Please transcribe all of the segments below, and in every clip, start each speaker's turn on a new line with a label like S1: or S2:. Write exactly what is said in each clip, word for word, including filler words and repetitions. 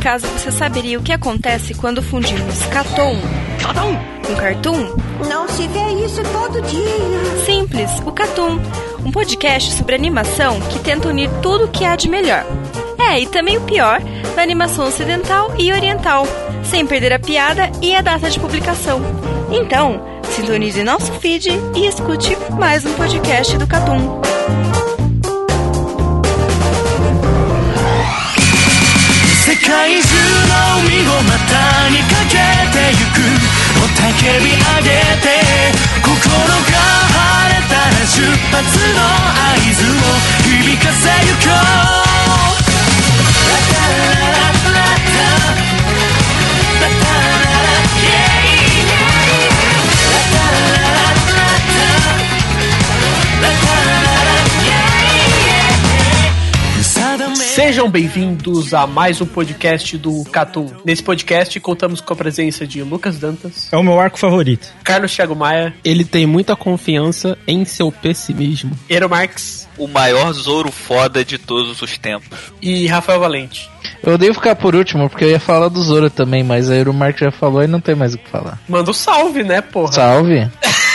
S1: acaso você saberia o que acontece quando fundimos Cartoon com Cartoon?
S2: Não se vê isso todo dia.
S1: Simples, o Cartoon, um podcast sobre animação que tenta unir tudo o que há de melhor. É, e também o pior da animação ocidental e oriental, sem perder a piada e a data de publicação. Então, sintonize nosso feed e escute mais um podcast do Cartoon.
S3: Sejam bem-vindos a mais um podcast do Cartoon. Nesse podcast contamos com a presença de Lucas Dantas.
S4: É o meu arco favorito.
S3: Carlos Thiago Maia.
S5: Ele tem muita confiança em seu pessimismo.
S3: Eero Marques.
S6: O maior Zoro foda de todos os tempos.
S3: E Rafael Valente.
S7: Eu odeio ficar por último, porque eu ia falar do Zoro também, mas aí o Mark já falou e não tem mais o que falar.
S3: Manda um salve, né, porra?
S7: Salve.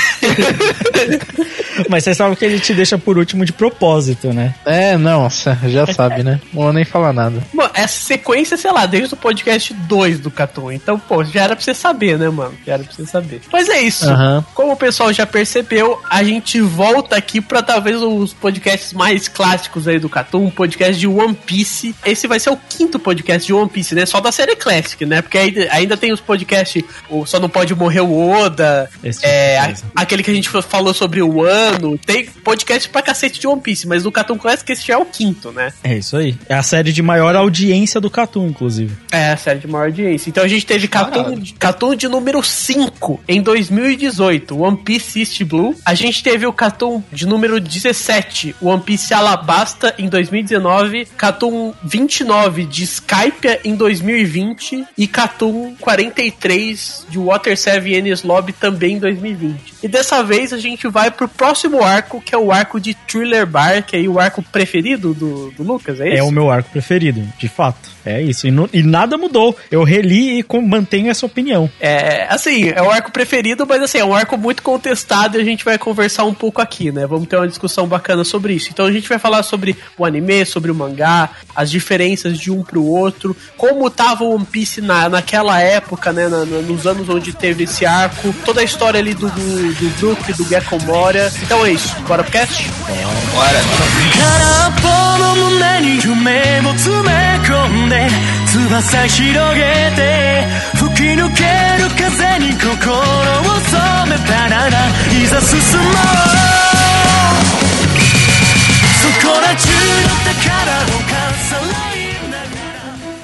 S4: Mas você sabe que ele te deixa por último de propósito, né?
S7: É, não, já sabe, né? Não vou nem falar nada.
S3: Mano, essa sequência, sei lá, desde o podcast dois do Cartoon. Então, pô, já era pra você saber, né, mano? Já era pra você saber. Mas é isso. Uhum. Como o pessoal já percebeu, a gente volta aqui pra talvez os podcasts mais clássicos aí do Cartoon, um podcast de One Piece. Esse vai ser o quinto podcast de One Piece, né? Só da série Classic, né? Porque ainda, ainda tem os podcasts, o Só Não Pode Morrer o Oda, é, a, aquele que a gente falou sobre o ano. Tem podcast pra cacete de One Piece, mas no Cartoon Classic esse já é o quinto, né?
S4: É isso aí. É a série de maior audiência do Cartoon, inclusive.
S3: É, a série de maior audiência. Então a gente teve Cartoon, Cartoon de número cinco em dois mil e dezoito, One Piece East Blue. A gente teve o Cartoon de número dezessete, One Piece Alabasta, em dois mil e dezenove. Cartoon vinte e nove de Skypiea em dois mil e vinte. E Cartoon quarenta e três de Water seven Enies Lobby também em dois mil e vinte. E dessa vez a gente vai pro próximo arco, que é o arco de Thriller Bark, aí o arco preferido do, do Lucas, é isso?
S4: É o meu arco preferido, de fato. É isso. E, no, e nada mudou. Eu reli e com, mantenho essa opinião.
S3: É, assim, é o arco preferido, mas assim, é um arco muito contestado e a gente vai conversar um pouco aqui, né? Vamos ter uma discussão bacana sobre isso. Então a gente vai falar sobre o anime, sobre o mangá, as diferenças de um pro outro, como tava o One Piece na, naquela época, né? Na, na, nos anos onde teve esse arco, toda a história ali do, do, do Brook, do Gekko Moria. Então é isso. Bora pro cast?
S6: Bora.
S8: 翼広げて吹き抜ける風に心を染めたならいざ進もうそこら中の宝をかさらいながら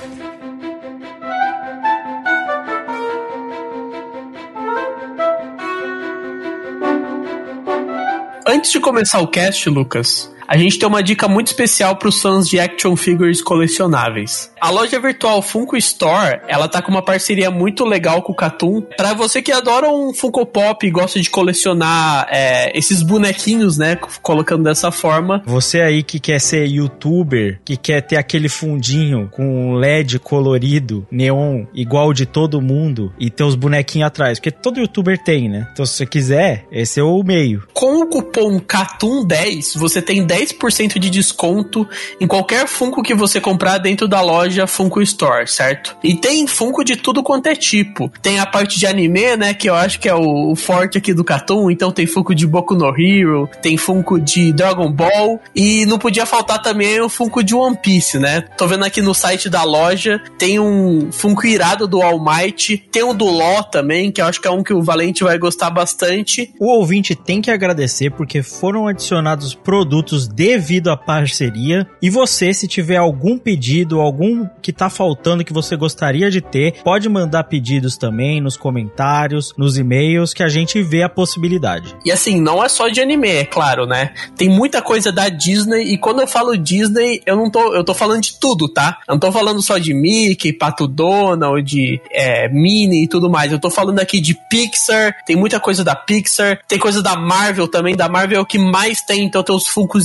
S3: Antes de começar o cast, Lucas, a gente tem uma dica muito especial para os fãs de action figures colecionáveis. A loja virtual Funko Store, ela tá com uma parceria muito legal com o Cartoon. Para você que adora um Funko Pop e gosta de colecionar é, esses bonequinhos, né, colocando dessa forma.
S4: Você aí que quer ser youtuber, que quer ter aquele fundinho com L E D colorido, neon, igual de todo mundo, e ter os bonequinhos atrás, porque todo youtuber tem, né? Então se você quiser, esse é o meio.
S3: Com o cupom Cartoon dez, você tem dez por cento de desconto em qualquer Funko que você comprar dentro da loja Funko Store, certo? E tem Funko de tudo quanto é tipo. Tem a parte de anime, né, que eu acho que é o, o forte aqui do Cartoon. Então tem Funko de Boku no Hero, tem Funko de Dragon Ball e não podia faltar também o Funko de One Piece, né? Tô vendo aqui no site da loja, tem um Funko irado do All Might, tem um do Law também, que eu acho que é um que o Valente vai gostar bastante.
S4: O ouvinte tem que agradecer porque foram adicionados produtos devido à parceria. E você, se tiver algum pedido, algum que tá faltando que você gostaria de ter, pode mandar pedidos também nos comentários, nos e-mails, que a gente vê a possibilidade.
S3: E assim, não é só de anime, é claro, né? Tem muita coisa da Disney, e quando eu falo Disney, eu não tô, eu tô falando de tudo, tá? Eu não tô falando só de Mickey, Pato Donald, de é, Minnie e tudo mais. Eu tô falando aqui de Pixar, tem muita coisa da Pixar, tem coisa da Marvel também, da Marvel é o que mais tem, então tem os Funkos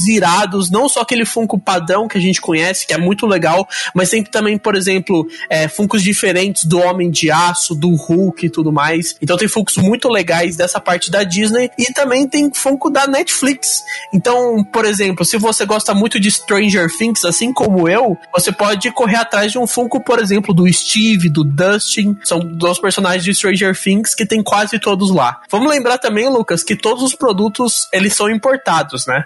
S3: irados, não só aquele Funko padrão que a gente conhece, que é muito legal, mas tem também, por exemplo, é, Funkos diferentes do Homem de Aço, do Hulk e tudo mais. Então tem Funkos muito legais dessa parte da Disney e também tem Funko da Netflix. Então, por exemplo, se você gosta muito de Stranger Things, assim como eu, você pode correr atrás de um Funko, por exemplo, do Steve, do Dustin, são dois personagens de Stranger Things que tem quase todos lá. Vamos lembrar também, Lucas, que todos os produtos, eles são importados, né?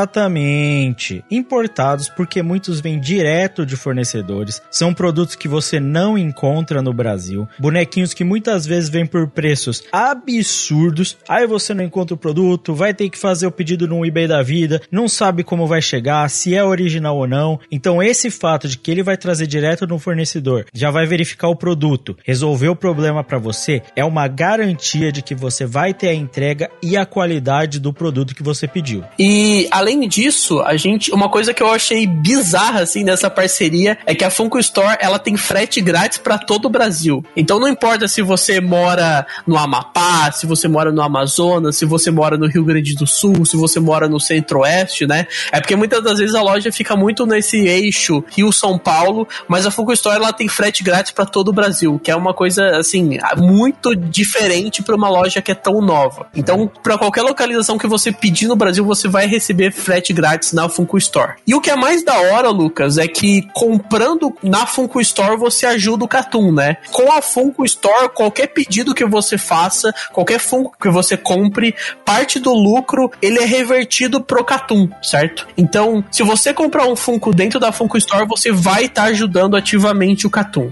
S4: Exatamente. Importados porque muitos vêm direto de fornecedores, são produtos que você não encontra no Brasil, bonequinhos que muitas vezes vêm por preços absurdos, aí você não encontra o produto, vai ter que fazer o pedido no eBay da vida, não sabe como vai chegar, se é original ou não. Então esse fato de que ele vai trazer direto no fornecedor, já vai verificar o produto, resolver o problema para você, é uma garantia de que você vai ter a entrega e a qualidade do produto que você pediu.
S3: E além disso, a gente, uma coisa que eu achei bizarra assim nessa parceria é que a Funko Store, ela tem frete grátis para todo o Brasil. Então não importa se você mora no Amapá, se você mora no Amazonas, se você mora no Rio Grande do Sul, se você mora no Centro-Oeste, né? É porque muitas das vezes a loja fica muito nesse eixo Rio-São Paulo, mas a Funko Store, ela tem frete grátis para todo o Brasil, que é uma coisa assim muito diferente para uma loja que é tão nova. Então, para qualquer localização que você pedir no Brasil, você vai receber frete grátis na Funko Store. E o que é mais da hora, Lucas, é que comprando na Funko Store você ajuda o Catum, né? Com a Funko Store, qualquer pedido que você faça, qualquer Funko que você compre, parte do lucro, ele é revertido pro Catum, certo? Então, se você comprar um Funko dentro da Funko Store, você vai estar tá ajudando ativamente o Catum.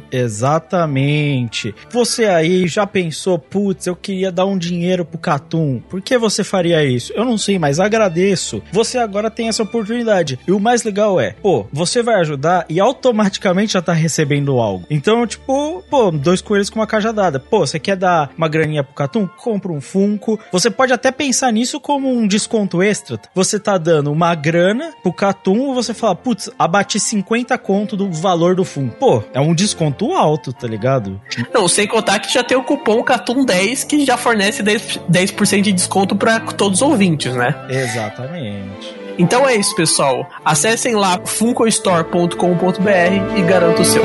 S4: Exatamente. Você aí já pensou, putz, eu queria dar um dinheiro pro Catum. Por que você faria isso? Eu não sei, mas agradeço. Você agora tem essa oportunidade. E o mais legal é, pô, você vai ajudar e automaticamente já tá recebendo algo. Então, tipo, pô, dois coelhos com uma cajadada. Pô, você quer dar uma graninha pro Catum? Compra um Funko. Você pode até pensar nisso como um desconto extra. Você tá dando uma grana pro Catum e você fala, putz, abati cinquenta conto do valor do Funko. Pô, é um desconto alto, tá ligado?
S3: Não, sem contar que já tem o cupom Catum dez que já fornece dez por cento de desconto pra todos os ouvintes, né?
S4: Exatamente.
S3: Então é isso, pessoal. Acessem lá funko store ponto com ponto b r e garantam o seu.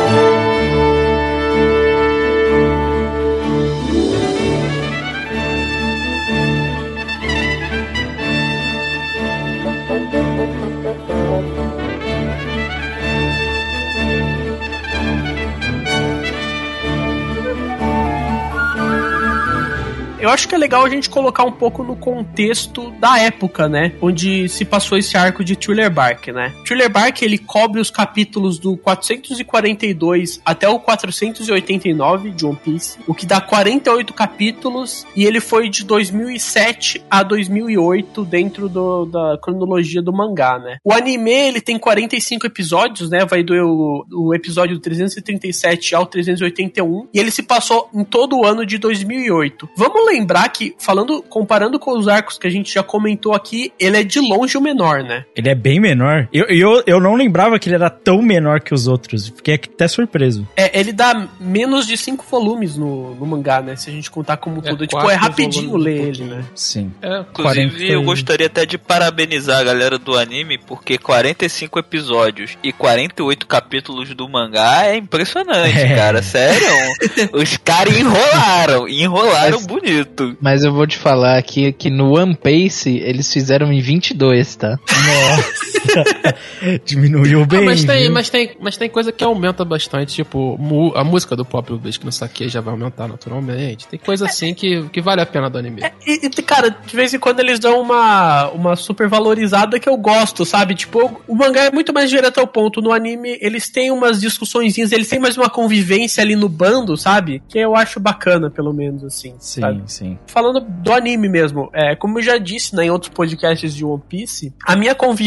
S3: Eu acho que é legal a gente colocar um pouco no contexto da época, né? Onde se passou esse arco de Thriller Bark, né? Thriller Bark, ele cobre os capítulos do quatrocentos e quarenta e dois até o quatrocentos e oitenta e nove de One Piece, o que dá quarenta e oito capítulos, e ele foi de dois mil e sete a dois mil e oito dentro do, da cronologia do mangá, né? O anime, ele tem quarenta e cinco episódios, né? Vai do o episódio trezentos e trinta e sete ao trezentos e oitenta e um, e ele se passou em todo o ano de dois mil e oito. Vamos lembrar que, falando, comparando com os arcos que a gente já comentou aqui, ele é de longe o menor, né?
S4: Ele é bem menor. Eu, eu, eu não lembrava que ele era tão menor que os outros. Fiquei até surpreso.
S3: É, ele dá menos de cinco volumes no, no mangá, né? Se a gente contar como é tudo. Tipo, é rapidinho ler ele, né?
S4: Sim.
S6: É, inclusive, quarenta... eu gostaria até de parabenizar a galera do anime, porque quarenta e cinco episódios e quarenta e oito capítulos do mangá é impressionante, é. cara. Sério. Os caras enrolaram. Enrolaram Mas... bonito.
S7: Mas eu vou te falar aqui que no One Piece eles fizeram em vinte e dois, tá?
S4: Nossa. Diminuiu bem. Ah,
S5: mas, tem, mas, tem, mas tem coisa que aumenta bastante, tipo, mu, a música do pop, desde que no saque já vai aumentar naturalmente. Tem coisa assim que, que vale a pena do anime.
S3: É, e, cara, de vez em quando eles dão uma, uma super valorizada que eu gosto, sabe? Tipo, o mangá é muito mais direto ao ponto. No anime, eles têm umas discussõezinhas, eles têm mais uma convivência ali no bando, sabe? Que eu acho bacana, pelo menos, assim.
S4: Sim,
S3: sabe?
S4: Sim.
S3: Falando do anime mesmo, é, como eu já disse, né, em outros podcasts de One Piece, a minha convivência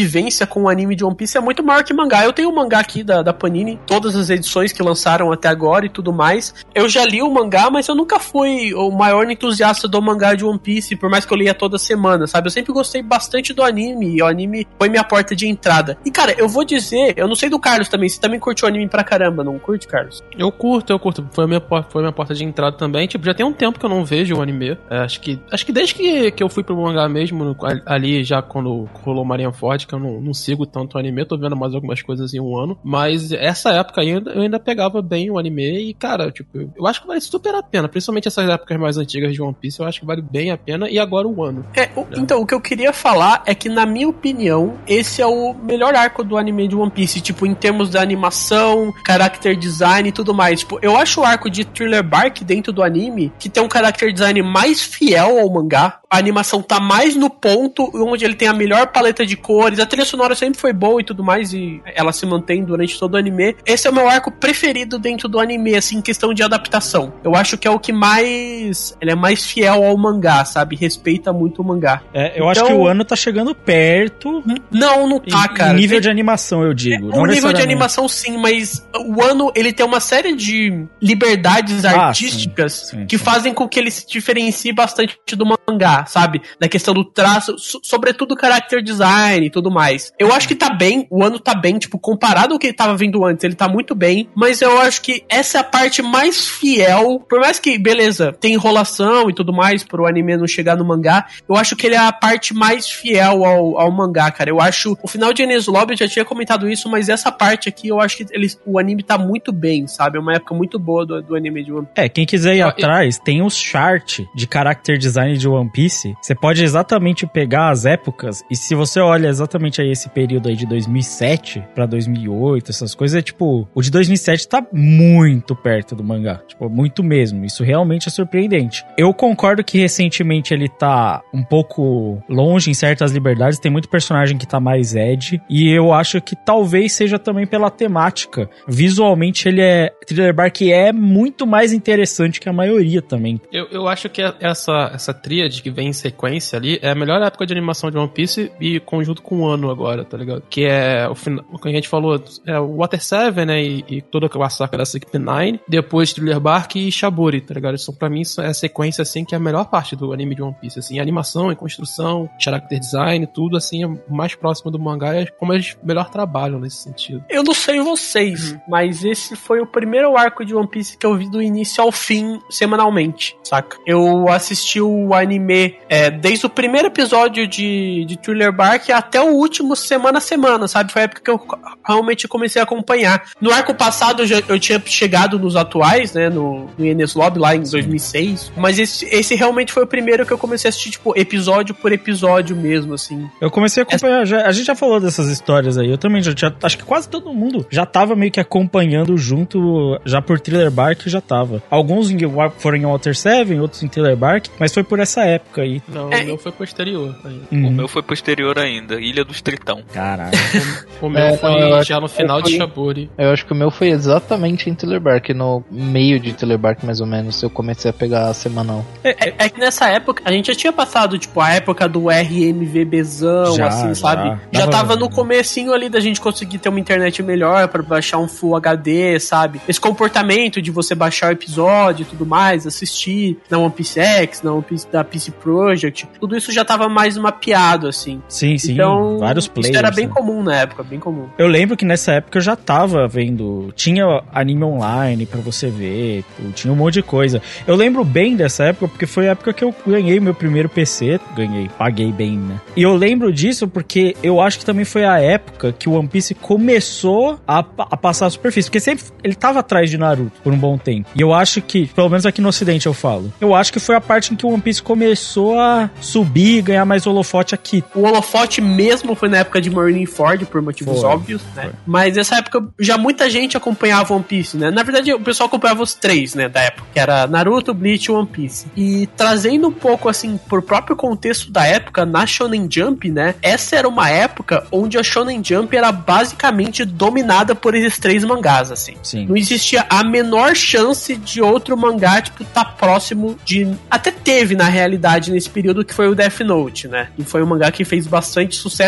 S3: com o anime de One Piece é muito maior que mangá. Eu tenho o mangá aqui da, da Panini, todas as edições que lançaram até agora e tudo mais. Eu já li o mangá, mas eu nunca fui o maior entusiasta do mangá de One Piece, por mais que eu lia toda semana, sabe? Eu sempre gostei bastante do anime, e o anime foi minha porta de entrada. E, cara, eu vou dizer, eu não sei do Carlos também, você também curte o anime pra caramba, não curte, Carlos?
S5: Eu curto, eu curto. Foi a minha, foi a minha porta de entrada também. Tipo, já tem um tempo que eu não vejo o anime. É, acho que acho que desde que, que eu fui pro mangá mesmo, ali já quando rolou Marineford, que eu não, não sigo tanto o anime, tô vendo mais algumas coisas em um ano. Mas essa época ainda, eu ainda pegava bem o anime e, cara, tipo, eu, eu acho que vale super a pena. Principalmente essas épocas mais antigas de One Piece, eu acho que vale bem a pena. E agora o ano.
S3: É, o, é. Então, o que eu queria falar é que, na minha opinião, esse é o melhor arco do anime de One Piece. Tipo, em termos da animação, character design e tudo mais. Tipo, eu acho o arco de Thriller Bark dentro do anime que tem um character design mais fiel ao mangá. A animação tá mais no ponto, onde ele tem a melhor paleta de cores. A trilha sonora sempre foi boa e tudo mais, e ela se mantém durante todo o anime. Esse é o meu arco preferido dentro do anime, assim, em questão de adaptação. Eu acho que é o que mais... ele é mais fiel ao mangá, sabe? Respeita muito o mangá.
S4: É, eu então, acho que o ano tá chegando perto.
S3: Não, não tá,
S4: em,
S3: cara.
S4: Em nível de animação, eu digo.
S3: O nível de animação, sim, mas o ano, ele tem uma série de liberdades ah, artísticas sim, sim, que sim. fazem com que ele se diferencie bastante do mangá, sabe? Na questão do traço, so, sobretudo o character design e tudo mais. Eu acho que tá bem, o ano tá bem, tipo, comparado ao que ele tava vendo antes, ele tá muito bem, mas eu acho que essa é a parte mais fiel, por mais que, beleza, tem enrolação e tudo mais pro anime não chegar no mangá, eu acho que ele é a parte mais fiel ao, ao mangá, cara. Eu acho, o final de Enies Lobby, eu já tinha comentado isso, mas essa parte aqui, eu acho que ele, o anime tá muito bem, sabe? É uma época muito boa do, do anime de One Piece.
S4: É, quem quiser ir eu, atrás, eu... tem os chart de character design de One Piece, você pode exatamente pegar as épocas, e se você olha exatamente aí esse período aí de dois mil e sete pra dois mil e oito, essas coisas, é tipo, o de dois mil e sete tá muito perto do mangá, tipo, muito mesmo, isso realmente é surpreendente. Eu concordo que recentemente ele tá um pouco longe em certas liberdades, tem muito personagem que tá mais edgy, e eu acho que talvez seja também pela temática. Visualmente ele é, Thriller Bark é muito mais interessante que a maioria também.
S5: Eu, eu acho que essa, essa tríade que vem em sequência ali é a melhor época de animação de One Piece e conjunto com o ano agora, tá ligado? Que é o final, o que a gente falou, é o Water seven, né, e, e toda a saca da Sixty Nine, depois Thriller Bark e Shaburi, tá ligado? Isso pra mim isso é a sequência, assim, que é a melhor parte do anime de One Piece, assim, animação, construção, character design, tudo, assim, é mais próximo do mangá, é como eles melhor trabalham nesse sentido.
S3: Eu não sei vocês, uhum. mas esse foi o primeiro arco de One Piece que eu vi do início ao fim, semanalmente, saca? Eu assisti o anime é, desde o primeiro episódio de, de Thriller Bark até o último, semana a semana, sabe? Foi a época que eu realmente comecei a acompanhar. No arco passado eu, já, eu tinha chegado nos atuais, né, no, no Enies Lobby lá em dois mil e seis, mas esse, esse realmente foi o primeiro que eu comecei a assistir, tipo, episódio por episódio mesmo, assim.
S4: Eu comecei a acompanhar, já, a gente já falou dessas histórias aí, eu também já tinha, acho que quase todo mundo já tava meio que acompanhando junto, já por Thriller Bark já tava. Alguns em, foram em Water seven, outros em Thriller Bark, mas foi por essa época aí.
S5: Não, é. O meu foi posterior ainda.
S6: Uhum. O meu foi posterior ainda, Ilha dos Tritão.
S4: Caralho.
S5: O, o meu é, foi não, já no final foi, de Shaburi.
S7: Eu acho que o meu foi exatamente em Thriller Bark, no meio de Thriller Bark mais ou menos, eu comecei a pegar a semanal.
S3: É, é, é que nessa época, a gente já tinha passado, tipo, a época do R M V Bzão, já, assim, já. sabe? Já Dava tava no comecinho ali da gente conseguir ter uma internet melhor pra baixar um Full H D, sabe? Esse comportamento de você baixar o episódio e tudo mais, assistir na One Piece X, na One Piece, da P C Project, tudo isso já tava mais mapeado, assim.
S4: Sim, sim,
S3: então,
S4: vários players.
S3: Isso era bem
S4: né?
S3: comum na época, bem comum.
S4: Eu lembro que nessa época eu já tava vendo, tinha anime online pra você ver, tinha um monte de coisa. Eu lembro bem dessa época porque foi a época que eu ganhei meu primeiro P C, ganhei, paguei bem, né? E eu lembro disso porque eu acho que também foi a época que o One Piece começou a, a passar a superfície, porque sempre ele tava atrás de Naruto por um bom tempo. E eu acho que, pelo menos aqui no ocidente eu falo, eu acho que foi a parte em que o One Piece começou a subir e ganhar mais holofote aqui.
S3: O holofote mesmo foi na época de Marineford, por motivos foi, óbvios, né? Foi. Mas nessa época já muita gente acompanhava One Piece, né? Na verdade, o pessoal acompanhava os três, né, da época, que era Naruto, Bleach e One Piece. E trazendo um pouco, assim, pro próprio contexto da época, na Shonen Jump, né? Essa era uma época onde a Shonen Jump era basicamente dominada por esses três mangás, assim.
S4: Sim.
S3: Não existia a menor chance de outro mangá, tipo, tá próximo de... Até teve, na realidade, nesse período, que foi o Death Note, né? E foi um mangá que fez bastante sucesso e até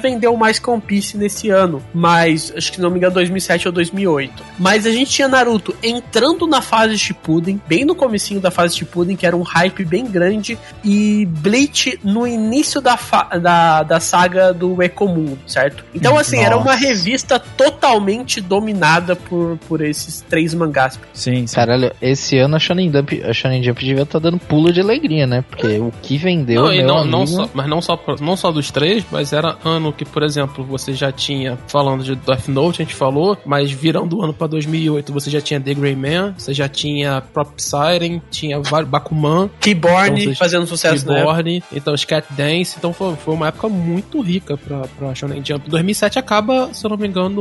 S3: vendeu mais que One Piece nesse ano, mas acho que não me engano dois mil e sete ou dois mil e oito. Mas a gente tinha Naruto entrando na fase Shippuden, bem no comecinho da fase Shippuden, que era um hype bem grande, e Bleach no início da, da, da saga do Ecomundo, certo? Então assim, Nossa. Era uma revista totalmente dominada por, por esses três mangás.
S7: Sim, sim. Caralho, esse ano a Shonen Jump, a Shonen Jump devia estar dando pulo de alegria, né? Porque o que vendeu,
S5: não, e
S7: meu
S5: não,
S7: amigo...
S5: não só, mas não só, não só dos três, mas era ano que, por exemplo, você já tinha, falando de Death Note, a gente falou, mas virando o ano pra dois mil e oito, você já tinha The Gray Man, você já tinha Prop Siren, tinha Bakuman,
S3: Keyborn
S5: então,
S3: fazendo sucesso, né?
S5: Keyborn, então Scat Dance, então foi, foi uma época muito rica pra, pra Shonen Jump. dois mil e sete acaba, se eu não me engano,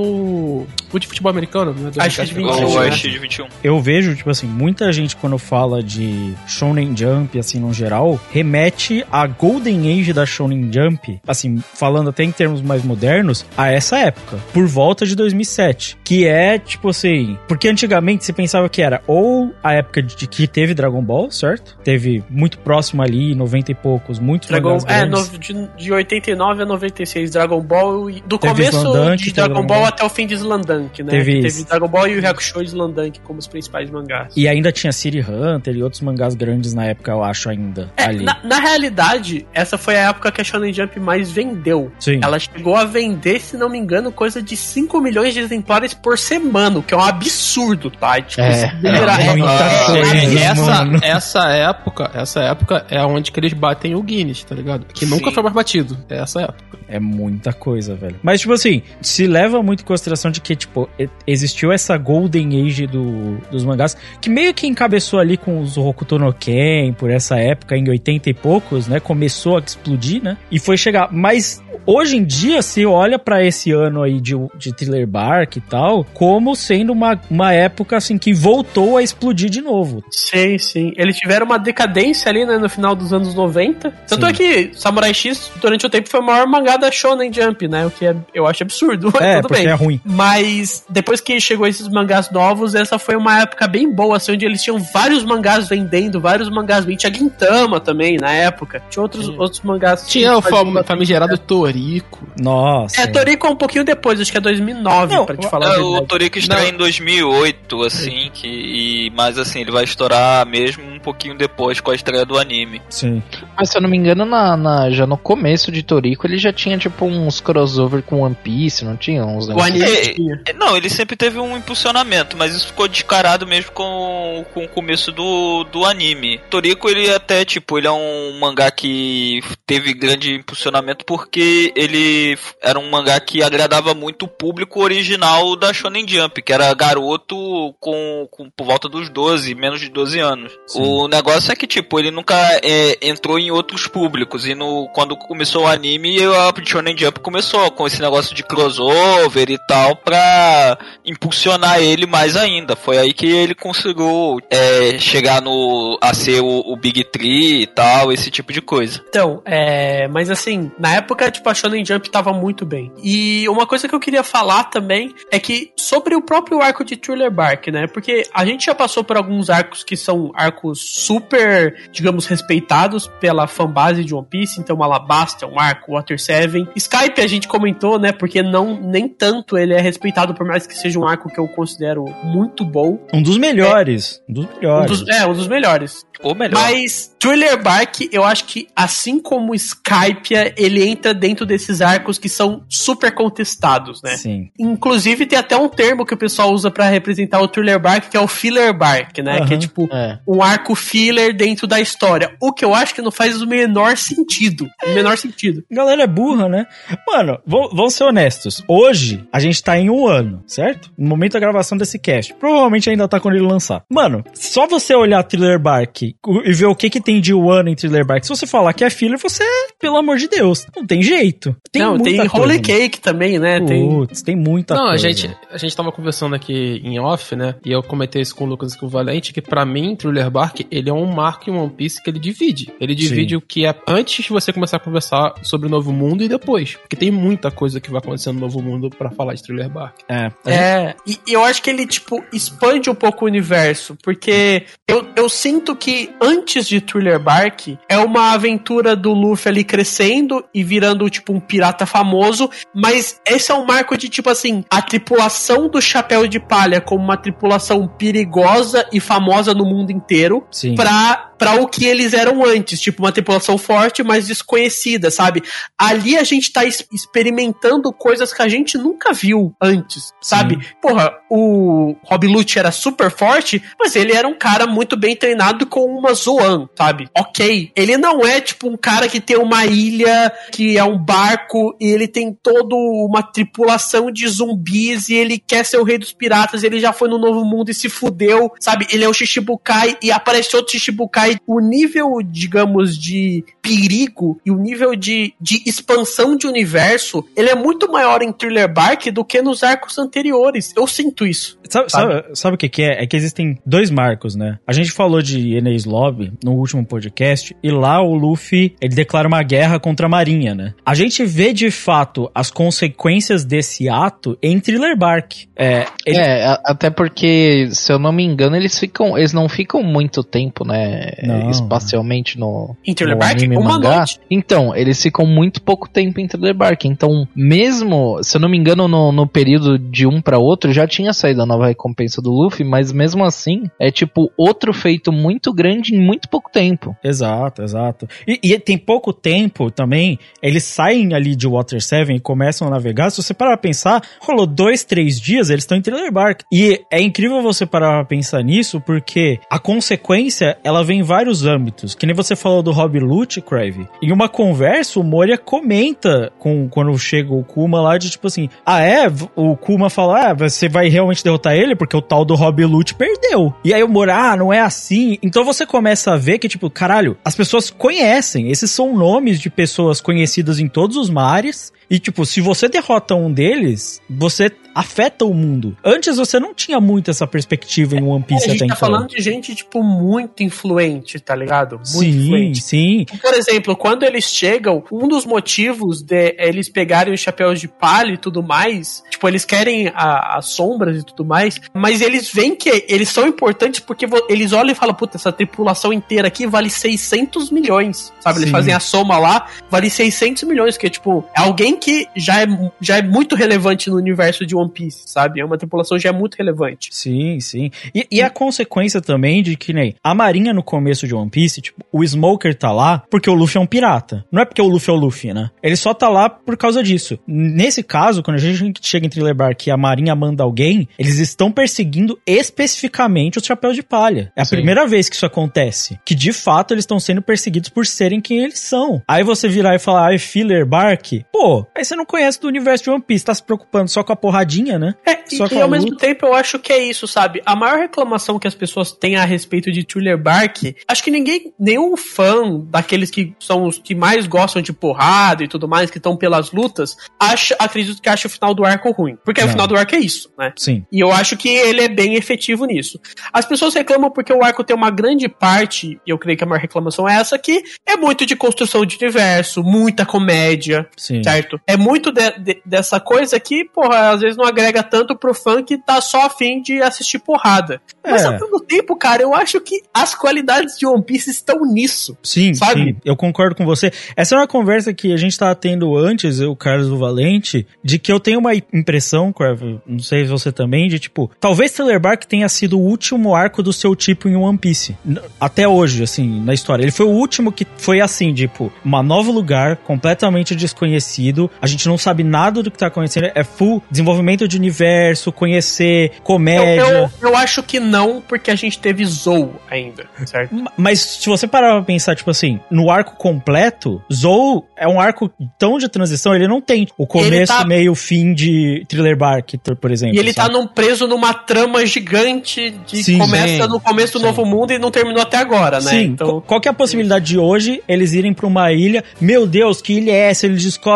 S5: o de futebol americano, né?
S3: Acho que de vinte e um.
S6: Ou acho de vinte e um.
S4: Eu vejo, tipo assim, muita gente quando fala de Shonen Jump, assim, no geral, remete a Golden Age da Shonen Jump, assim, falando até em termos mais modernos, a essa época, por volta de dois mil e sete, que é, tipo assim, porque antigamente você pensava que era ou a época de que teve Dragon Ball, certo? Teve muito próximo ali, noventa e poucos, muitos
S3: Dragon,
S4: mangás
S3: é,
S4: grandes.
S3: no, de, de oitenta e nove a noventa e seis, Dragon Ball, e do
S4: teve
S3: começo
S4: Slandunk,
S3: de Dragon Ball,
S4: Ball
S3: até o fim de Slandunk, né?
S4: Teve,
S3: teve Dragon Ball e o Hakusho e Slandunk como os principais mangás.
S4: E ainda tinha City Hunter e outros mangás grandes na época, eu acho, ainda.
S3: É,
S4: ali.
S3: Na, na realidade, essa foi a época que a Shonen Jump mais vendeu.
S4: Sim.
S3: Ela chegou a vender, se não me engano, coisa de cinco milhões de exemplares por semana, o que é um absurdo, tá? Tipo,
S7: É,
S3: se
S7: é,
S3: é,
S4: muita
S3: é,
S4: coisa,
S3: é,
S5: essa,
S4: mano.
S5: essa época, essa época é onde que eles batem o Guinness, tá ligado? Que nunca
S6: Sim.
S5: foi mais batido. É essa época.
S4: É muita coisa, velho. Mas, tipo assim, se leva muito em consideração de que, tipo, existiu essa Golden Age do, dos mangás, que meio que encabeçou ali com os Hokuto no Ken, por essa época, em oitenta e poucos, né? Começou a explodir, né? E foi chegar. Mas hoje em dia, se olha pra esse ano aí de, de Thriller Bark e tal, como sendo uma, uma época, assim, que voltou a explodir de novo.
S3: Sim, sim. Eles tiveram uma decadência ali, né, no final dos anos noventa. Tanto
S4: Sim.
S3: é que Samurai X, durante o tempo, foi o maior mangá da Shonen Jump, né? O que é, eu acho absurdo.
S4: É,
S3: Tudo
S4: porque
S3: bem.
S4: é ruim.
S3: Mas depois que chegou esses mangás novos, essa foi uma época bem boa, assim, onde eles tinham vários mangás vendendo, vários mangás bem. Tinha Gintama também, na época. Tinha outros, outros mangás.
S5: Tinha o
S3: faziam-
S5: famigerado Toriko.
S4: Nossa.
S3: É, Toriko um pouquinho depois, acho que é dois mil e nove,
S4: Não,
S3: pra te falar a
S6: É,
S3: verdade.
S6: o Toriko estreia em dois mil e oito, assim, que, e, mas assim, ele vai estourar mesmo um pouquinho depois com a estreia do anime.
S4: Sim.
S7: Mas se eu não me engano, na, na- já no começo de Toriko, ele já tinha tipo uns crossover com One Piece, não tinha uns
S3: O
S7: negócios?
S3: anime
S6: É,
S3: tinha.
S6: é, não, ele sempre teve um impulsionamento, mas isso ficou descarado mesmo com, com o começo do, do anime. Toriko, ele até, tipo, ele é um mangá que teve grande impulsionamento porque ele era um mangá que agradava muito o público original da Shonen Jump, que era garoto com, com por volta dos doze, menos de doze anos.
S4: Sim.
S6: O negócio é que, tipo, ele nunca é, entrou em outros públicos, e no, quando começou o anime, a Shonen Jump começou com esse negócio de crossover e tal, pra impulsionar ele mais ainda. Foi aí que ele conseguiu é, chegar no, a ser o, o Big Three e tal, esse tipo de coisa.
S3: Então, é... Mas assim, na época, tipo, a Shonen Jump tava muito bem. E uma coisa que eu queria falar também é que sobre o próprio arco de Thriller Bark, né? Porque a gente já passou por alguns arcos que são arcos super, digamos, respeitados pela fanbase de One Piece. Então, Alabasta é um arco, Water seven. Skype a gente comentou, né? Porque não, nem tanto ele é respeitado, por mais que seja um arco que eu considero muito bom.
S4: Um dos melhores. Um dos
S3: Um
S4: melhores.
S3: dos, é, um dos melhores.
S6: Ou melhor.
S3: Mas Thriller Bark, eu acho que assim como Skypiea, ele entra dentro desses arcos que são super contestados, né?
S4: Sim.
S3: Inclusive tem até um termo que o pessoal usa pra representar o Thriller Bark, que é o Filler Bark, né?
S4: Aham.
S3: Que é tipo
S7: É.
S3: um arco filler dentro da história. O que eu acho que não faz o menor sentido. O menor sentido.
S4: Galera é burra, né? Mano, vamos vamos ser honestos. Hoje, a gente tá em um ano, certo? No momento da gravação desse cast. Provavelmente ainda tá quando ele lançar. Mano, só você olhar Thriller Bark e ver o que que tem de um ano em Thriller Bark, se você falar que é filler, você, pelo amor de Deus, não tem jeito. Tem
S3: não,
S4: muita
S3: tem
S4: coisa,
S3: Holy
S4: mano.
S3: Cake também, né? Tem...
S4: Putz, tem muita
S5: Não,
S4: coisa.
S5: a gente, a gente tava conversando aqui em off, né? E eu comentei isso com o Lucas e com o Valente, que pra mim, Thriller Bark, ele é um marco em One Piece que ele divide. Ele divide
S4: Sim.
S5: o que é antes de você começar a conversar sobre o Novo Mundo e depois. Porque tem muita coisa que vai acontecer no Novo Mundo pra falar de Thriller Bark.
S4: É.
S3: É, e e eu acho que ele, tipo, expande um pouco o universo, porque eu, eu sinto que antes de Thriller Thriller Bark é uma aventura do Luffy ali crescendo e virando, tipo, um pirata famoso, mas esse é um marco de, tipo assim, a tripulação do Chapéu de Palha como uma tripulação perigosa e famosa no mundo inteiro. Sim. pra... pra o que eles eram antes, tipo uma tripulação forte, mas desconhecida, sabe? Ali a gente tá es- experimentando coisas que a gente nunca viu antes, sabe? Sim. Porra, o Rob Lucci era super forte, mas ele era um cara muito bem treinado com uma Zoan, sabe? Ok, ele não é tipo um cara que tem uma ilha, que é um barco, e ele tem toda uma tripulação de zumbis, e ele quer ser o rei dos piratas, ele já foi no Novo Mundo e se fudeu, sabe? Ele é o Shichibukai, e aparece outro Shichibukai. O nível, digamos, de perigo e o nível de, de expansão de universo, ele é muito maior em Thriller Bark do que nos arcos anteriores. Eu sinto isso.
S4: Sabe, sabe? sabe, sabe o que, que é? É que existem dois marcos, né? A gente falou de Enies Lobby no último podcast, e lá o Luffy, ele declara uma guerra contra a Marinha, né? A gente vê, de fato, as consequências desse ato em Thriller Bark. É, ele...
S7: é a, até porque, se eu não me engano, eles ficam, eles não ficam muito tempo, né? Não. Espacialmente no,
S3: em Thriller
S7: no
S3: Bark,
S7: anime
S3: uma
S7: mangá.
S3: Noite.
S7: Então, eles ficam muito pouco tempo em Thriller Bark. Então, mesmo, se eu não me engano, no, no período de um pra outro, já tinha saído a nova recompensa do Luffy, mas mesmo assim, é tipo outro feito muito grande em muito pouco tempo.
S4: Exato, exato. E, e tem pouco tempo também, eles saem ali de Water seven e começam a navegar. Se você parar pra pensar, rolou dois, três dias, eles estão em Thriller Bark. E é incrível você parar pra pensar nisso, porque a consequência, ela vem em vários âmbitos. Que nem você falou do Rob Lucci, Crave. Em uma conversa, o Moria comenta com, quando chega o Kuma lá, de tipo assim, ah é? O Kuma fala, ah, você vai realmente derrotar ele? Porque o tal do Rob Lucci perdeu. E aí o Moria, ah, não é assim. Então você começa a ver que, tipo, caralho, as pessoas conhecem. Esses são nomes de pessoas conhecidas em todos os mares. E, tipo, se você derrota um deles, você afeta o mundo. Antes você não tinha muito essa perspectiva em One Piece
S3: até então. A gente
S4: tá
S3: então. falando de gente, tipo, muito influente, tá ligado? Muito
S4: sim,
S3: influente.
S4: Sim,
S3: Por exemplo, quando eles chegam, um dos motivos de eles pegarem os chapéus de palha e tudo mais, tipo, eles querem a, as sombras e tudo mais, mas eles veem que eles são importantes porque eles olham e falam, puta, essa tripulação inteira aqui vale seiscentos milhões, sabe? Sim. Eles fazem a soma lá, vale seiscentos milhões, que é, tipo, é alguém que já é, já é muito relevante no universo de One Piece, sabe? É uma tripulação já é muito relevante.
S4: Sim, sim. E, e a consequência também de que, nem, a Marinha no começo de One Piece, tipo, o Smoker tá lá porque o Luffy é um pirata. Não é porque o Luffy é o Luffy, né? Ele só tá lá por causa disso. Nesse caso, quando a gente chega em Thriller Bark e a Marinha manda alguém, eles estão perseguindo especificamente os chapéus de palha. É a sim. primeira vez que isso acontece. Que, de fato, eles estão sendo perseguidos por serem quem eles são. Aí você virar e falar, ah, é Thriller Bark? Pô, aí você não conhece do universo de One Piece, tá se preocupando só com a porradinha, né?
S3: É, só e, e ao luta. Mesmo tempo eu acho que é isso, sabe? A maior reclamação que as pessoas têm a respeito de Thriller Bark, acho que ninguém, nenhum fã daqueles que são os que mais gostam de porrada e tudo mais, que estão pelas lutas, acha, acredito que acha o final do arco ruim. Porque não. O final do arco é isso, né?
S4: Sim.
S3: E eu acho que ele é bem efetivo nisso. As pessoas reclamam porque o arco tem uma grande parte, e eu creio que a maior reclamação é essa, que é muito de construção de universo, muita comédia, sim. certo? É muito de, de, dessa coisa que, porra, às vezes não agrega tanto pro fã que tá só a fim de assistir porrada. É. Mas ao mesmo tempo, cara, eu acho que as qualidades de One Piece estão nisso.
S4: Sim,
S3: sabe?
S4: Sim, eu concordo com você. Essa é uma conversa que a gente tava tendo antes, eu, o Carlos do Valente, de que eu tenho uma impressão, não sei se você também, de tipo, talvez Thriller Bark tenha sido o último arco do seu tipo em One Piece. Até hoje, assim, na história. Ele foi o último que foi assim, tipo, um novo lugar, completamente desconhecido, a gente não sabe nada do que tá acontecendo, é full desenvolvimento de universo, conhecer, comédia.
S3: Eu, eu, eu acho que não, porque a gente teve Zou ainda, certo?
S4: Mas se você parar pra pensar, tipo assim, no arco completo, Zou é um arco tão de transição, ele não tem o começo, tá... meio, fim de Thriller Bark, por exemplo.
S3: E ele
S4: sabe?
S3: tá num, preso numa trama gigante de
S4: sim,
S3: começa
S4: sim,
S3: no começo do
S4: sim.
S3: Novo Mundo e não terminou até agora, né?
S4: Sim,
S3: então...
S4: qual que é a possibilidade de hoje eles irem pra uma ilha, meu Deus, que ilha é essa? Eles descobrem, tem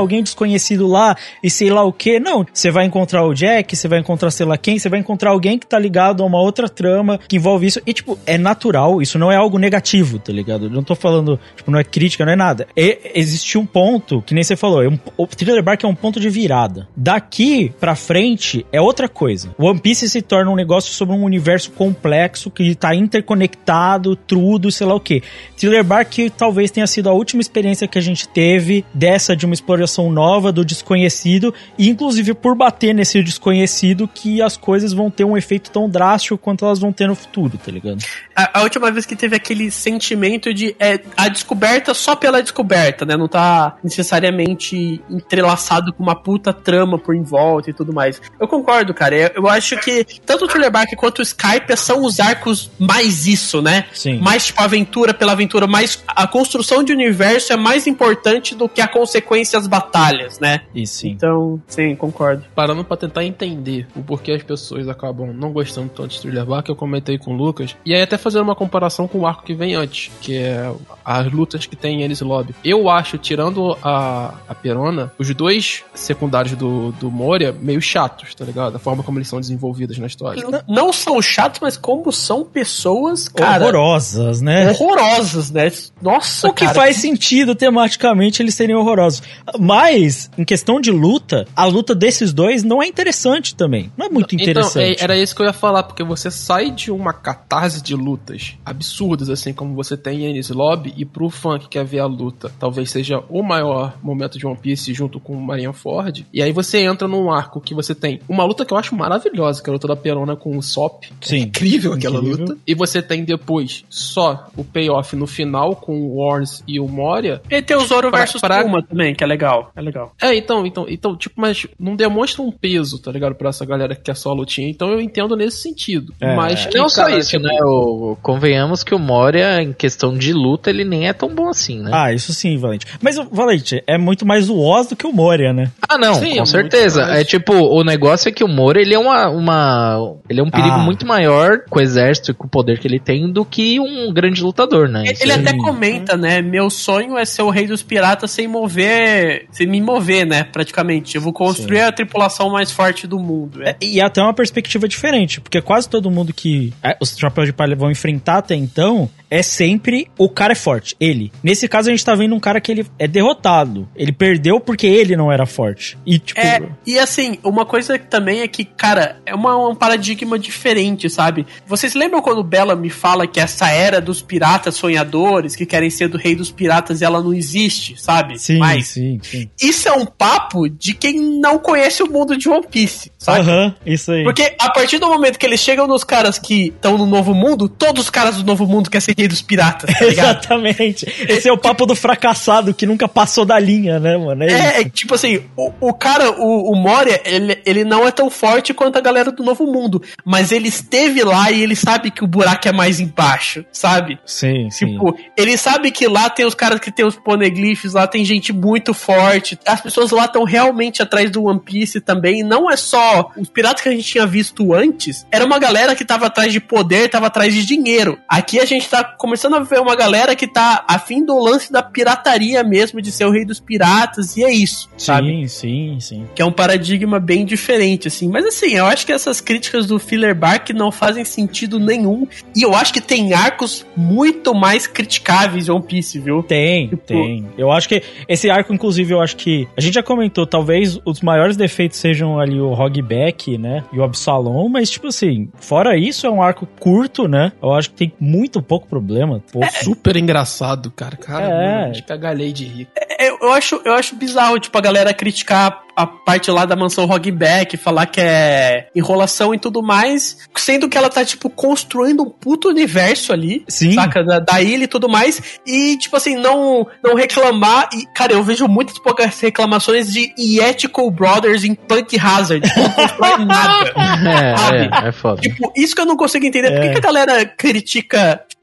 S4: alguém desconhecido lá e sei lá o que. Não, você vai encontrar o Jack, você vai encontrar sei lá quem, você vai encontrar alguém que tá ligado a uma outra trama que envolve isso. E, tipo, é natural, isso não é algo negativo, tá ligado? Eu não tô falando, tipo, não é crítica, não é nada. E, existe um ponto, que nem você falou, é um, o Thriller Bark é um ponto de virada. Daqui pra frente é outra coisa. One Piece se torna um negócio sobre um universo complexo que tá interconectado, tudo, sei lá o que. Thriller Bark talvez tenha sido a última experiência que a gente teve dessa de uma exploração nova do desconhecido e inclusive por bater nesse desconhecido que as coisas vão ter um efeito tão drástico quanto elas vão ter no futuro, tá ligado?
S3: A, a última vez que teve aquele sentimento de é, a descoberta só pela descoberta, né? Não tá necessariamente entrelaçado com uma puta trama por em volta e tudo mais. Eu concordo, cara. Eu, eu acho que tanto o Thriller Bark quanto o Skype são os arcos mais isso, né?
S4: Sim.
S3: Mais tipo aventura pela aventura, mais a construção de universo é mais importante do que a consequência das batalhas, né?
S4: Isso, sim.
S3: Então, sim, concordo.
S5: Parando pra tentar entender o porquê as pessoas acabam não gostando tanto de Thriller Bark, eu comentei com o Lucas, e aí até fazendo uma comparação com o arco que vem antes, que é as lutas que tem em Enies Lobby. Eu acho, tirando a, a Perona, os dois secundários do, do Moria meio chatos, tá ligado? A forma como eles são desenvolvidos na história.
S3: Não, não são chatos, mas como são pessoas, cara...
S4: horrorosas, né?
S3: Horrorosas, né? Nossa,
S4: O que
S3: cara,
S4: faz sentido tematicamente eles serem horrorosos. Mas, em questão de luta, a luta desses dois não é interessante também. Não é muito interessante.
S5: Então, é, era isso que eu ia falar, porque você sai de uma catarse de lutas absurdas, assim como você tem em Enies Lobby, e pro fã que quer ver a luta, talvez seja o maior momento de One Piece junto com Marineford, e aí você entra num arco que você tem uma luta que eu acho maravilhosa, que é a luta da Perona com o Sop.
S4: Sim.
S5: É incrível aquela
S4: Incrível.
S5: luta. E você tem depois só o payoff no final com o Wars e o Moria.
S3: E tem o Zoro
S5: Pra-
S3: versus
S5: pra-
S3: Kuma também, que é legal. É legal.
S5: É, então, então, então, tipo, mas não demonstra um peso, tá ligado? Pra essa galera que quer só a lutinha. Então eu entendo nesse sentido.
S4: É.
S5: Mas que,
S7: Não só
S5: cara,
S7: isso,
S5: tipo,
S7: né? O, convenhamos que o Moria, em questão de luta, ele nem é tão bom assim, né?
S4: Ah, isso sim, Valente. Mas, Valente, é muito mais o Oz do que o Moria, né?
S7: Ah, não,
S5: Sim, é
S7: com
S5: muito
S7: certeza.
S5: mais.
S7: É tipo, o negócio é que o Moria, ele é uma, uma ele é um perigo
S4: Ah.
S7: muito maior com o exército e com o poder que ele tem do que um grande lutador, né? Isso
S3: Ele
S7: aí.
S3: até comenta, né? Meu sonho é ser o rei dos piratas sem mover, sem me mover, né? Praticamente. Eu vou construir
S4: Sim.
S3: a tripulação mais forte do mundo. É.
S4: É, e até uma perspectiva diferente, porque quase todo mundo que é, os Chapéus de Palha vão enfrentar até então é sempre o cara é forte, ele. Nesse caso a gente tá vendo um cara que ele é derrotado. Ele perdeu porque ele não era forte. E tipo...
S3: É, e assim, uma coisa também é que, cara, é uma, um paradigma diferente, sabe? Vocês lembram quando Bella me fala que essa era dos piratas sonhadores, que querem ser do rei dos piratas, ela não existe, sabe?
S4: Sim,
S3: Mas
S4: sim, sim.
S3: isso é um papo de quem não conhece o mundo de One Piece, sabe?
S4: Aham, isso aí.
S3: Porque a partir do momento que eles chegam nos caras que estão no Novo Mundo, todos os caras do Novo Mundo querem ser rei dos piratas, tá ligado?
S4: Exatamente. Esse é o papo do fracassado que nunca passou da linha, né, mano? É,
S3: É,
S4: isso.
S3: é tipo assim, o, o cara, o, o Moria, ele, ele não é tão forte quanto a galera do Novo Mundo, mas ele esteve lá e ele sabe que o buraco é mais embaixo, sabe?
S4: Sim, sim.
S3: Tipo, ele sabe que lá tem os caras que tem os poneglyphs, lá tem gente muito forte, as pessoas lá estão realmente atrás do One Piece também, não é só os piratas que a gente tinha visto antes, era uma galera que tava atrás de poder, tava atrás de dinheiro. Aqui a gente tá começando a ver uma galera que tá afim do lance da pirataria mesmo, de ser o rei dos piratas, e é isso, sabe?
S4: Sim, sim, sim.
S3: Que é um paradigma bem diferente, assim. Mas assim, eu acho que essas críticas do Thriller Bark não fazem sentido nenhum. E eu acho que tem arcos muito mais criticáveis de One Piece, viu?
S4: Tem,
S3: Tipo-
S4: tem. Eu acho que esse arco, inclusive, eu acho que... A gente já comentou, talvez os maiores defeitos sejam ali o Hogback, né? E o Absalom, mas, tipo assim, fora isso, é um arco curto, né? Eu acho que tem muito pouco problema. Pouco.
S5: super engraçado, cara. Cara,
S4: É.
S5: mano, cagalhei de rir.
S3: Eu, eu, acho, eu acho bizarro, tipo, a galera criticar a parte lá da mansão Hogback, falar que é enrolação e tudo mais, sendo que ela tá, tipo, construindo um puto universo ali,
S4: Sim.
S3: saca? Da, da ilha e tudo mais, e, tipo assim, não, não reclamar, e, cara, eu vejo muitas poucas reclamações de Ethical Brothers em Punk Hazard, que não constrói nada. sabe?
S7: É, é, é foda.
S3: Tipo, isso que eu não consigo entender. Por que,
S4: É.
S3: que a galera critica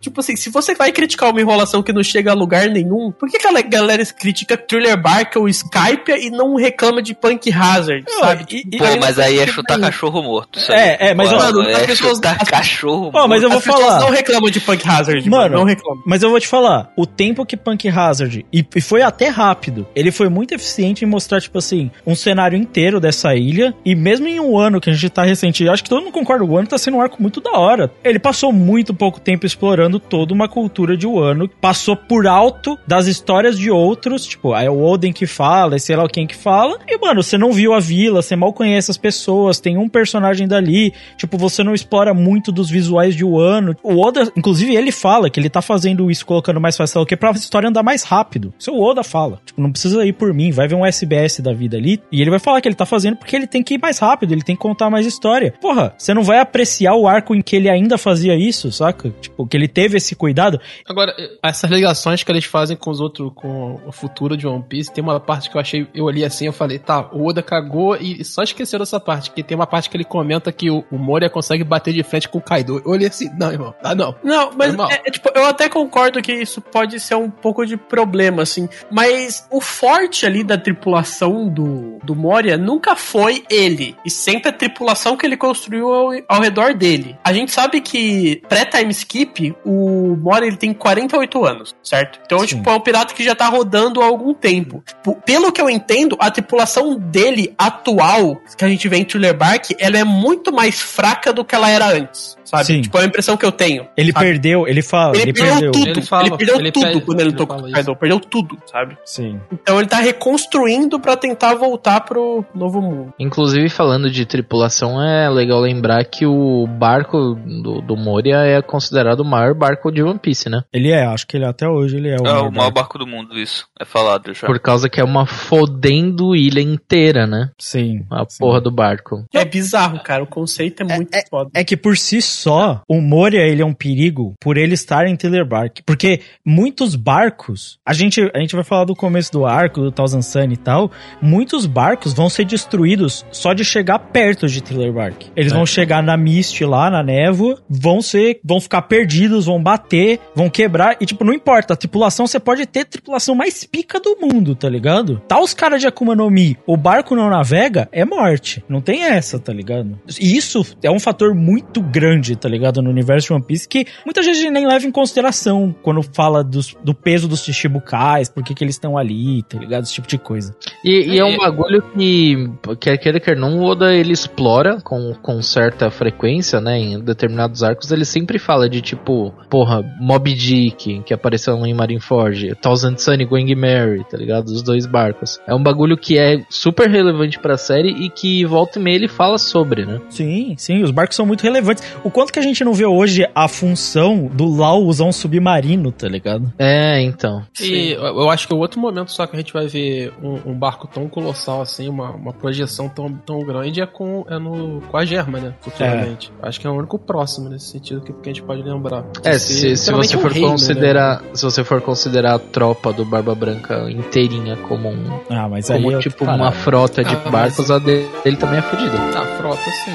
S3: tipo assim, se você vai criticar uma enrolação que não chega a lugar nenhum, por que que a galera critica Thriller Bark ou Skype e não reclama de Punk Hazard, não, sabe?
S6: E, e, Pô, aí mas aí é chutar cachorro morto. Isso
S4: é,
S6: aí.
S4: é, mas...
S6: Mano,
S4: eu,
S6: é pessoas, chutar as, cachorro
S4: morto. Mas eu vou
S3: as
S4: falar...
S3: pessoas não reclamam de Punk Hazard, mano, mano, não reclamam.
S4: Mas eu vou te falar, o tempo que Punk Hazard, e, e foi até rápido, ele foi muito eficiente em mostrar, tipo assim, um cenário inteiro dessa ilha, e mesmo em um ano que a gente tá recente, acho que todo mundo concorda, o ano tá sendo um arco muito da hora. Ele passou muito pouco tempo explorando toda uma cultura de Wano, passou por alto das histórias de outros, tipo, é o Oden que fala, é sei lá quem que fala, e mano, você não viu a vila, você mal conhece as pessoas, tem um personagem dali, tipo, você não explora muito dos visuais de Wano. O Oda, inclusive, ele fala que ele tá fazendo isso, colocando mais fácil, o que pra história andar mais rápido. Isso o Oda fala. Tipo, não precisa ir por mim, vai ver um S B S da vida ali, e ele vai falar que ele tá fazendo porque ele tem que ir mais rápido, ele tem que contar mais história. Porra, você não vai apreciar o arco em que ele ainda fazia isso, saca? Tipo, que ele teve esse cuidado.
S5: Agora, essas ligações que eles fazem com os outros, com o futuro de One Piece, tem uma parte que eu achei, eu olhei assim, eu falei, tá, o Oda cagou e só esqueceu dessa parte, que tem uma parte que ele comenta que o, o Moria consegue bater de frente com o Kaido. Eu olhei assim, não, irmão, ah, não.
S3: Não, mas é, é, tipo, eu até concordo que isso pode ser um pouco de problema, assim, mas o forte ali da tripulação do, do Moria nunca foi ele, e sempre a tripulação que ele construiu ao, ao redor dele. A gente sabe que pré-time skip, o Moria ele tem quarenta e oito anos, certo? Então, Sim. tipo, é um pirata que já tá rodando há algum tempo. Tipo, pelo que eu entendo, a tripulação dele atual, que a gente vê em Thriller Bark, ela é muito mais fraca do que ela era antes, sabe?
S4: Sim.
S3: Tipo, é a impressão que eu tenho.
S4: Ele
S3: sabe?
S4: perdeu, ele fala, ele,
S3: ele perdeu,
S4: perdeu
S3: tudo.
S5: Ele, fala,
S3: ele perdeu
S5: ele
S3: tudo
S5: perde,
S3: quando ele, ele
S5: tocou
S3: com o Kaido, perdeu tudo, sabe?
S4: Sim.
S3: Então ele tá reconstruindo pra tentar voltar pro novo mundo.
S7: Inclusive, falando de tripulação, é legal lembrar que o barco do, do Moria é considerado o maior barco de One Piece, né?
S4: Ele é, acho que ele até hoje ele é o
S6: É
S4: maior
S6: o maior barco do mundo, isso. É falado já.
S7: Por causa que é uma fodendo ilha inteira, né?
S4: Sim.
S7: A
S4: sim.
S7: porra do barco.
S3: É bizarro, cara. O conceito é muito
S4: é,
S3: foda.
S4: É que por si só, o Moria, ele é um perigo por ele estar em Thriller Bark. Porque muitos barcos, a gente, a gente vai falar do começo do arco, do Thousand Sun e tal, muitos barcos vão ser destruídos só de chegar perto de Thriller Bark. Eles é. vão chegar na Mist lá, na névoa, vão ser, vão ficar perdidos, vão bater, vão quebrar, e tipo, não importa, a tripulação, você pode ter a tripulação mais pica do mundo, tá ligado? Tá os caras de Akuma no Mi, o barco não navega, é morte. Não tem essa, tá ligado? E isso é um fator muito grande, tá ligado? No universo de One Piece, que muita gente nem leva em consideração quando fala dos, do peso dos Chichibukais, por que que eles estão ali, tá ligado? Esse tipo de coisa.
S7: E, e é um bagulho que, quer queira, quer não, o Oda, ele explora com, com certa frequência, né? Em determinados arcos, ele sempre fala de tipo, porra, Moby Dick, que apareceu em Marineford, Thousand Sun e Going Merry, tá ligado? Os dois barcos. É um bagulho que é super relevante pra série e que volta e meia ele fala sobre, né?
S4: Sim, sim, os barcos são muito relevantes. O quanto que a gente não vê hoje a função do Lau usar um submarino, tá ligado?
S7: É, então.
S5: E eu, eu acho que é outro momento só que a gente vai ver um, um barco tão colossal assim, uma, uma projeção tão, tão grande é com, é no, com a Germa, né? Futuramente. É. Acho que é o único próximo nesse sentido que, que a gente pode lembrar.
S7: É, se, se você for um reino, considerar, né? Se você for considerar a tropa do Barba Branca inteirinha como um,
S4: ah, mas
S7: como
S4: aí
S7: tipo uma frota de ah, barcos, mas... a dele, dele também é fodida.
S5: A frota, sim.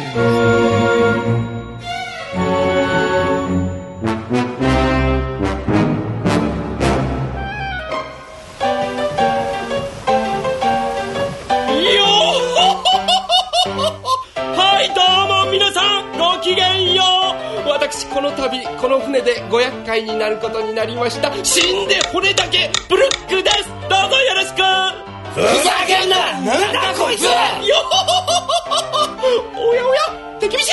S8: Hi, domo, minasan, go kigen yo. 私この度この船でご厄介になることになりました死んで骨だけブルックです。どうぞよろしく。ふざけんな。なんだこいつ。よおやおや手厳しい。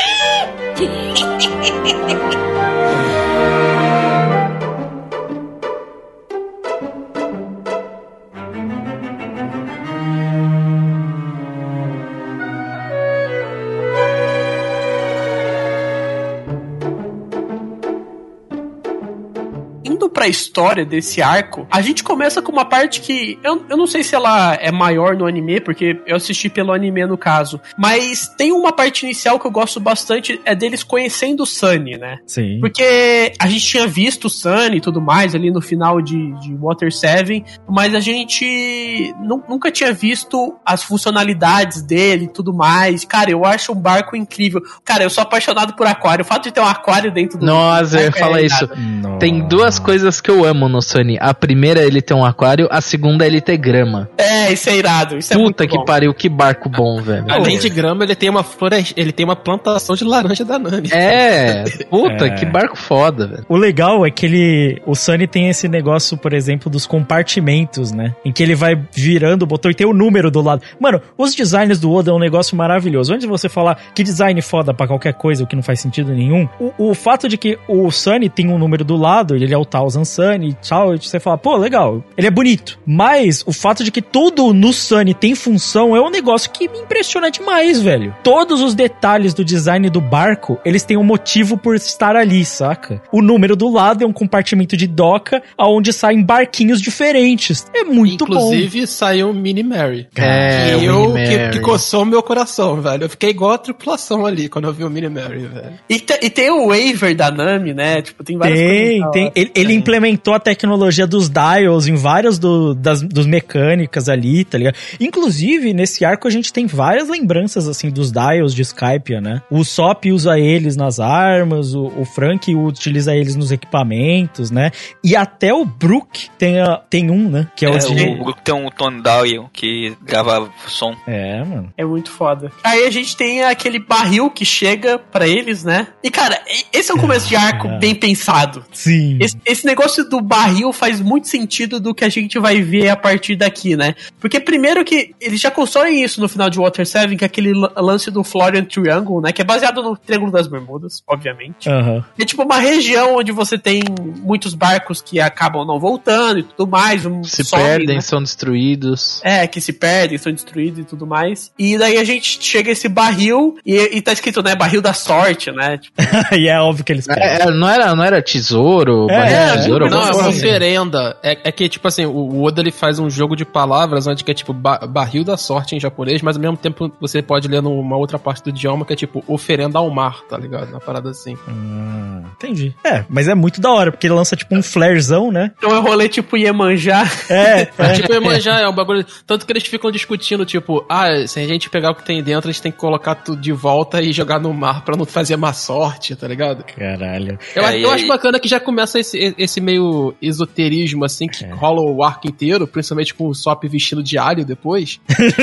S3: pra história desse arco, a gente começa com uma parte que eu, eu não sei se ela é maior no anime, porque eu assisti pelo anime no caso, mas tem uma parte inicial que eu gosto bastante, é deles conhecendo o Sunny, né?
S4: Sim.
S3: Porque a gente tinha visto o Sunny e tudo mais ali no final de, de Water seven, mas a gente nu- nunca tinha visto as funcionalidades dele e tudo mais. Cara, eu acho um barco incrível. Cara, eu sou apaixonado por aquário. O fato de ter um aquário dentro do...
S7: Nossa, eu ia
S3: é
S7: falar
S3: irado.
S7: isso.
S4: Nossa.
S7: Tem duas coisas que eu amo no Sunny. A primeira é ele ter um aquário, a segunda é ele ter grama.
S3: É, isso é irado. Isso é
S7: Puta
S3: muito
S7: que
S3: bom.
S7: pariu, que barco bom, velho.
S5: Além de grama, ele tem uma floresta, ele tem uma plantação de laranja da Nami.
S7: É, puta,
S4: É.
S7: que barco foda, velho.
S4: O legal é que ele, o Sunny tem esse negócio, por exemplo, dos compartimentos, né? Em que ele vai virando o botão e tem o número do lado. Mano, os designs do Oda é um negócio maravilhoso. Antes de você falar que design foda pra qualquer coisa, o que não faz sentido nenhum, o, o fato de que o Sunny tem um número do lado, ele é o Thousand Sunny e tal, e você fala, pô, legal, ele é bonito. Mas o fato de que tudo no Sunny tem função é um negócio que me impressiona demais, velho. Todos os detalhes do design do barco, eles têm um motivo por estar ali, saca? O número do lado é um compartimento de doca onde saem barquinhos diferentes. É muito bom.
S5: Inclusive, saiu o Mini Mary.
S7: É,
S5: que
S7: o
S5: eu,
S7: Mini
S5: que,
S7: Mary.
S5: que coçou o meu coração, velho. Eu fiquei igual a tripulação ali quando eu vi o Mini Mary, velho.
S3: E, te- e tem o waiver da Nami, né? Tipo, tem várias
S4: Tem,
S3: coisas.
S4: tem. Ele, ele implementou a tecnologia dos dials em várias do, das dos mecânicas ali, tá ligado? Inclusive, nesse arco a gente tem várias lembranças, assim, dos dials de Skypiea, né? O Sop usa eles nas armas, o, o Frank utiliza eles nos equipamentos, né? E até o Brook tem, a, tem um, né? Que é,
S6: É,
S4: o de...
S6: o grupo tem um Tone Doyle que grava som.
S4: É, mano.
S3: É muito foda. Aí a gente tem aquele barril que chega pra eles, né? E, cara, e- esse é um começo de arco bem pensado.
S4: Sim.
S3: Esse, esse negócio do barril faz muito sentido do que a gente vai ver a partir daqui, né? Porque primeiro que eles já constroem isso no final de Water seven, que é aquele lan- lance do Florian Triangle, né? Que é baseado no Triângulo das Bermudas, obviamente.
S4: Aham.
S3: É tipo uma região onde você tem muitos barcos que acabam não voltando e tudo mais. Um
S7: Se
S3: some,
S7: perdem,
S3: né?
S7: são destruídos.
S3: É, que se perdem, são destruídos e tudo mais. E daí a gente chega a esse barril e, e tá escrito, né? Barril da sorte, né? Tipo,
S4: E é óbvio que eles pegam.
S7: É, é, não, era, não era tesouro,
S4: É,
S7: barril
S4: é,
S7: de tesouro?
S5: Não, é
S7: alguma
S5: uma
S7: coisa assim.
S5: oferenda. É, é que, tipo assim, o, o Oda ele faz um jogo de palavras onde que é tipo ba- barril da sorte em japonês, mas ao mesmo tempo você pode ler numa outra parte do idioma que é tipo oferenda ao mar, tá ligado? Uma parada assim.
S4: Hum, entendi. É, mas é muito da hora, porque ele lança tipo um flarezão, né?
S3: então é um rolê tipo Iemanjá.
S4: É,
S5: É
S4: é.
S5: tipo Iemanjá, é um bagulho. Tanto que eles ficam discutindo, tipo, ah, se a gente pegar o que tem dentro, a gente tem que colocar tudo de volta e jogar no mar pra não fazer má sorte, tá ligado?
S4: Caralho.
S5: Eu,
S6: É,
S5: acho-
S6: e
S5: eu
S6: aí-
S5: acho bacana que já começa esse, esse meio esoterismo, assim, que rola o arco inteiro, principalmente com o Sop vestido de alho depois.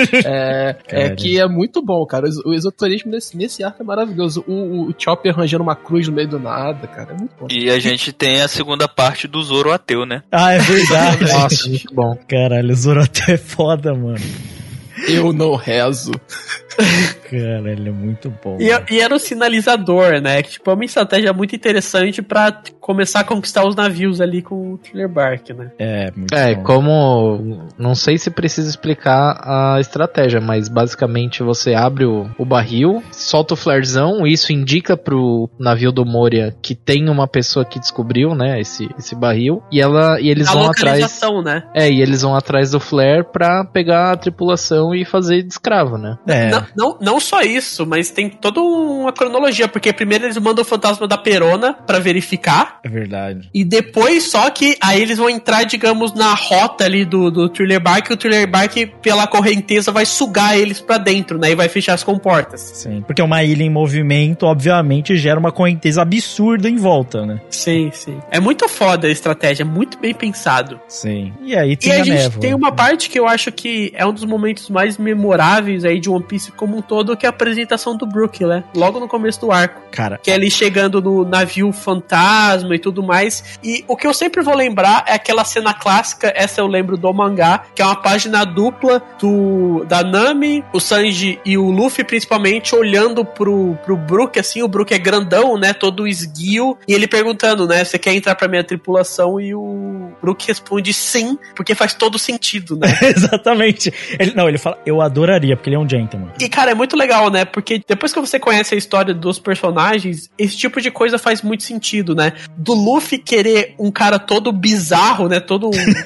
S5: é, é
S4: Cara.
S5: que é muito bom, cara. O, o esoterismo nesse, nesse arco é maravilhoso. O, o, o Chopper arranjando uma cruz no meio do nada, cara. É muito bom.
S6: E a gente tem a segunda parte do Zoro ateu, né?
S4: Ah, é verdade.
S7: Nossa, muito bom.
S4: Caralho, o Zoro até é foda, mano.
S5: Eu não rezo.
S4: Caralho, é muito bom.
S3: E, e era o sinalizador, né? Que tipo, é uma estratégia muito interessante pra começar a conquistar os navios ali com o Thriller Bark, né?
S4: É, muito
S7: É,
S4: bom.
S7: como. Não sei se precisa explicar a estratégia, mas basicamente você abre o, o barril, solta o flarezão, isso indica pro navio do Moria que tem uma pessoa que descobriu, né, esse, esse barril, e ela e eles
S3: A
S7: vão atrás.
S3: localização, né?
S7: É, e eles vão atrás do flare pra pegar a tripulação e fazer de escravo, né?
S4: É.
S3: Não, não, não só isso, mas tem toda uma cronologia, porque primeiro eles mandam o fantasma da Perona pra verificar,
S4: É verdade.
S3: e depois só que aí eles vão entrar, digamos, na rota ali do, do Thriller Bark, e o Thriller Bark, pela correnteza, vai sugar eles pra dentro, né? E vai fechar as comportas.
S4: Sim. Porque uma ilha em movimento, obviamente, gera uma correnteza absurda em volta, né?
S3: Sim, sim. É muito foda a estratégia, muito bem pensado.
S4: Sim. E aí
S3: E
S4: tem
S3: a,
S4: a,
S3: gente
S4: névoa.
S3: tem uma parte que eu acho que é um dos momentos mais memoráveis aí de One Piece como um todo, que é a apresentação do Brook, né? Logo no começo do arco.
S4: Cara,
S3: Que é ele chegando no navio fantasma e tudo mais. E o que eu sempre vou lembrar é aquela cena clássica, essa eu lembro do mangá, que é uma página dupla do da Nami, o Sanji e o Luffy, principalmente, olhando pro, pro Brook, assim, o Brook é grandão, né? Todo esguio. E ele perguntando, né? Você quer entrar pra minha tripulação? E o Brook responde sim, porque faz todo sentido, né?
S4: exatamente. Ele, não, ele fala, eu adoraria, porque ele é um gentleman.
S3: E, cara, é muito legal, né? Porque depois que você conhece a história dos personagens, esse tipo de coisa faz muito sentido, né? Do Luffy querer um cara todo bizarro, né? Todo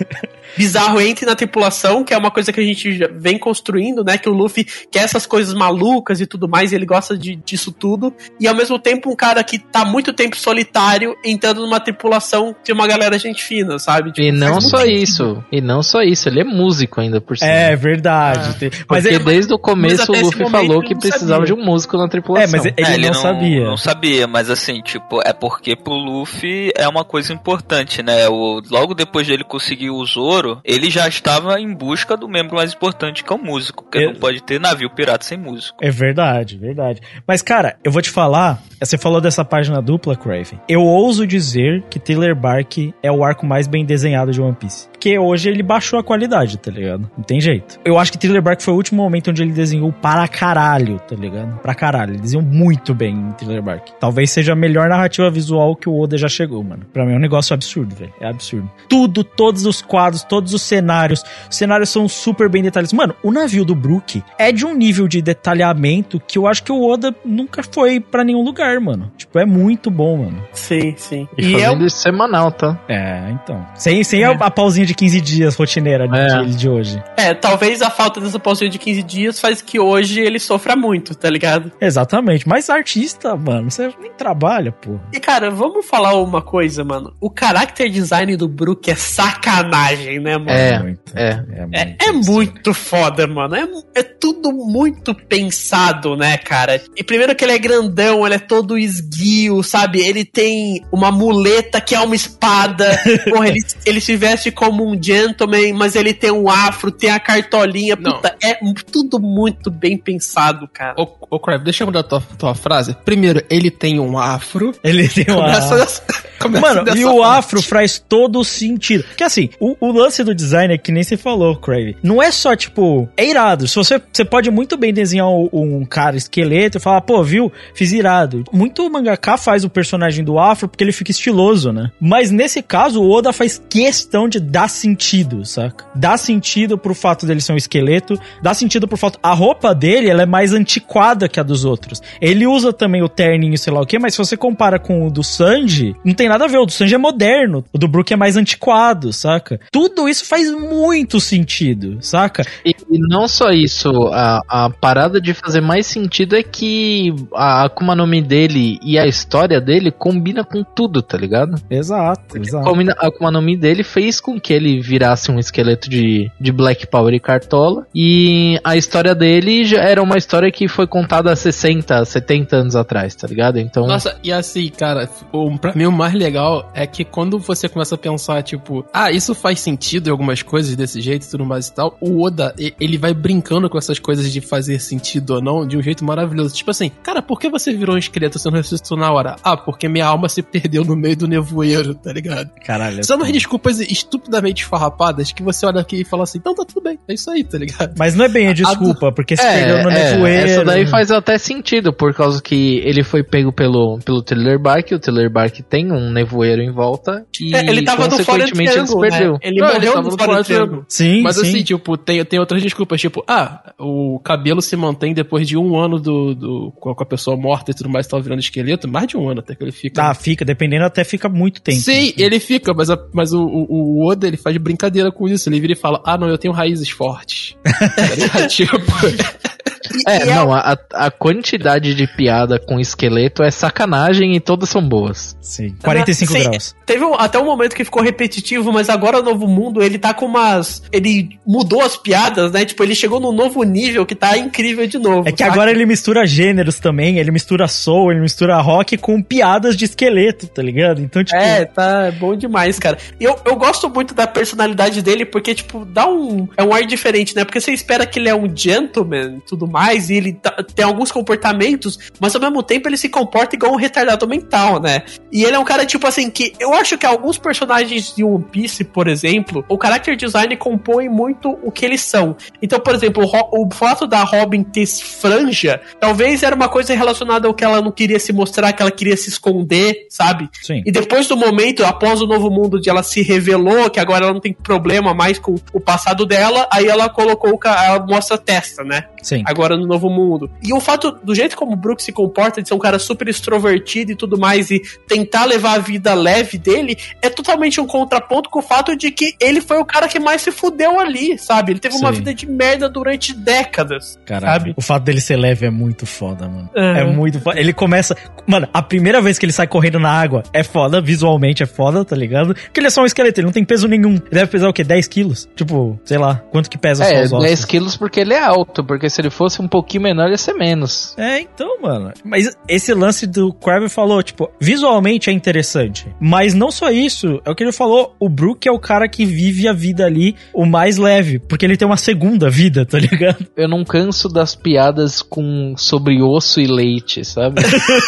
S3: bizarro entre na tripulação, que é uma coisa que a gente já vem construindo, né? Que o Luffy quer essas coisas malucas e tudo mais, e ele gosta de, disso tudo. E ao mesmo tempo, um cara que tá muito tempo solitário, entrando numa tripulação de uma galera gente fina, sabe? Tipo,
S7: e não só
S3: sentido.
S7: isso, e não só isso, ele é músico ainda por cima.
S4: É verdade.
S7: Ah,
S4: mas
S7: porque
S4: ele,
S7: desde o começo o Luffy falou que precisava
S3: sabia.
S7: de um músico na tripulação.
S4: É, mas ele,
S6: é, ele
S4: não,
S6: não
S4: sabia.
S6: Não sabia, mas assim, tipo, é porque pro Luffy é uma coisa importante, né? O, logo depois dele conseguir o Zoro, ele já estava em busca do membro mais importante, que é o músico, porque
S4: é,
S6: não pode ter navio pirata sem músico.
S4: É verdade, verdade. Mas, cara, eu vou te falar, você falou dessa página dupla, Craven. Eu ouso dizer que Thriller Bark é o arco mais bem desenhado de One Piece. Porque hoje ele baixou a qualidade, tá ligado? Não tem jeito. Eu acho que Thriller Bark foi o último momento onde ele desenhou para caralho, tá ligado? Pra caralho. Ele desenhou muito bem em Thriller Bark. Talvez seja a melhor narrativa visual que o Oda já chegou, mano. Pra mim é um negócio absurdo, velho. É absurdo. Tudo, todos os quadros, todos os cenários. Os cenários são super bem detalhados. Mano, o navio do Brook é de um nível de detalhamento que eu acho que o Oda nunca foi pra nenhum lugar, mano. Tipo, é muito bom, mano.
S3: Sim, sim.
S7: E, e fazendo é... isso semanal, tá?
S4: É, então. Sem, sem é. a, a pausinha de quinze dias rotineira
S7: é.
S4: de, de hoje.
S3: É, talvez a falta dessa pausinha de quinze dias faz que hoje ele sofra muito, tá ligado?
S4: Exatamente. Mas artista, mano, você nem trabalha, pô.
S3: E, cara, vamos falar uma coisa, mano. O character design do Brook é sacanagem, né, mano?
S7: É,
S4: muito,
S7: é.
S3: É, muito, é, é muito foda, mano. É, é tudo muito pensado, né, cara? E primeiro que ele é grandão, ele é todo esguio, sabe? Ele tem uma muleta que é uma espada. Porra, ele, ele se veste como um gentleman, mas ele tem um afro, tem a cartolinha.
S5: Não.
S3: Puta, é tudo muito bem pensado, cara.
S5: Ô, ô Crave, deixa eu mudar a tua, tua frase. Primeiro, ele tem um afro.
S4: Ele tem um afro. Dessa, mano, e o parte. afro faz todo o sentido. Porque assim, o, o lance do design é que nem você falou, Crave. Não é só, tipo, é irado. Se você, você pode muito bem desenhar um, um cara esqueleto e falar, pô, viu, fiz irado. Muito mangaka faz o personagem do afro porque ele fica estiloso, né? Mas nesse caso, o Oda faz questão de dar sentido, saca? Dá sentido pro fato dele ser um esqueleto, dá sentido pro fato... A roupa dele, ela é mais antiquada que a dos outros. Ele usa também o terninho, sei lá o quê, mas se você compara com o do Sanji, não tem nada a ver. O do Sanji é moderno. O do Brook é mais antiquado, saca? Tudo isso faz muito sentido, saca?
S7: E, e não só isso, a, a parada de fazer mais sentido é que a Akuma no Mi dele e a história dele combina com tudo, tá ligado?
S4: Exato, exato.
S7: Combina, a Akuma no Mi dele fez com que ele virasse um esqueleto de, de Black Power e Cartola, e a história dele já era uma história que foi contada há sessenta, setenta anos atrás, tá ligado? Então...
S5: Nossa, e assim, cara, o, pra mim o mais legal é que quando você começa a pensar, tipo, ah, isso faz sentido em algumas coisas desse jeito e tudo mais e tal, o Oda, ele vai brincando com essas coisas de fazer sentido ou não de um jeito maravilhoso. Tipo assim, cara, por que você virou um esqueleto sendo ressuscitou na hora? Ah, porque minha alma se perdeu no meio do nevoeiro, tá ligado?
S4: Caralho.
S5: São umas desculpas estupidamente farrapadas que você olha aqui e fala assim, então tá tudo bem, é isso aí, tá ligado?
S4: Mas não é bem a desculpa, porque se
S7: é,
S4: perdeu no
S7: é,
S4: nevoeiro...
S7: Essa daí faz até sentido, por causa que ele foi pego pelo, pelo Thriller Bark, o Thriller Bark tem um nevoeiro em volta e,
S3: é, ele tava
S7: consequentemente, ele se perdeu.
S3: Né? Ele não, morreu ele tava no fora do triângulo.
S4: Sim,
S5: Mas
S4: sim.
S5: assim, tipo, tem, tem outras desculpas, tipo, ah, o cabelo se mantém depois de um ano do, do, com a pessoa morta e tudo mais, tá virando esqueleto, mais de um ano até que ele fica.
S4: Ah, fica, dependendo até fica muito tempo.
S5: Sim, ele fica, mas, a, mas o, o, o Oda, ele faz brincadeira com isso, ele vira e fala, ah, não, eu tenho raízes fortes. Tipo...
S7: É, não, a, a quantidade de piada com esqueleto é sacanagem e todas são boas.
S4: Sim, quarenta e cinco
S3: Sim,
S4: graus.
S3: Teve um, até um momento que ficou repetitivo, mas agora o Novo Mundo, ele tá com umas... Ele mudou as piadas, né? Tipo, ele chegou num novo nível que tá incrível de novo.
S4: É que
S3: saca?
S4: agora ele mistura gêneros também, ele mistura soul, ele mistura rock com piadas de esqueleto, tá ligado? Então, tipo...
S3: É, tá bom demais, cara. E eu, eu gosto muito da personalidade dele, porque, tipo, dá um... É um ar diferente, né? Porque você espera que ele é um gentleman e tudo mais, e ele tá, tem alguns comportamentos, mas ao mesmo tempo ele se comporta igual um retardado mental, né? E ele é um cara, tipo assim, que eu acho que alguns personagens de One Piece, por exemplo, o character design compõe muito o que eles são. Então, por exemplo, o, o fato da Robin ter franja, talvez era uma coisa relacionada ao que ela não queria se mostrar, que ela queria se esconder, sabe?
S4: Sim.
S3: E depois do momento, após o Novo Mundo, de ela se revelou, que agora ela não tem problema mais com o passado dela, aí ela colocou, ela mostra a testa, né?
S4: Sim.
S3: Agora entrando no novo mundo. E o fato, do jeito como o Brook se comporta, de ser um cara super extrovertido e tudo mais, e tentar levar a vida leve dele, é totalmente um contraponto com o fato de que ele foi o cara que mais se fudeu ali, sabe? Ele teve Sim. uma vida de merda durante décadas,
S4: Caraca,
S3: sabe?
S4: O fato dele ser leve é muito foda, mano. É. é muito foda. Ele começa... Mano, a primeira vez que ele sai correndo na água é foda, visualmente é foda, tá ligado? Porque ele é só um esqueleto, ele não tem peso nenhum. Ele deve pesar o quê? dez quilos? Tipo, sei lá, quanto que pesa
S7: é,
S3: É,
S7: só os dez quilos porque ele é alto, porque se ele fosse um pouquinho menor ia ser menos.
S4: É, então, mano. Mas esse lance do Crabbe falou, tipo, visualmente é interessante. Mas não só isso, é o que ele falou, o Brook é o cara que vive a vida ali o mais leve, porque ele tem uma segunda vida, tá ligado?
S7: Eu não canso das piadas com sobre osso e leite, sabe?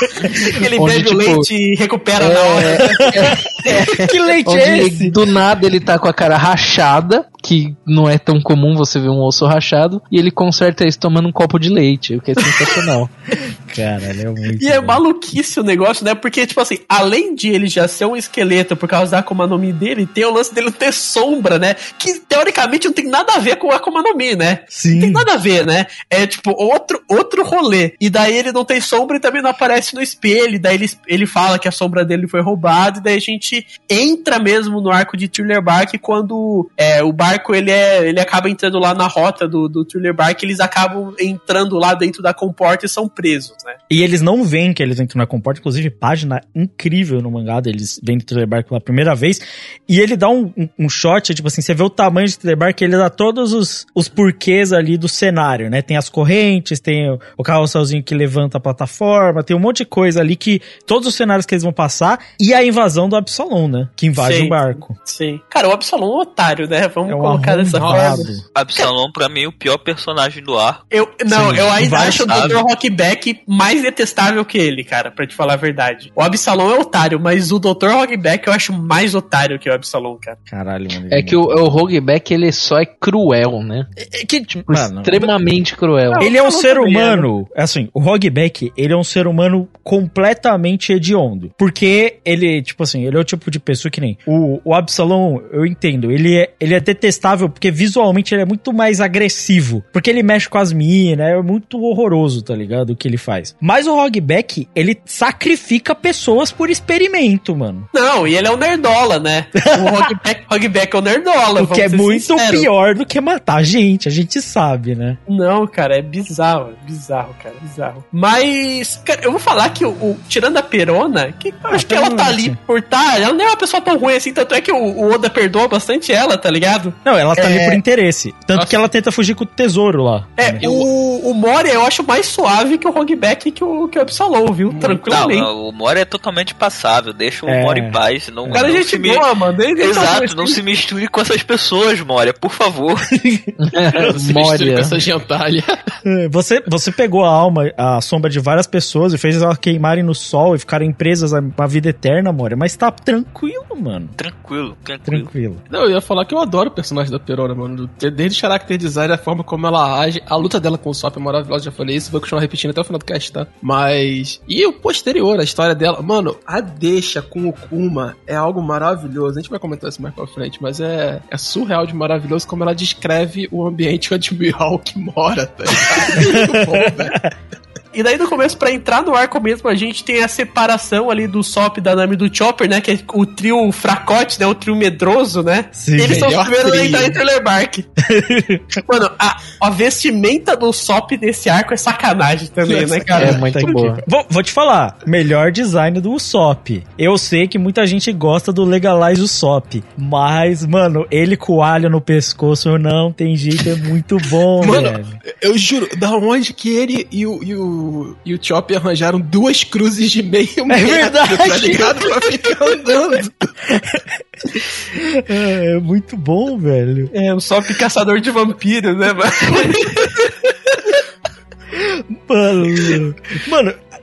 S3: Ele bebe tipo, o leite e recupera é, na hora.
S7: É, é,
S4: que leite
S7: onde
S4: é esse?
S7: Do nada ele tá com a cara rachada, que não é tão comum você ver um osso rachado, e ele conserta isso tomando um copo de leite, o que é sensacional.
S4: Caralho, é muito
S3: E bom. É maluquice o negócio, né? Porque, tipo assim, além de ele já ser um esqueleto por causa da Akuma no Mi dele, tem o lance dele ter sombra, né? Que, teoricamente, não tem nada a ver com a Akuma no Mi, né?
S4: Sim.
S3: Não tem nada a ver, né? É, tipo, outro, outro rolê. E daí ele não tem sombra e também não aparece no espelho. E daí ele, ele fala que a sombra dele foi roubada. E daí a gente entra mesmo no arco de Thriller Bark quando é, o barco, ele, é, ele acaba entrando lá na rota do, do Thriller Bark. Eles acabam entrando lá dentro da comporta e são presos, né?
S4: E eles não veem que eles entram na comporta, inclusive página incrível no mangá deles, vendo o Thriller Bark pela primeira vez, e ele dá um, um, um shot, tipo assim, você vê o tamanho de Thriller Bark, ele dá todos os, os porquês ali do cenário, né? Tem as correntes, tem o, o carrosselzinho que levanta a plataforma, tem um monte de coisa ali que, todos os cenários que eles vão passar, e a invasão do Absalom, né? Que invade
S3: sim,
S4: o barco.
S3: Sim. Cara, o Absalom é um otário, né? Vamos
S4: é um
S3: colocar dessa forma.
S6: Absalom, pra mim, é o pior personagem do arco.
S3: Eu, não,
S4: sim,
S3: eu ainda acho o
S6: sabe.
S3: doutor Rockback mais detestável que ele, cara, pra te falar a verdade. O Absalom é otário, mas o doutor Rockback eu acho mais otário que o Absalom, cara.
S4: Caralho, mano.
S7: É que o, o Rogueback, ele só é cruel, né?
S4: É que, tipo,
S7: mano, extremamente cruel.
S4: Ele é um ser humano, assim, o Rogueback, ele é um ser humano completamente hediondo. Porque ele, tipo assim, ele é o tipo de pessoa que nem o, o Absalom, eu entendo, ele é, ele é detestável porque visualmente ele é muito mais agressivo. Porque ele mexe com as minas, é muito horroroso, tá ligado? O que ele faz. Mas o Rogueback, ele sacrifica pessoas por experimento, mano.
S3: Não, e ele é um nerdola, né? O Rogueback, Rogueback é um nerdola.
S4: O que é muito sincero. Pior do que matar gente, a gente sabe, né?
S3: Não, cara, é bizarro, é bizarro, cara, bizarro. Mas, cara, eu vou falar que o, o tirando a Perona, que eu ah, acho que ela tá ali por tá, ela não é uma pessoa tão ruim assim, tanto é que o, o Oda perdoa bastante ela, tá ligado?
S4: Não, ela tá
S3: é...
S4: ali por interesse. Tanto Nossa. Que ela tenta fugir com o tesouro lá.
S3: É, né? o, o Moria eu acho mais suave que o Rogueback e que o, que o Absalom, viu? Tranquilamente.
S6: Não, não, o Moria é totalmente passável, deixa o é. Moria em paz. Não,
S3: o cara é gente
S6: se
S3: boa,
S6: mi...
S3: mano. Ele
S6: Exato, não se misture com essas pessoas, Moria, por favor.
S5: Não se misture com essa gentalha.
S4: Você, você pegou a alma, a sombra de várias pessoas e fez elas queimarem no sol e ficarem presas a, a vida eterna, Moria, mas tá tranquilo, mano.
S6: Tranquilo, tranquilo.
S4: Tranquilo.
S5: Não, eu ia falar que eu adoro o personagem da Perona, mano. Desde o character design, a forma como ela age, a luta dela com o Sop é maravilhosa, já falei isso, vou continuar repetindo até o final do cast, tá? Mas... E o posterior, a história dela, mano, a deixa com o Kuma é algo maravilhoso. A gente vai comentar isso mais pra frente, mas é, é surreal de maravilhoso como ela descreve o ambiente onde o Mihawk mora, tá ligado? Muito bom, velho.
S3: E daí no começo, pra entrar no arco mesmo, a gente tem a separação ali do Sop, da Nami e do Chopper, né? Que é o trio fracote, né? O trio medroso, né?
S4: Sim,
S3: eles são os primeiros a entrar em Thriller Bark. Mano, a, a vestimenta do Sop nesse arco é sacanagem também, né, cara?
S7: É muito boa.
S4: Vou, vou te falar, melhor design do Usopp. Eu sei que muita gente gosta do Legalize Usopp, mas, mano, ele com o alho no pescoço, não tem jeito, é muito bom,
S5: mano,
S4: velho.
S5: Eu juro, da onde que ele e o, e o e o Chopper arranjaram duas cruzes de meio
S4: é metro, verdade.
S5: Tá ligado? Pra ficar andando.
S4: É, é muito bom, velho.
S3: É, o Sop caçador de vampiros, né, mano?
S4: Mano, mano,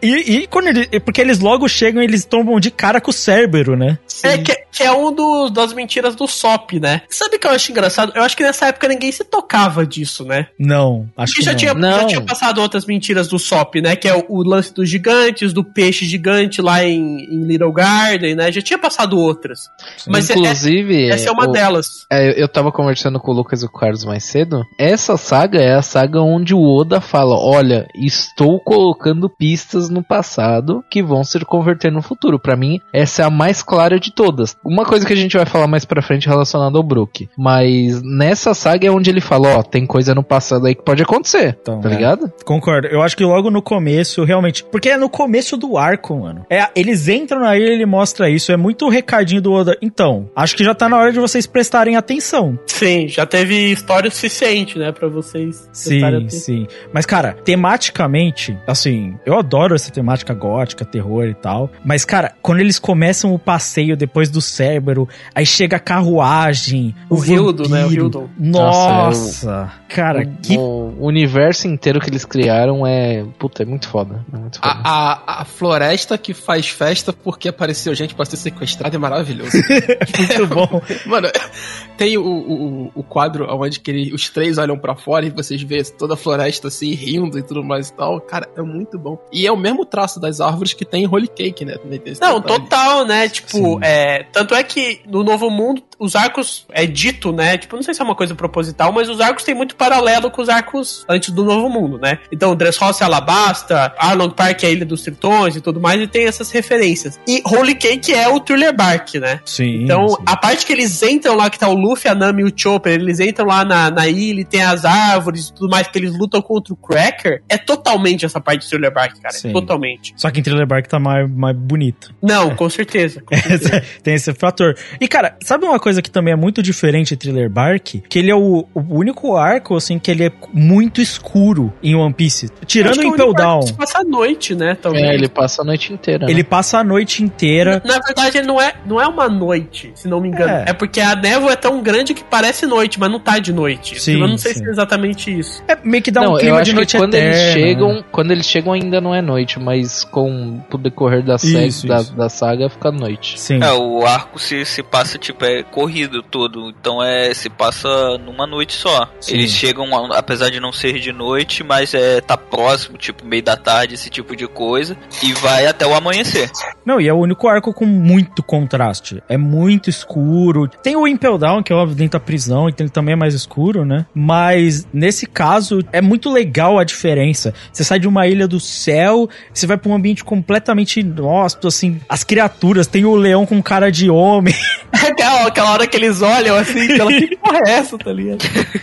S4: E, e quando eles, porque eles logo chegam e eles tombam de cara com o Cérebro, né?
S3: É, que, que é um dos, das mentiras do Sop, né? Sabe o que eu acho engraçado? Eu acho que nessa época ninguém se tocava disso, né?
S4: Não, acho
S3: Porque
S4: que
S3: já
S4: não.
S3: Tinha,
S7: não.
S3: já tinha passado outras mentiras do Sop, né? Que é o, o lance dos gigantes, do peixe gigante lá em, em Little Garden, né? Já tinha passado outras. Mas
S7: Inclusive,
S3: é, essa é uma
S7: o,
S3: delas.
S7: É, eu tava conversando com o Lucas e o Carlos mais cedo. Essa saga é a saga onde o Oda fala: olha, estou colocando pistas no passado que vão se converter no futuro. Pra mim, essa é a mais clara de todas. Uma coisa que a gente vai falar mais pra frente relacionada ao Brook. Mas nessa saga é onde ele fala: ó, tem coisa no passado aí que pode acontecer.
S4: Então,
S7: tá
S4: é.
S7: ligado?
S4: Concordo. Eu acho que logo no começo, realmente. Porque é no começo do arco, mano. É, eles entram na ilha e ele mostra isso. É muito o recadinho do Oda. Então, acho que já tá na hora de vocês prestarem atenção.
S3: Sim, já teve história suficiente, né? Pra vocês prestarem
S4: Sim,
S3: atenção.
S4: sim. Mas, cara, tematicamente, assim, eu adoro essa temática gótica, terror e tal. Mas, cara, quando eles começam o passeio depois do Cérebro, aí chega a carruagem, o,
S3: O Hildo, né? O
S4: vampiro.
S3: Hildo.
S4: Nossa,
S7: Nossa,
S4: cara,
S7: o,
S4: que...
S7: o universo inteiro que eles criaram é... Puta, é muito foda. É muito foda.
S5: A, a, a floresta que faz festa porque apareceu gente pra ser sequestrada é maravilhoso.
S4: Muito bom.
S5: Mano, tem o, o, o quadro onde que ele, os três olham pra fora e vocês vê toda a floresta assim, rindo e tudo mais e tal. Cara, é muito bom. E é o mesmo traço das árvores que tem em Holy Cake, né? Também tem esse
S3: Não,
S5: detalhe.
S3: total, né? Tipo,
S4: Sim.
S3: é, tanto é que no Novo Mundo, os arcos, é dito, né? Tipo, não sei se é uma coisa proposital, mas os arcos têm muito paralelo com os arcos antes do Novo Mundo, né? Então, Dressrosa é Alabasta, Arlong Park é a Ilha dos Tritões e tudo mais, e tem essas referências. E Holy Cake é o Thriller Bark, né?
S4: Sim.
S3: Então,
S4: sim.
S3: a parte que eles entram lá, que tá o Luffy, a Nami e o Chopper, eles entram lá na, na ilha e tem as árvores e tudo mais, que eles lutam contra o Cracker, é totalmente essa parte de Thriller Bark, cara.
S4: Sim.
S3: Totalmente.
S4: Só que em Thriller Bark tá mais, mais bonito.
S3: Não, com certeza. Com certeza.
S4: Tem esse fator. E, cara, sabe uma coisa que também é muito diferente em Thriller Bark? Que ele é o, o único arco, assim, que ele é muito escuro em One Piece. Tirando o Impel Down.
S3: Ele passa a noite, né? Talvez.
S7: É, ele passa a noite inteira.
S4: Ele
S7: né?
S4: passa a noite inteira.
S3: Na verdade, ele não é, não é uma noite, se não me engano.
S4: É.
S3: É, porque a névoa é tão grande que parece noite, mas não tá de noite.
S4: Sim,
S3: eu não sei
S4: sim.
S3: se é exatamente isso.
S4: É meio que dá
S7: não,
S4: um
S7: eu
S4: clima
S7: acho
S4: de noite
S7: que quando
S4: eterna.
S7: eles chegam, quando eles chegam ainda não é noite, mas com o decorrer da, série,
S4: Isso,
S7: da,
S4: isso.
S7: da saga fica noite.
S4: Sim.
S6: É, o arco se, se passa, tipo, é corrido todo. Então é, se passa numa noite só.
S4: Sim.
S6: Eles chegam, apesar de não ser de noite, mas é tá próximo, tipo, meio da tarde, esse tipo de coisa. E vai até o amanhecer.
S4: Não, e é o único arco com muito contraste. É muito escuro. Tem o Impel Down, que é óbvio dentro da prisão, então ele também é mais escuro, né? Mas nesse caso é muito legal a diferença. Você sai de uma ilha do céu, você vai pra um ambiente completamente inóspito, assim. As criaturas, tem o leão com cara de homem.
S3: aquela, aquela hora que eles olham assim, aquela que porra é essa, tá ligado?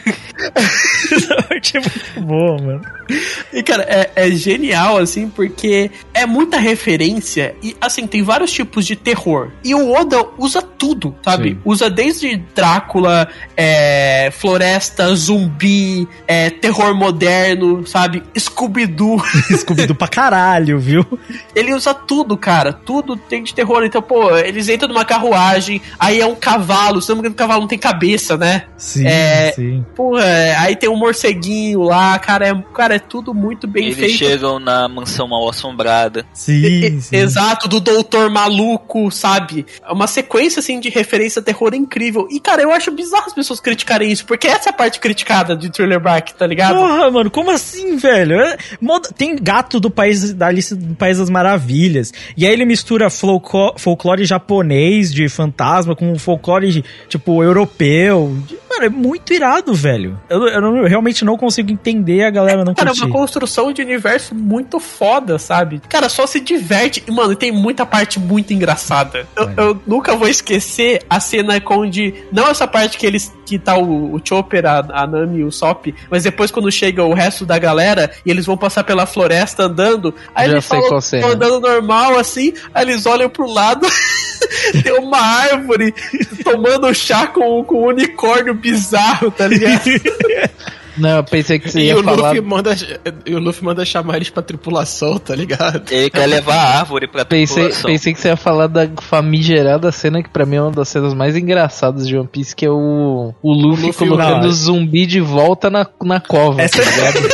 S4: Essa parte é muito boa, mano.
S3: E, cara, é, é genial, assim, porque é muita referência e, assim, tem vários tipos de terror. E o Oda usa tudo, sabe?
S4: Sim.
S3: Usa desde Drácula, é, floresta, zumbi, é, terror moderno, sabe? Scooby-Doo.
S4: Scooby-Doo pra caralho, viu?
S3: Ele usa tudo, cara. Tudo tem de terror. Então, pô, eles entram numa carruagem, aí é um cavalo. Se não me engano, o cavalo não tem cabeça, né?
S4: Sim,
S3: É,
S4: sim.
S3: Porra, aí tem um morceguinho lá, cara, é, cara, é tudo muito bem
S6: Eles
S3: feito.
S6: chegam na mansão mal assombrada.
S4: Sim,
S3: E-
S4: sim.
S3: Exato, do doutor maluco, sabe? É uma sequência, assim, de referência a terror incrível. E, cara, eu acho bizarro as pessoas criticarem isso, porque essa é a parte criticada de Thriller Bark, tá ligado?
S4: Porra, mano, como assim, velho? É- moda- Tem gato do país da Alice do País das Maravilhas. E aí ele mistura folclore, folclore japonês de fantasma com folclore, tipo, europeu. Mano, é muito irado, velho. Eu, eu não- eu realmente não consigo entender a galera não
S3: Cara, é
S4: curtir.
S3: uma construção de universo muito foda, sabe? Cara, só se diverte. E, mano, tem muita parte muito engraçada. Eu,
S4: Olha.
S3: eu nunca vou esquecer a cena onde... Não essa parte que eles... Que tá o, o Chopper, a, a Nami e o Sop. Mas depois quando chega o resto da galera e eles vão passar pela floresta andando. Aí
S7: Já
S3: eles
S7: sei
S3: falam,
S7: qual cena.
S3: tão andando normal, assim. Aí eles olham pro lado... Tem uma árvore tomando chá com, com um unicórnio bizarro, tá ligado?
S7: Não, eu pensei que você
S5: E
S7: ia
S5: o,
S7: falar...
S5: Luffy manda, e o Luffy manda chamar eles pra tripulação, tá ligado?
S6: Ele quer levar a árvore pra
S7: Pensei,
S6: tripulação.
S7: pensei que você ia falar da famigerada cena que pra mim é uma das cenas mais engraçadas de One Piece, que é o, o Luffy,
S4: Luffy
S7: colocando
S4: não,
S7: o zumbi de volta na, na cova,
S4: Essa-
S7: tá ligado?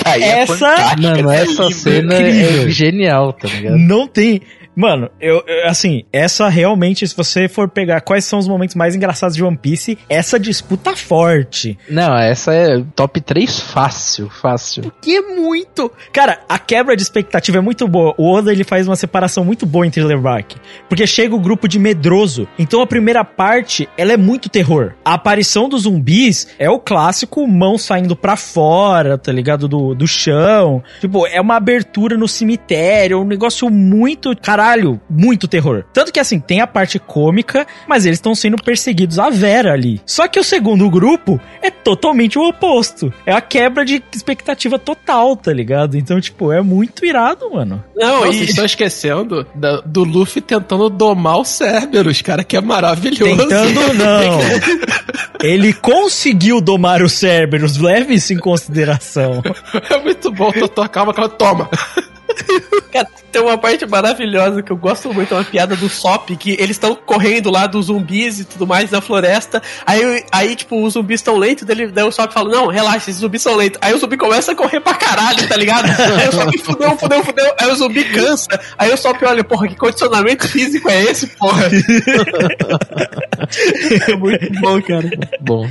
S6: aí é
S4: essa,
S6: fantástica.
S7: Mano, essa
S6: é
S7: cena
S4: incrível.
S7: é genial, tá ligado?
S4: Não tem... Mano, eu, eu, assim, essa realmente, se você for pegar quais são os momentos mais engraçados de One Piece, essa disputa forte.
S7: Não, essa é top três fácil, fácil.
S4: Que é muito... Cara, a quebra de expectativa é muito boa. O Oda, ele faz uma separação muito boa entre Thriller Bark. Porque chega o grupo de medroso. Então a primeira parte, ela é muito terror. A aparição dos zumbis é o clássico mão saindo pra fora, tá ligado? Do, do chão. Tipo, é uma abertura no cemitério, um negócio muito... Caralho, muito terror. Tanto que, assim, tem a parte cômica, mas eles estão sendo perseguidos à vera ali. Só que o segundo grupo é totalmente o oposto. É a quebra de expectativa total, tá ligado? Então, tipo, é muito irado, mano.
S5: Não,
S3: Não,
S5: e...
S3: e-
S5: vocês estão esquecendo da- do Luffy tentando domar o Cerberus, cara, que é maravilhoso.
S4: Tentando não. Ele conseguiu domar o Cerberus, leve isso em consideração.
S5: É muito bom, Totó, calma, calma, toma.
S3: Cara, tem uma parte maravilhosa que eu gosto muito, é uma piada do Sop, que eles estão correndo lá dos zumbis e tudo mais na floresta, aí, aí tipo, os zumbis estão lentos, daí, daí o Sop fala, não, relaxa, esses zumbis são lentos. Aí o zumbi começa a correr pra caralho, tá ligado? Aí o Sop, fudeu, fudeu, fudeu, aí o zumbi cansa, aí o Sop olha, porra, que condicionamento físico é esse, porra? É muito bom, cara.
S7: Bom.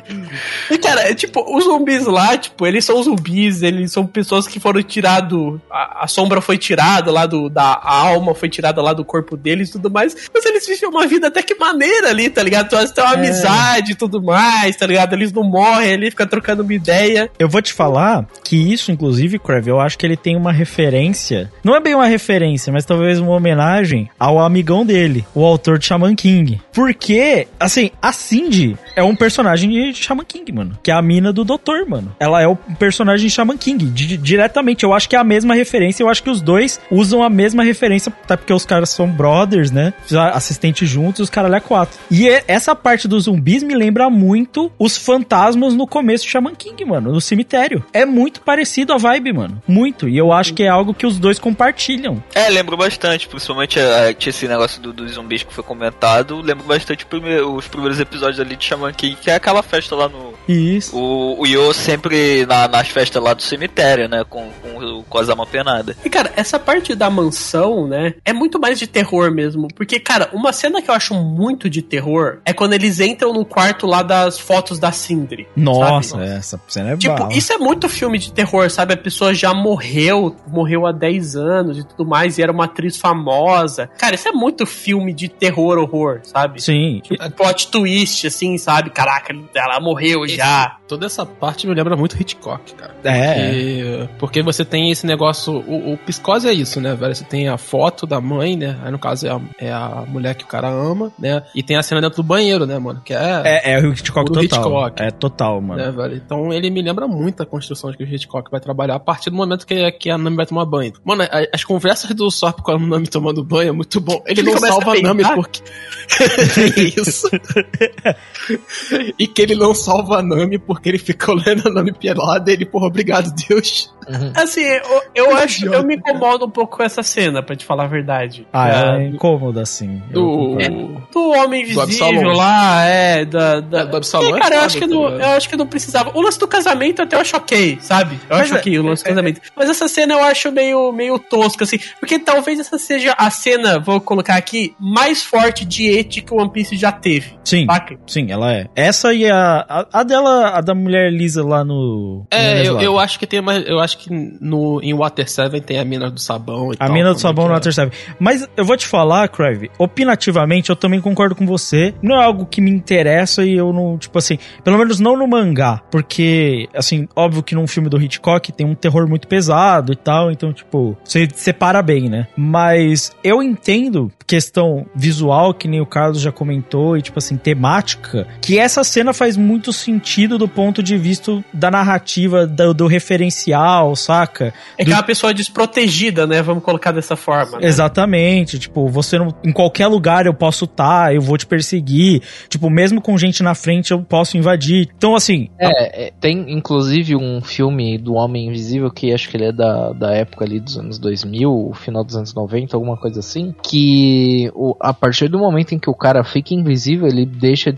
S3: E, cara, é tipo, os zumbis lá, tipo, eles são zumbis, eles são pessoas que foram tirados, a, a sombra foi tirada lá do, da a alma foi tirada lá do corpo deles e tudo mais, mas eles vivem uma vida até que maneira ali, tá ligado? Então eles têm uma
S4: É.
S3: amizade e tudo mais, tá ligado? Eles não morrem ali, ficam trocando uma ideia.
S4: Eu vou te falar que isso, inclusive, Crave, eu acho que ele tem uma referência, não é bem uma referência, mas talvez uma homenagem ao amigão dele, o autor de Shaman King. Porque, assim, a Cindy é um personagem de Shaman King, mano, que é a mina do doutor, mano. Ela é o personagem de Shaman King, di- diretamente. Eu acho que é a mesma referência, eu acho que os dois usam a mesma referência, até porque os caras são brothers, né? Assistentes juntos, os caras é quatro. E é- essa parte dos zumbis me lembra muito os fantasmas no começo de Shaman King, mano, no cemitério. É muito parecido a vibe, mano. Muito. E eu acho que é algo que os dois compartilham.
S6: É, lembro bastante, principalmente a, tinha esse negócio do- dos zumbis que foi comentado, lembro bastante o prime- os primeiros episódios ali de Shaman King, que é aquela festa lá no...
S4: Isso.
S6: O, o Yo sempre na- nas festas lá do cemitério, né, com, com, com as almas penadas.
S3: E, cara, essa parte da mansão, né, é muito mais de terror mesmo. Porque, cara, uma cena que eu acho muito de terror é quando eles entram no quarto lá das fotos da Sindri.
S4: Nossa,
S3: sabe?
S4: essa cena é
S3: Tipo,
S4: brava.
S3: isso é muito filme de terror, sabe? A pessoa já morreu, morreu há dez anos e tudo mais, e era uma atriz famosa. Cara, isso é muito filme de terror, horror, sabe?
S4: Sim.
S3: Tipo, plot twist, assim, sabe? Caraca, ela morreu
S5: Esse-
S3: já.
S5: Toda essa parte me lembra muito Hitchcock, cara.
S4: É.
S5: Porque, porque você tem esse negócio. O, o Psicose é isso, né, velho? Você tem a foto da mãe, né? Aí no caso é a, é a mulher que o cara ama, né? E tem a cena dentro do banheiro, né, mano? Que é.
S4: É, é o Hitchcock
S5: Puro
S4: total.
S5: Hitchcock.
S4: É total, mano.
S5: Né, velho? Então ele me lembra muito a construção que o Hitchcock vai trabalhar a partir do momento que, que a Nami vai tomar banho. Mano, a- as conversas do Sop com a Nami tomando banho é muito bom. Ele,
S3: Ele
S5: não
S3: começa
S5: salva
S3: a
S5: a Nami
S3: peidar?
S5: porque. Isso. E que ele não salva a Nami porque ele fica olhando a Nami pelada e ele, porra, obrigado, Deus.
S3: Assim, eu, eu acho, eu me incomodo um pouco com essa cena, pra te falar a verdade.
S4: Ah,
S3: Da-
S4: é incômodo assim. Eu
S5: Do,
S4: concordo.
S3: Do Homem
S5: Do
S3: Invisível
S5: Absalom.
S3: lá, é, da... da...
S5: É, do Absalom
S3: É,
S5: é
S3: cara, eu
S5: foda,
S3: acho, que
S5: tá
S3: não,
S5: ligado?
S3: eu acho que não precisava. O lance do casamento até eu acho ok, sabe? Eu
S4: Mas
S3: acho
S4: é-
S3: ok o lance do casamento. Mas essa cena eu acho meio, meio tosca, assim. Porque talvez essa seja a cena, vou colocar aqui, mais forte de Eti que o One Piece já teve.
S4: Sim,
S3: Saca?
S4: sim, ela é. Essa e a, a, a dela, a da mulher Lisa lá no... no
S5: É, eu,
S4: Venezuela.
S5: eu acho que tem mais. Eu acho que no, em Water seven tem a mina do sabão e
S4: A
S5: tal.
S4: mina do
S5: como
S4: sabão
S5: que
S4: no
S5: é.
S4: Water seven. Mas eu vou te falar, Crave, opinativamente eu também concordo com você. Não é algo que me interessa e eu não, tipo assim, pelo menos não no mangá. Porque, assim, óbvio que num filme do Hitchcock tem um terror muito pesado e tal, então, tipo, você separa bem, né? Mas eu entendo questão visual, que nem o Carlos já comentou, e, tipo assim, temática, que essa cena faz muito sentido do ponto de vista da narrativa, do, do referencial, saca?
S3: É que é uma pessoa desprotegida, né? Vamos colocar dessa forma. Né?
S4: Exatamente, tipo, você não, em qualquer lugar eu posso estar, eu vou te perseguir, tipo, mesmo com gente na frente eu posso invadir. Então, assim,
S7: É, é, tem inclusive um filme do Homem Invisível que acho que ele é da, da época ali dos anos dois mil, final dos anos noventa, alguma coisa assim, que o, a partir do momento em que o cara fica invisível, ele deixa de ser tipo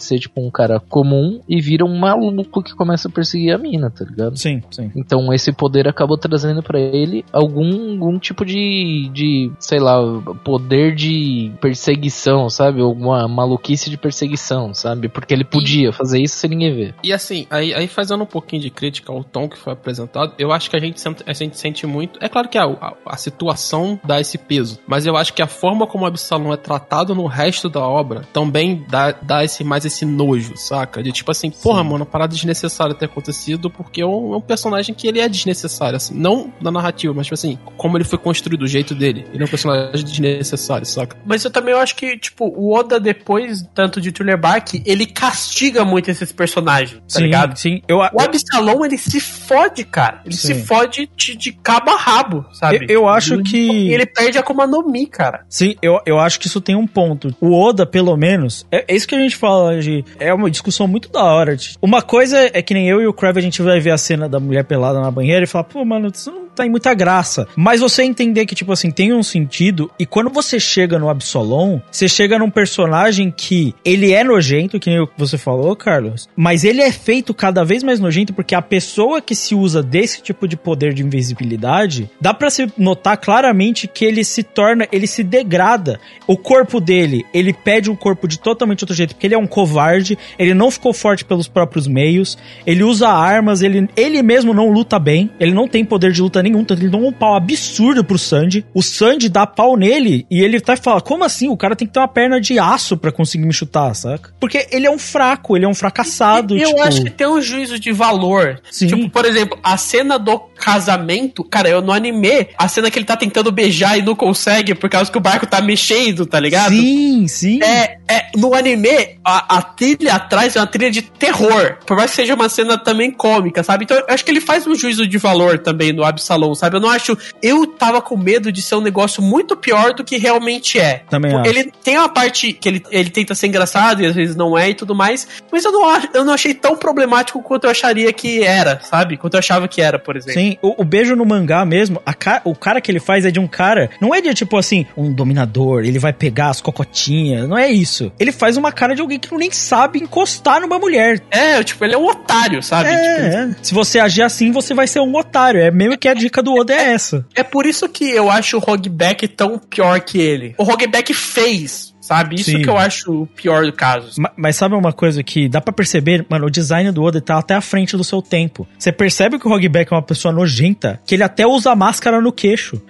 S7: um cara comum e vira um maluco que começa a perseguir a mina, tá ligado?
S4: Sim, sim.
S7: Então esse poder acabou trazendo pra ele algum, algum tipo de, de, sei lá, poder de perseguição, sabe? Alguma maluquice de perseguição, sabe? Porque ele podia fazer isso sem ninguém ver.
S5: E assim, aí, aí fazendo um pouquinho de crítica ao tom que foi apresentado, eu acho que a gente, sente, a gente sente muito... É claro que a, a, a situação dá esse peso, mas eu acho que a forma como o Absalom é tratado no resto da obra também dá, dá esse, mais esse nojo, saca? De tipo assim, porra, mano, uma parada desnecessária ter acontecido porque é um, é um personagem que ele é desnecessário, assim. Não na narrativa, mas tipo assim, como ele foi construído, o jeito dele. Ele é um personagem desnecessário, saca?
S3: Mas eu também acho que, tipo, o Oda depois, tanto de Thriller Bark, ele castiga muito esses personagens, tá
S4: sim,
S3: ligado?
S4: Sim, eu...
S3: O Absalom, ele se fode, cara. Ele sim. se fode de, de cabo a rabo, sabe?
S4: Eu, eu acho ele, que...
S3: Ele perde a Akuma no Mi, cara.
S4: Sim, eu, eu acho que isso tem um ponto. O Oda, pelo menos, é, é isso que a gente fala, de, é uma discussão muito da hora. De, uma coisa é que nem eu e o Crave, a gente vai ver a cena da mulher pelada na banheira e falar, pô, mano, isso não tem muita graça. Mas você entender que, tipo assim, tem um sentido, e quando você chega no Absalom, você chega num personagem que ele é nojento, que nem você falou, Carlos, mas ele é feito cada vez mais nojento porque a pessoa que se usa desse tipo de poder de invisibilidade, dá pra se notar claramente que ele se torna, ele se degrada. O corpo dele, ele pede um corpo de totalmente outro jeito, porque ele é um covarde, ele não ficou forte pelos próprios meios, ele usa armas, ele, ele mesmo não luta bem, ele não tem poder de luta nenhum, ele dá um pau absurdo pro Sanji, o Sanji dá pau nele, e ele tá fala, como assim? O cara tem que ter uma perna de aço pra conseguir me chutar, saca? Porque ele é um fraco, ele é um fracassado.
S3: Eu
S4: tipo...
S3: acho que tem um juízo de valor.
S4: Sim.
S3: Tipo, por exemplo, a cena do casamento, cara, eu no anime, a cena que ele tá tentando beijar e não consegue por causa que o barco tá mexendo, tá ligado?
S4: Sim, sim.
S3: É, é no anime, a, a trilha atrás é uma trilha de terror, por mais que seja uma cena também cômica, sabe? Então eu acho que ele faz um juízo de valor também no Absalom, sabe? Eu não acho... Eu tava com medo de ser um negócio muito pior do que realmente é.
S4: Também acho.
S3: Ele tem uma parte que ele, ele tenta ser engraçado e às vezes não é e tudo mais, mas eu não, eu não achei tão problemático quanto eu acharia que era, sabe? Quanto eu achava que era, por exemplo.
S4: Sim, o, o beijo no mangá mesmo, a ca, o cara que ele faz é de um cara, não é de tipo assim, um dominador, ele vai pegar as cocotinhas, não é isso. Ele faz uma cara de alguém que nem sabe encostar numa mulher.
S3: É, tipo, ele é um otário, sabe?
S4: É,
S3: tipo,
S4: é. Se você agir assim, você vai ser um otário. É mesmo que a dica do Oda é essa.
S3: É por isso que eu acho o Hogback tão pior que ele. O Hogback fez... Sabe? Isso Sim. que eu acho o pior do caso.
S4: Mas, mas sabe uma coisa que dá pra perceber? Mano, o design do Oda tá até à frente do seu tempo. Você percebe que o Hogback é uma pessoa nojenta, que ele até usa máscara no queixo.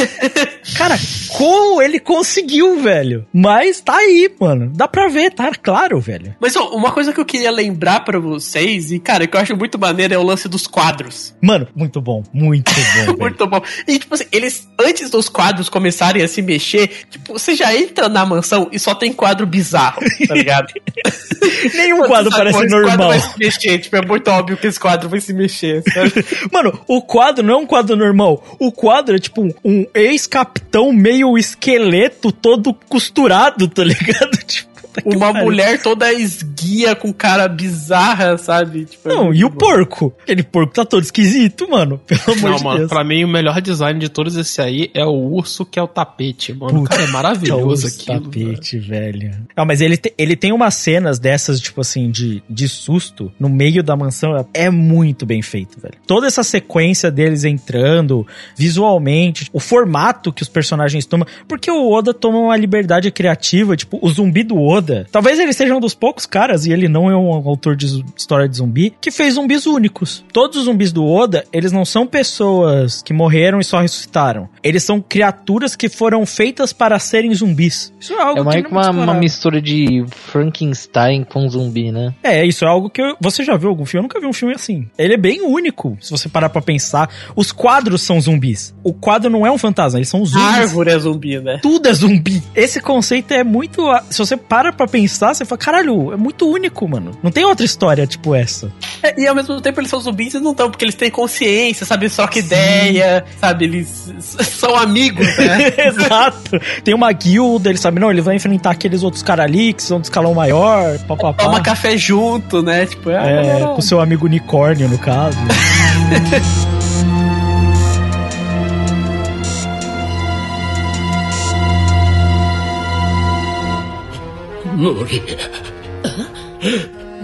S4: Cara, como ele conseguiu, velho? Mas tá aí, mano. Dá pra ver, tá claro, velho.
S3: Mas ó, uma coisa que eu queria lembrar pra vocês, e cara, que eu acho muito maneiro, é o lance dos quadros.
S4: Mano, muito bom. Muito bom,
S3: Muito bom. E tipo assim, eles, antes dos quadros começarem a se mexer, tipo, você já entra na mansão e só tem quadro bizarro, tá ligado?
S4: Nenhum quadro
S3: sabe,
S4: parece
S3: pô,
S4: normal.
S3: Esse quadro vai se mexer, tipo, é muito óbvio que esse quadro vai se mexer, sabe?
S4: Mano, o quadro não é um quadro normal. O quadro é tipo um, um ex-capitão meio esqueleto, todo costurado, tá ligado? Tipo,
S3: uma mulher toda esguia com cara bizarra, sabe? Tipo,
S4: não,
S3: é
S4: e o
S3: bom.
S4: porco? Aquele porco tá todo esquisito, mano. Pelo amor
S5: não,
S4: de
S5: mano,
S4: Deus.
S5: Pra mim, o melhor design de todos esse aí é o urso, que é o tapete, mano. Puta, cara, é maravilhoso aquilo.
S4: Tapete, velho. velho. Não, mas ele, te, ele tem umas cenas dessas, tipo assim, de, de susto no meio da mansão. É muito bem feito, velho. Toda essa sequência deles entrando, visualmente, o formato que os personagens tomam. Porque o Oda toma uma liberdade criativa, tipo, o zumbi do Oda. Talvez ele seja um dos poucos caras, e ele não é um autor de história de zumbi, que fez zumbis únicos. Todos os zumbis do Oda, eles não são pessoas que morreram e só ressuscitaram. Eles são criaturas que foram feitas para serem zumbis. Isso é algo
S7: é mais
S4: que
S7: que uma, uma mistura de Frankenstein com zumbi, né?
S4: É, isso é algo que eu, você já viu algum filme? Eu nunca vi um filme assim. Ele é bem único, se você parar pra pensar. Os quadros são zumbis. O quadro não é um fantasma, eles são zumbis.
S3: A árvore é zumbi, né?
S4: Tudo é zumbi. Esse conceito é muito... Se você para pra pensar, você fala, caralho, é muito único, mano. Não tem outra história tipo essa.
S3: É, e ao mesmo tempo eles são zumbis e não estão, porque eles têm consciência, sabe? Só que ideia, sabe? Eles são amigos, né?
S4: Exato. Tem uma guilda, eles sabem, não, ele vai enfrentar aqueles outros caras ali que são de escalão maior, papapá.
S3: Toma café junto, né? Tipo,
S4: é, é com seu amigo unicórnio, no caso.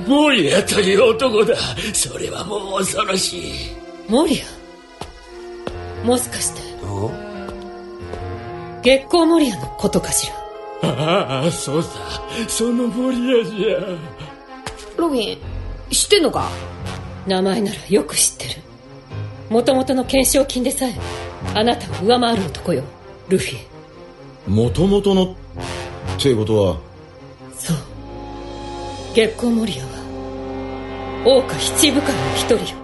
S8: モリアという男だ。それはもう恐ろしい。
S9: モリア、もしかして月光モリアのことかしら。
S8: ああ、そうだ、そのモリアじゃ。
S9: ロビン、知ってんのか？名前ならよく知ってる。もともとの懸賞金でさえあなたを上回る男よ、ルフィ。
S10: もともとのってことは。
S9: そう、月光モリアは桜花七部会の一人よ。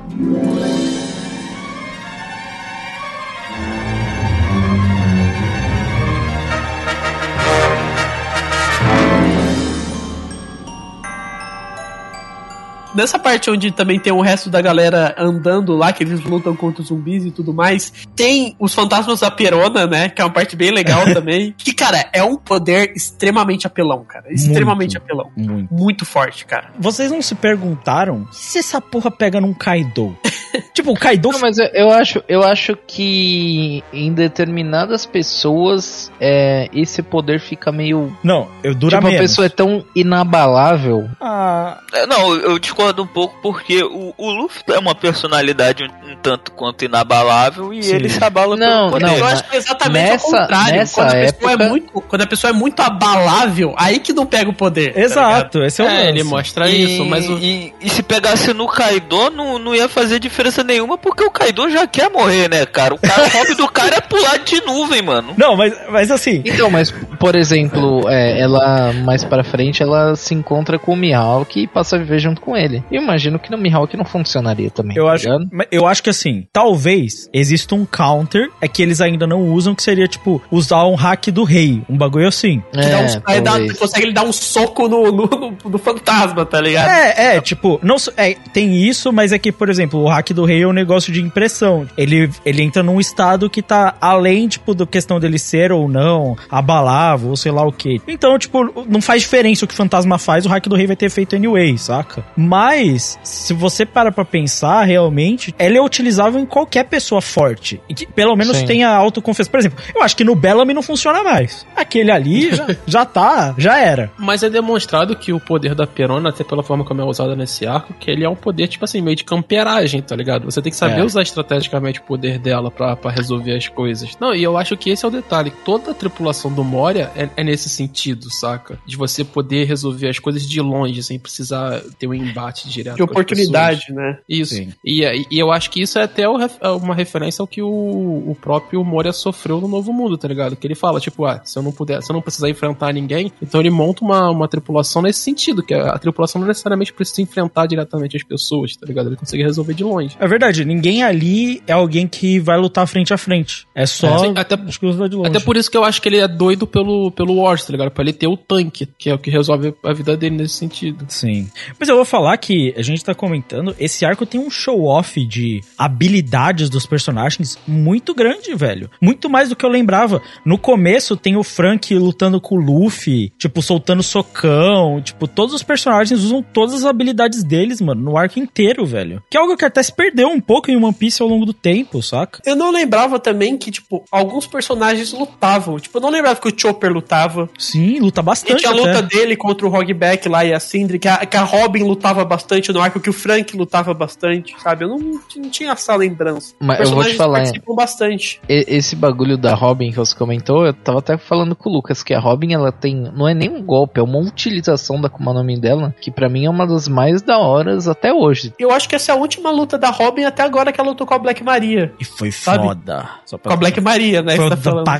S3: Nessa parte onde também tem o resto da galera andando lá, que eles lutam contra os zumbis e tudo mais, tem os fantasmas da Perona, né? Que é uma parte bem legal também. Que, cara, é um poder extremamente apelão, cara. Extremamente muito, apelão. Muito. Muito forte, cara.
S4: Vocês não se perguntaram se essa porra pega num Kaido? Tipo, o Kaido...
S7: Não, mas eu, eu, acho, eu acho que em determinadas pessoas é, esse poder fica meio...
S4: Não, eu dura
S7: tipo,
S4: menos.
S7: Tipo, a pessoa é tão inabalável.
S4: Ah...
S6: Não, eu discordo um pouco porque o, o Luffy é uma personalidade um, um tanto quanto inabalável e Sim. ele se abala
S7: não,
S6: pelo
S7: não,
S6: poder.
S3: Eu acho que é exatamente
S7: nessa,
S3: o contrário.
S7: Nessa
S3: quando, a
S7: época...
S3: pessoa é muito, quando a pessoa é muito abalável, aí que não pega o poder.
S4: Exato,
S3: tá
S4: esse é o
S5: é,
S4: lance.
S5: ele mostra
S6: e,
S5: isso, mas... O...
S6: E, e se pegasse no Kaido, não, não ia fazer diferença nenhuma, porque o Kaido já quer morrer, né, cara? O, cara, o hobby do cara é pular de nuvem, mano.
S4: Não, mas, mas assim...
S7: Então, mas, por exemplo, é, ela, mais pra frente, ela se encontra com o Mihawk e passa a viver junto com ele. Eu imagino que no Mihawk não funcionaria também.
S4: Eu
S7: tá
S4: acho, eu acho que assim, talvez exista um counter, é que eles ainda não usam, que seria tipo, usar um hack do rei, um bagulho assim.
S3: Que é, dá uns, aí dá, consegue ele dar um soco no, no, no, no fantasma, tá ligado?
S4: É, é, tipo, não, é, tem isso, mas é que, por exemplo, o hack do rei é um negócio de impressão. Ele, ele entra num estado que tá além, tipo, da questão dele ser ou não abalável, ou sei lá o que. Então, tipo, não faz diferença o que o fantasma faz, o hack do rei vai ter feito anyway, saca? Mas, se você para pra pensar, realmente, ele é utilizável em qualquer pessoa forte. E que pelo menos Sim. tenha autoconfiança. Por exemplo, eu acho que no Bellamy não funciona mais. Aquele ali já, já tá, já era.
S5: Mas é demonstrado que o poder da Perona, até pela forma como é usada nesse arco, que ele é um poder, tipo assim, meio de camperagem, tá ligado? Você tem que saber é. usar estrategicamente o poder dela pra, pra resolver as coisas. Não, e eu acho que esse é o detalhe. Toda a tripulação do Moria é, é nesse sentido, saca? De você poder resolver as coisas de longe, sem precisar ter um embate direto.
S3: De oportunidade, né?
S5: Isso. E, e eu acho que isso é até o, uma referência ao que o, o próprio Moria sofreu no Novo Mundo, tá ligado? Que ele fala, tipo, ah, se eu não puder, se eu não precisar enfrentar ninguém, então ele monta uma, uma tripulação nesse sentido, que a, a tripulação não necessariamente precisa enfrentar diretamente as pessoas, tá ligado? Ele consegue resolver de longe.
S4: É verdade, ninguém ali é alguém que vai lutar frente a frente. É só... É, sim,
S5: até,
S4: acho que de longe.
S5: Até por isso que eu acho que ele é doido pelo, pelo Wars, tá ligado? Pra ele ter o tanque, que é o que resolve a vida dele nesse sentido.
S4: Sim. Mas eu vou falar que a gente tá comentando, esse arco tem um show-off de habilidades dos personagens muito grande, velho. Muito mais do que eu lembrava. No começo tem o Frank lutando com o Luffy, tipo, soltando socão, tipo, todos os personagens usam todas as habilidades deles, mano, no arco inteiro, velho. Que é algo que até se perdeu um pouco em One Piece ao longo do tempo, saca?
S3: Eu não lembrava também que, tipo, alguns personagens lutavam. Tipo, eu não lembrava que o Chopper lutava.
S4: Sim, luta bastante.
S3: E tinha a luta até. dele contra o Hogback lá e a Sindri, que a, que a Robin lutava bastante no arco, que o Frank lutava bastante, sabe? Eu não, não tinha essa lembrança.
S7: Mas eu vou te falar,
S3: participam bastante.
S7: Esse bagulho da Robin que você comentou, eu tava até falando com o Lucas, que a Robin, ela tem, não é nem um golpe, é uma utilização da Akuma no Mi dela, que pra mim é uma das mais da horas até hoje.
S3: Eu acho que essa é a última luta da Robin até agora que ela lutou com a Black Maria.
S4: E foi sabe? foda.
S3: Só pra... Com a Black Maria, né?
S4: Foda tá pra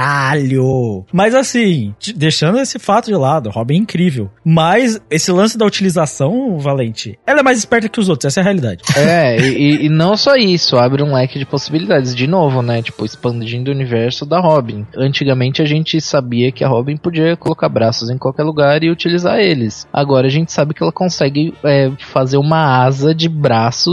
S4: caralho. Mas assim, deixando esse fato de lado, a Robin é incrível. Mas esse lance da utilização, Valente, ela é mais esperta que os outros, essa é a realidade.
S7: É, e, e não só isso, abre um leque de possibilidades. De novo, né? Tipo, expandindo o universo da Robin. Antigamente a gente sabia que a Robin podia colocar braços em qualquer lugar e utilizar eles. Agora a gente sabe que ela consegue é, fazer uma asa de braços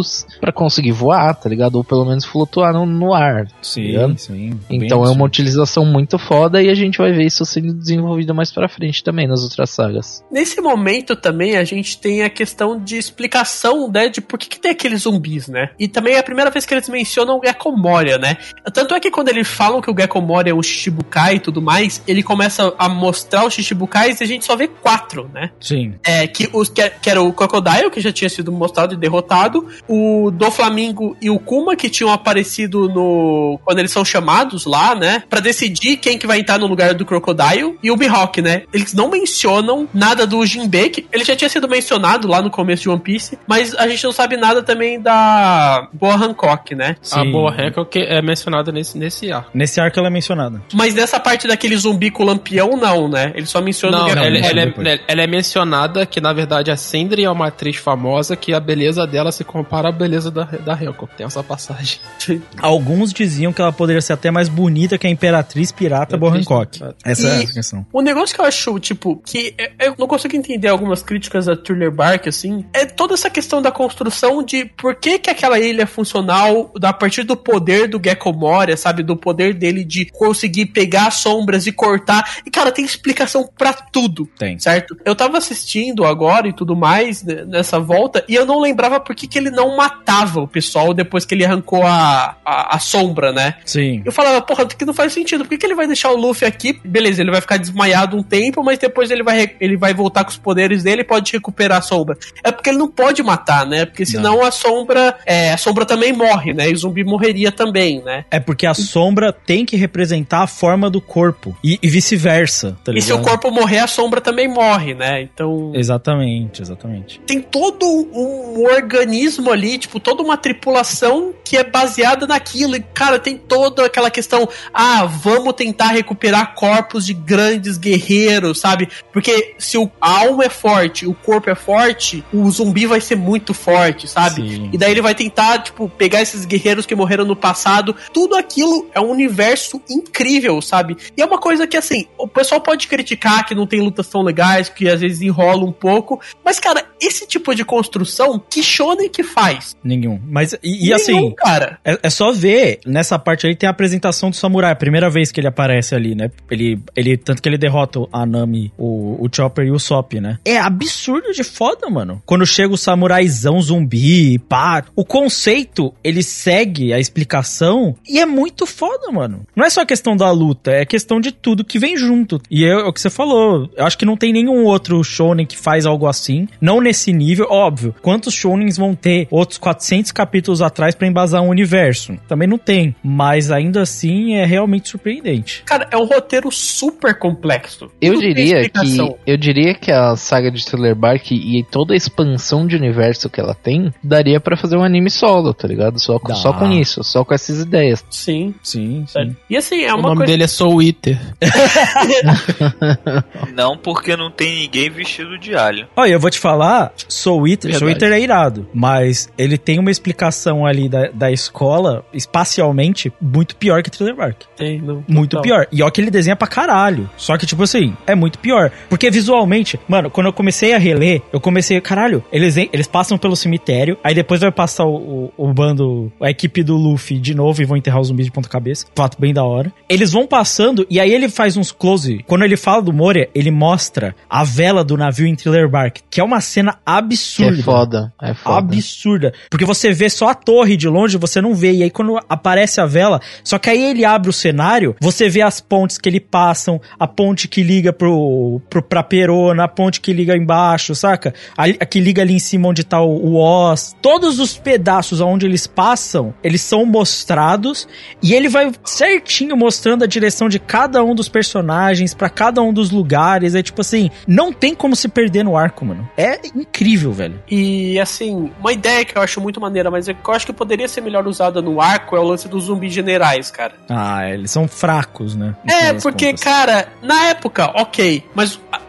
S7: pra conseguir voar, tá ligado? Ou pelo menos flutuar no, no ar.
S4: Sim,
S7: tá
S4: sim.
S7: Então é uma utilização muito foda e a gente vai ver isso sendo desenvolvido mais pra frente também nas outras sagas.
S3: Nesse momento também a gente tem a questão de explicação, né, de por que, que tem aqueles zumbis, né? E também é a primeira vez que eles mencionam o Gekko Moria, né? Tanto é que quando eles falam que o Gekko Moria é um Shichibukai e tudo mais, ele começa a mostrar os Shichibukais e a gente só vê quatro, né?
S4: Sim.
S3: É, que, os, que, que era o Crocodile, que já tinha sido mostrado e derrotado, o Doflamingo e o Kuma, que tinham aparecido no... quando eles são chamados lá, né? Pra decidir quem que vai entrar no lugar do Crocodile, e o Mihawk, né? Eles não mencionam nada do Jinbe, que ele já tinha sido mencionado lá no começo de One Piece, mas a gente não sabe nada também da Boa Hancock, né?
S5: Sim. A Boa Hancock é mencionada nesse, nesse arco.
S4: Nesse arco ela é mencionada.
S3: Mas nessa parte daquele zumbi com o lampião, não, né? Ele só menciona
S5: não,
S3: o
S5: ela, ela, é, ela é mencionada que, na verdade, a Sindri é uma atriz famosa que a beleza dela se compara à beleza da, da Hancock. Tem essa passagem.
S4: Alguns diziam que ela poderia ser até mais bonita que a Imperatriz Pirata Boa Hancock. Essa é a questão.
S3: O negócio que eu acho, tipo, que eu não consigo entender algumas críticas a Thriller Bark, assim, é toda essa questão da construção de por que que aquela ilha é funcional a partir do poder do Gekko Moria, sabe? Do poder dele de conseguir pegar sombras e cortar. E, cara, tem explicação pra tudo.
S4: Tem.
S3: Certo? Eu tava assistindo agora e tudo mais, né, nessa volta, e eu não lembrava por que que ele não matava o pessoal depois que ele arrancou a, a, a sombra, né?
S4: Sim.
S3: Eu falava, porra, que não faz sentido. Por que que ele vai deixar o Luffy aqui? Beleza, ele vai ficar desmaiado um tempo, mas depois ele vai, ele vai voltar com os poderes dele e pode recuperar a sombra. É porque ele não pode matar, né? Porque senão não. a sombra é, a sombra também morre, né? E o zumbi morreria também, né?
S4: É porque a sombra tem que representar a forma do corpo e, e vice-versa, tá ligado?
S3: E se o corpo morrer, a sombra também morre, né? Então...
S4: Exatamente, exatamente.
S3: Tem todo um organismo ali, tipo, toda uma tripulação que é baseada naquilo. E, cara, tem toda aquela questão, ah, vamos tentar recuperar corpos de grandes guerreiros, sabe? Porque se o, a alma é forte, o corpo é forte, o zumbi vai ser muito forte, sabe?
S4: Sim.
S3: E daí ele vai tentar, tipo, pegar esses guerreiros que morreram no passado. Tudo aquilo é um universo incrível, sabe? E é uma coisa que, assim, o pessoal pode criticar que não tem lutas tão legais, que às vezes enrola um pouco, mas, cara, esse tipo de construção, que shonen que faz?
S4: Nenhum. Mas, e, e
S3: Nenhum,
S4: assim,
S3: cara.
S4: É, é só ver, nessa parte aí tem a apresentação do samurai, a primeira vez que ele aparece ali, né? Ele, ele tanto que ele derrota a Nami, o, o Chopper e o Sop, né? É absurdo de foda, mano. Quando chega o samuraizão zumbi, pá, o conceito, ele segue a explicação e é muito foda, mano. Não é só questão da luta, é questão de tudo que vem junto. E é o que você falou, eu acho que não tem nenhum outro shonen que faz algo assim, não nesse nível, óbvio. Quantos shonens vão ter outros quatrocentos capítulos atrás pra embasar um universo? Também não tem, mas ainda assim é realmente surpreendente.
S3: Cara, é um roteiro super complexo.
S7: Eu diria que eu diria que a saga de Thriller Bark e toda a expansão de universo que ela tem, daria pra fazer um anime solo, tá ligado? Só, só com isso, só com essas ideias.
S3: Sim,
S4: sim, sim.
S3: E assim, é uma
S5: o nome
S3: coisa...
S5: dele é Soul Eater.
S6: Não, porque não tem ninguém vestido de alho.
S4: Olha, eu vou te falar, Soul Eater, Soul Eater é irado, mas ele tem uma explicação ali da, da escola, espacialmente, muito pior que Thriller Bark.
S3: Tem, não.
S4: Muito
S3: não.
S4: pior. E ó que ele desenha pra caralho. Só que, tipo assim, é muito pior. Porque visualmente, mano, quando eu comecei a reler, eu comecei, caralho, eles, eles passam pelo cemitério, aí depois vai passar o, o, o bando, a equipe do Luffy de novo e vão enterrar os zumbis de ponta cabeça. Fato bem da hora. Eles vão passando e aí ele faz uns close. Quando ele fala do Moria, ele mostra a vela do navio em Thriller Bark, que é uma cena absurda.
S7: É foda, é foda.
S4: Absurda. Porque você vê só a torre de longe, você não vê. E aí quando aparece a vela, só que aí ele abre o cenário, você vê as pontes que ele passam, a ponte que liga pro, pro, pra Perona, a ponte que liga embaixo, saca? A, a que liga ali em cima onde tá o, o Oz. Todos os pedaços onde eles passam, eles são mostrados e ele vai certinho mostrando a direção de cada um dos personagens pra cada um dos lugares. É tipo assim, não tem como se perder no arco, mano. É incrível, velho.
S3: E assim, uma ideia que eu acho muito maneira, mas que eu acho que poderia ser melhor usada no arco é o lance dos zumbis generais, cara.
S4: Ah, eles são fracos, né?
S3: É, porque, contas. cara, na época, ok, mas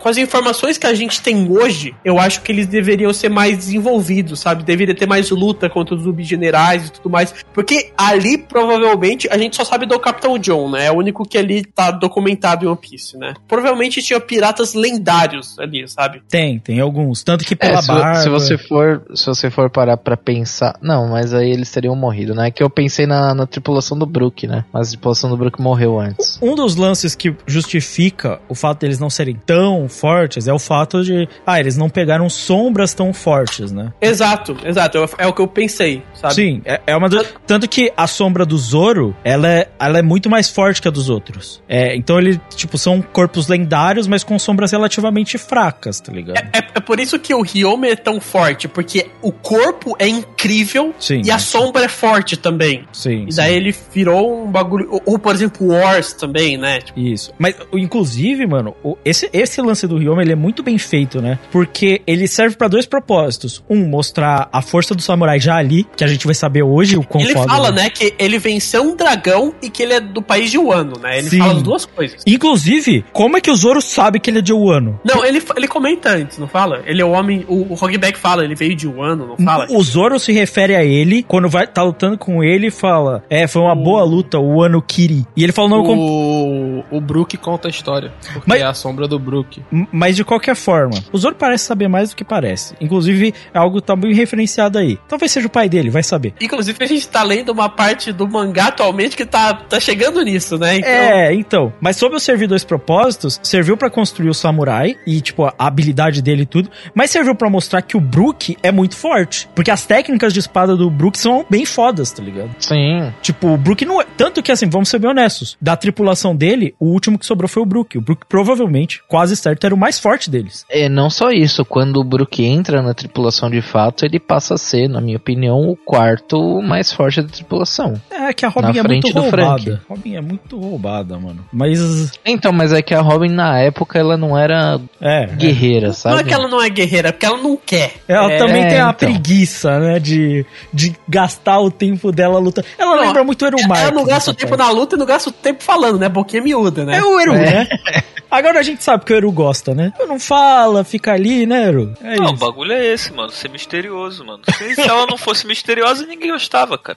S3: com as informações que a gente tem hoje, eu acho que eles deveriam ser mais desenvolvidos, sabe? Deveria ter mais luta contra os zumbis generais e tudo mais. Porque ali, provavelmente, a gente só sabe do Capitão John, né? É o único que ali tá documentado em One Piece, né? Provavelmente tinha piratas lendários ali, sabe?
S4: Tem, tem alguns. Tanto que pela
S7: é, se,
S4: barba...
S7: se você for se você for parar pra pensar... Não, mas aí eles teriam morrido, né? É que eu pensei na, na tripulação do Brook, né? Mas a tripulação do Brook morreu antes.
S4: Um dos lances que justifica o fato deles não serem tão fortes é o fato de... Ah, eles não pegaram sombras tão fortes, né?
S3: Exato, exato. É o que eu pensei, sabe?
S4: Sim, é, é uma... Do... Tanto que a sombra do Zoro, ela é, ela é muito mais forte que a dos outros. É, então ele, tipo, são corpos lendários, mas com sombras relativamente fracas, tá ligado?
S3: É, é, é por isso que o Ryoma é tão forte, porque o corpo é incrível
S4: sim,
S3: e a sombra é forte também.
S4: Sim,
S3: e daí
S4: sim.
S3: ele virou um bagulho... Ou, ou por exemplo, o Wars também, né? Tipo...
S4: Isso. Mas, inclusive, mano, o, esse, esse lance do Ryoma, ele é muito bem feito, né? Porque ele serve pra dois propósitos. Um, mostrar a força do samurai já ali, que a gente vai saber hoje o quão
S3: Ele
S4: foda
S3: fala,
S4: é.
S3: né, que ele venceu um dragão e que ele é do país de Wano, né? Ele
S4: Sim.
S3: fala as duas coisas.
S4: Inclusive, como é que o Zoro sabe que ele é de Wano?
S3: Não, ele, ele comenta antes, não fala? Ele é o homem... O, o Hogback fala, ele veio de Wano, não fala?
S4: O Zoro se refere a ele, quando vai tá lutando com ele, fala, é, foi uma o... boa luta, o Wano Kiri. E ele fala... Não,
S5: o...
S4: Com...
S5: o Brook conta a história, porque
S4: mas...
S5: é a sombra do Brook.
S4: Mas de qualquer forma, o Zoro parece saber mais do que parece. Inclusive, é algo que tá bem referenciado aí. Talvez seja o pai dele, vai saber.
S3: Inclusive, a gente tá lendo uma parte do mangá atualmente que tá, tá chegando nisso, né?
S4: Então... É, então. Mas soube servir dois propósitos, serviu pra construir o samurai e, tipo, a habilidade dele e tudo, mas serviu pra mostrar que o Brook é muito forte. Porque as técnicas de espada do Brook são bem fodas, tá ligado?
S7: Sim.
S4: Tipo, o Brook não é... Tanto que, assim, vamos ser bem honestos, da tripulação dele, o último que sobrou foi o Brook. O Brook provavelmente, quase certo, era o mais forte deles.
S7: É, não só isso, quando o Brook entra na tripulação de fato, ele passa a ser, na minha opinião, o quarto mais forte da tripulação.
S4: É que a Robin é muito roubada. A Robin é muito roubada, mano. Mas...
S7: Então, mas é que a Robin, na época, ela não era
S4: é,
S7: guerreira,
S3: é.
S7: sabe?
S3: Não é que ela não é guerreira, é porque ela não quer.
S4: Ela
S3: é,
S4: também tem a
S7: então.
S4: preguiça, né, de, de gastar o tempo dela lutando. Ela não, lembra muito o Erumar.
S3: Ela não gasta o tempo parte. na luta e não gasta o tempo falando, né? Boquinha miúda, né?
S4: É o Eru, é. né? Agora a gente sabe que o Eru gosta, né? Não fala, fica ali, né, Eru?
S6: É não, isso. O bagulho é esse, mano. Ser misterioso, mano. Se, se ela não fosse misteriosa, ninguém gostava, cara.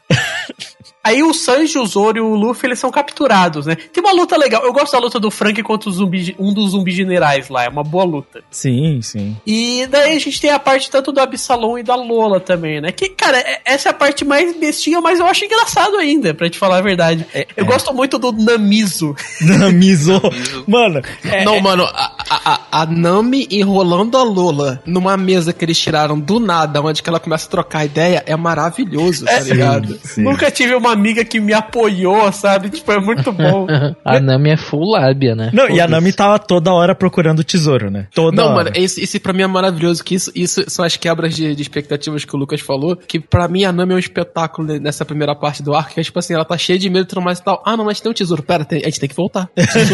S3: Aí o Sanji, o Zoro e o Luffy, eles são capturados, né? Tem uma luta legal. Eu gosto da luta do Frank contra o zumbi, um dos zumbis generais lá. É uma boa luta.
S4: Sim, sim.
S3: E daí a gente tem a parte tanto do Absalom e da Lola também, né? Que, cara, essa é a parte mais bestinha, mas eu acho engraçado ainda, pra te falar a verdade. É, eu é. gosto muito do Namizo.
S4: Namizo. Mano.
S5: É, não, mano, a, a, a Nami enrolando a Lola numa mesa que eles tiraram do nada, onde que ela começa a trocar ideia, é maravilhoso, tá
S3: é,
S5: ligado?
S3: Sim, sim. Nunca tive uma amiga que me apoiou, sabe? Tipo, é muito bom.
S7: A Nami é full lábia, né?
S4: Não, e a Nami tava toda hora procurando o tesouro, né? Toda
S5: Não,
S4: hora.
S5: mano, esse, esse pra mim é maravilhoso, que isso, isso são as quebras de, de expectativas que o Lucas falou, que pra mim a Nami é um espetáculo nessa primeira parte do arco, que é tipo assim, ela tá cheia de medo e tudo mais e tal. Ah, não, mas tem um tesouro. Pera, tem, a gente tem que voltar.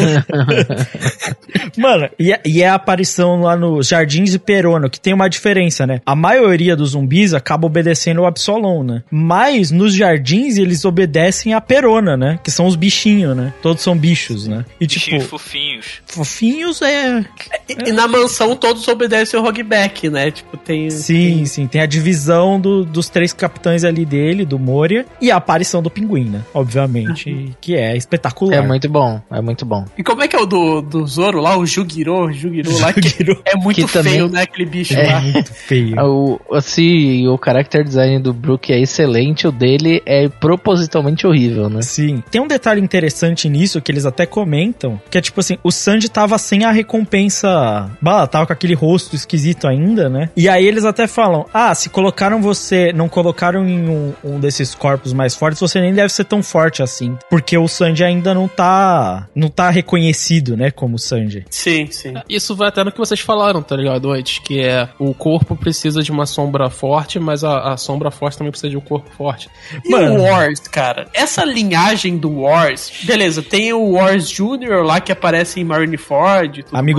S4: Mano, e, e é a aparição lá nos Jardins de Perono, que tem uma diferença, né? A maioria dos zumbis acaba obedecendo o Absalom, né? Mas nos jardins eles obedecem a Perona, né? Que são os bichinhos, né? Todos são bichos, né? E
S6: bichinhos
S4: tipo,
S6: fofinhos.
S4: Fofinhos é...
S3: E, e na mansão todos obedecem o Hogback, né? Tipo, tem...
S4: Sim,
S3: tem...
S4: sim. Tem a divisão do, dos três capitães ali dele, do Moria, e a aparição do Pinguim, né? Obviamente, uhum. que é espetacular.
S7: É muito bom, é muito bom.
S3: E como é que é o do, do Zoro lá? O Jugiro, Jugiro lá, que é muito
S7: que
S3: feio,
S7: também
S3: né? Aquele bicho
S7: é
S3: lá.
S4: Muito feio.
S7: O, assim, o character design do Brook é excelente, o dele é propositalmente horrível, né?
S4: Sim. Tem um detalhe interessante nisso, que eles até comentam, que é tipo assim, o Sanji tava sem a recompensa, bah, tava com aquele rosto esquisito ainda, né? E aí eles até falam, ah, se colocaram você, não colocaram em um, um desses corpos mais fortes, você nem deve ser tão forte assim, porque o Sanji ainda não tá, não tá reconhecido, né, como Sanji.
S3: Sim, sim.
S5: Isso vai até no que vocês falaram, tá ligado, antes, que é, o corpo precisa de uma sombra forte, mas a, a sombra forte também precisa de um corpo forte.
S3: E Mano. o Wars, cara, essa linhagem do Wars, beleza, tem o Wars Júnior lá que aparece em Marineford.
S4: Amigo
S3: mais.
S4: do Ace,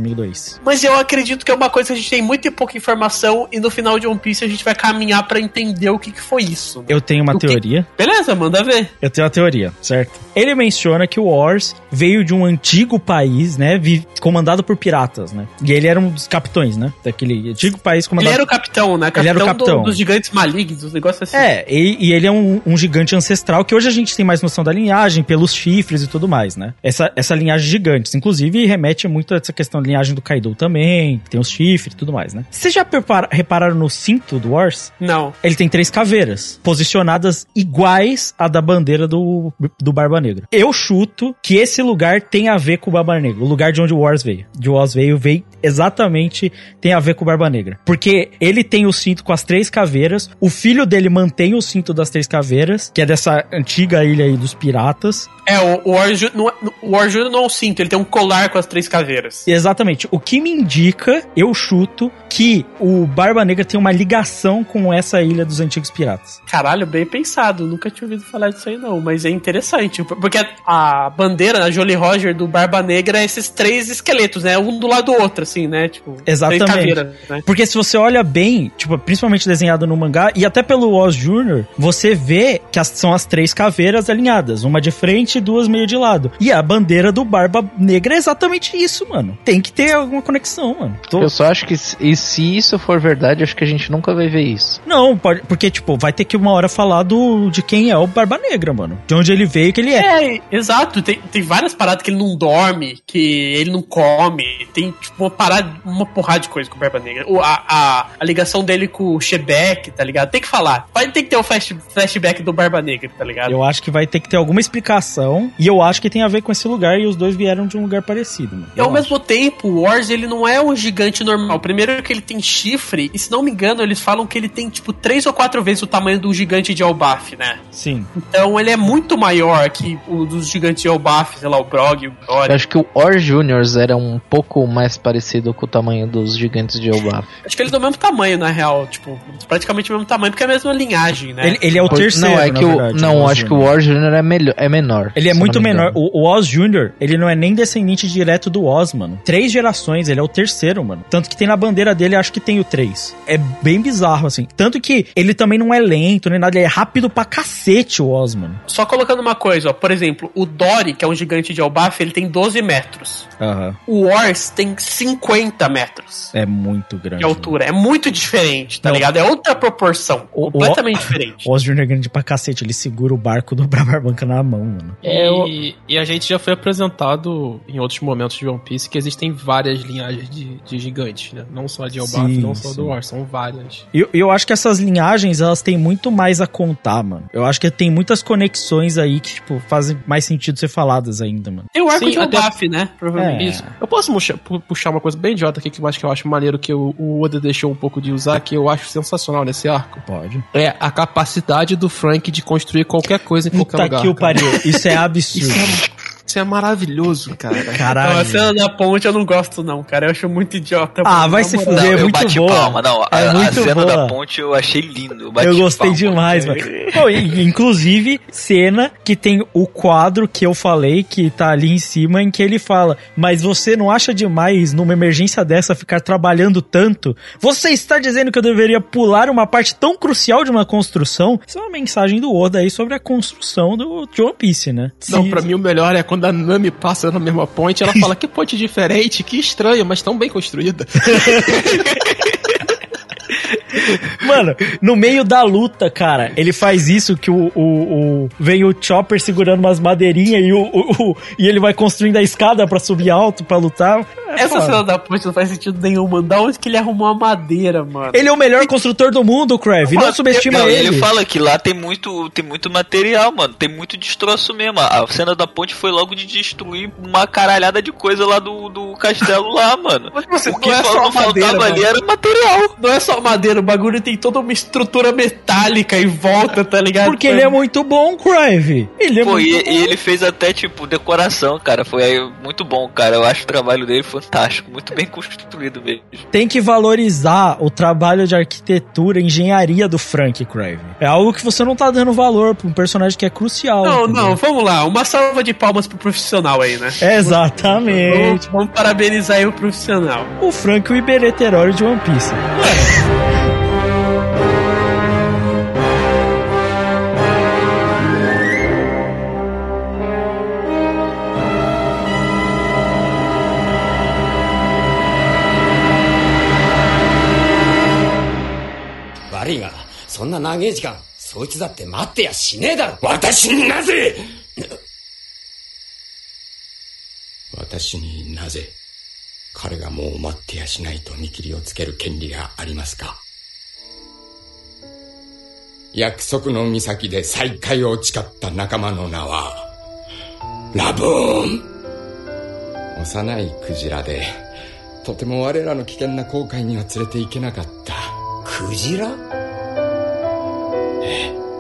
S4: amigo do Ace.
S3: Mas eu acredito que é uma coisa que a gente tem muita e pouca informação e no final de One Piece a gente vai caminhar pra entender o que, que foi isso.
S4: Eu tenho uma
S3: o
S4: teoria.
S3: Que... Beleza, manda ver.
S4: Eu tenho uma teoria, certo? Ele menciona que o Wars veio de um antigo país, né, comandado por piratas, né? E ele era um dos capitães, né? Daquele antigo país comandado...
S3: Ele era o capitão, né? Capitão
S4: ele era o capitão.
S3: Do, dos gigantes malignos, os negócios assim.
S4: É, e, e ele é um, um gigante ancestral que hoje a gente tem mais noção da linhagem, pelos chifres e tudo mais, né? Essa, essa linhagem de gigantes. Inclusive, remete muito a essa questão da linhagem do Kaido também, que tem os chifres e tudo mais, né? Vocês já prepara, repararam no cinto do Wars?
S3: Não.
S4: Ele tem três caveiras, posicionadas iguais à da bandeira do, do Barba Negra. Eu chuto que esse lugar tem a ver com o Barba Negra, o lugar de onde o Wars veio. De Wars veio, veio exatamente, tem a ver com o Barba Negra. Porque ele tem o cinto com as três caveiras, o filho dele mantém o cinto das três caveiras, que é dessa antiga ilha aí dos piratas.
S3: É, o, o Wars não, o Wars não é um cinto, ele tem um colar com as três caveiras.
S4: Exatamente. O que me indica, eu chuto, que o Barba Negra tem uma ligação com essa ilha dos antigos piratas.
S3: Caralho, bem pensado. Nunca tinha ouvido falar disso aí não, mas é interessante. Porque a bandeira, a Jolly Roger do Barba Negra é esses três esqueletos, né? Um do lado do outro, assim, né? Tipo,
S4: exatamente.
S3: Três caveiras, né?
S4: Porque se você olha bem, tipo, principalmente desenhado no mangá, e até pelo Oz Júnior, você vê que as, são as três caveiras alinhadas, uma de frente e duas meio de lado. E a bandeira do Barba Negra é exatamente isso, mano. Tem que ter alguma conexão, mano. Tô...
S7: Eu só acho que e se isso for verdade, acho que a gente nunca vai ver isso.
S4: Não, pode, porque, tipo, vai ter que uma hora falar do, de quem é o Barba Negra, mano. De onde ele veio, que ele é.
S3: É, exato. Tem, tem várias paradas que ele não dorme, que ele não come. Tem, tipo, uma parada, uma porrada de coisa com o Barba Negra. O, a, a, a ligação dele com o Shebeck, tá ligado? Tem que falar. Vai ter que ter o flash, flashback do Barba Negra, tá ligado?
S4: Eu acho que vai ter que ter alguma explicação. E eu acho que tem a ver com esse lugar. E os dois vieram de um lugar parecido, mano.
S3: E ao mesmo tempo, o Wars, ele não é um gigante normal. Primeiro que ele tem chifre. E se não me engano, eles falam que ele tem, tipo, três ou quatro vezes o tamanho do gigante de Elbaf, né?
S4: Sim.
S3: Então ele é muito maior que o dos gigantes de Elbaf, sei lá, o Brog, o Brory.
S7: Eu acho que o Or Juniors era um pouco mais parecido com o tamanho dos gigantes de Elbaf.
S3: Acho que ele é do mesmo tamanho, na real. Tipo, praticamente o mesmo tamanho, porque é a mesma linhagem, né?
S4: Ele, ele é o
S7: Por,
S4: terceiro,
S7: Não, é que o,
S4: verdade,
S7: não
S4: o
S7: acho que o Or Junior é, melhor, é menor.
S4: Ele é muito menor. O, o Oz Júnior, ele não é nem descendente direto do Oz, mano. Três gerações, ele é o terceiro, mano. Tanto que tem na bandeira dele, acho que tem o três. É bem bizarro, assim. Tanto que ele também não é lento, nem nada. Ele é rápido pra cacete, o Oz, mano.
S3: Só colocando uma coisa, ó. Por exemplo, o Dory, que é um gigante de Elbaf, ele tem doze metros.
S4: Aham.
S3: O Wars tem cinquenta metros.
S4: É muito grande.
S3: De altura. Mano. É muito diferente, tá não. ligado? É outra proporção. O, completamente o, diferente.
S4: O Oz Júnior é grande pra cacete. Ele segura o barco do Brabarbanca na mão, mano.
S5: É, e, e a gente já foi apresentado em outros momentos de One Piece que existem várias linhagens de, de gigantes, né? Não só de Elbaf, sim, não só sim. do Wars, são várias.
S4: Eu, eu acho que essas linhagens, elas têm muito mais a contar, mano. Eu acho que tem muitas conexões aí que, tipo, fazem mais sentido ser faladas ainda, mano.
S3: Tem o arco
S5: sim,
S3: de Elbaf, né? Provavelmente.
S4: É.
S5: Isso. Eu posso puxar, puxar uma coisa bem idiota aqui que eu acho que eu acho maneiro que o, o Oda deixou um pouco de usar, que eu acho sensacional nesse arco.
S4: Pode.
S5: É a capacidade do Frank de construir qualquer coisa em
S4: Puta
S5: qualquer lugar.
S4: Que o pariu. Isso é absurdo.
S5: Isso é... Isso é maravilhoso, cara.
S4: Caralho.
S3: Não, a cena da ponte eu não gosto, não, cara. Eu acho muito idiota.
S4: Ah, vai se fuder, é muito
S6: bati
S4: boa.
S6: Palma. Não,
S4: é
S6: a,
S4: muito
S6: a cena
S4: boa.
S6: da ponte eu achei lindo. Eu,
S4: eu gostei
S6: palma.
S4: demais, mano. Pô, inclusive, cena que tem o quadro que eu falei, que tá ali em cima, em que ele fala: mas você não acha demais, numa emergência dessa, ficar trabalhando tanto? Você está dizendo que eu deveria pular uma parte tão crucial de uma construção? Isso é uma mensagem do Oda aí sobre a construção do de One Piece, né?
S5: Não,
S4: Se...
S5: pra mim o melhor é quando a Nami passa na mesma ponte, ela fala: que ponte diferente, que estranho, mas tão bem construída.
S4: Mano, no meio da luta, cara, ele faz isso que o, o, o vem o Chopper segurando umas madeirinhas e, o, o, o, e ele vai construindo a escada pra subir alto, pra lutar. É
S3: Essa cena da ponte não faz sentido nenhum, mano. Da onde que ele arrumou a madeira, mano?
S4: Ele é o melhor construtor do mundo, Crave. Não subestima
S6: não,
S4: ele.
S6: Ele fala que lá tem muito, tem muito material, mano. Tem muito destroço mesmo. A cena da ponte foi logo de destruir uma caralhada de coisa lá do, do castelo lá, mano.
S3: Mas,
S6: o que
S3: não é
S6: não
S3: só madeira,
S6: faltava
S3: mano.
S6: ali era material.
S3: Não é só madeira, o bagulho tem toda uma estrutura metálica em volta, tá ligado?
S4: Porque ele é muito bom, Crave. Ele é
S6: Pô,
S4: muito
S6: e,
S4: bom.
S6: e ele fez até, tipo, decoração, cara. Foi aí muito bom, cara. Eu acho o trabalho dele fantástico. Muito bem construído mesmo.
S4: Tem que valorizar o trabalho de arquitetura, engenharia do Frank Crave. É algo que você não tá dando valor pra um personagem que é crucial.
S3: Não,
S4: entendeu?
S3: não, vamos lá. Uma salva de palmas pro profissional aí, né?
S4: Exatamente.
S3: Vamos, vamos parabenizar aí o profissional.
S4: O Frank, o Iberê Terório de One Piece.
S8: 悪いが、そんな長い時間、そいつだって待ってやしねえだろ。私になぜ私になぜ彼がもう待ってやしないと見切りをつける権利がありますか。約束の岬で再会を誓った仲間の名はラブーン。幼いクジラでとても我らの危険な航海には連れて行けなかった。クジラ？ええ。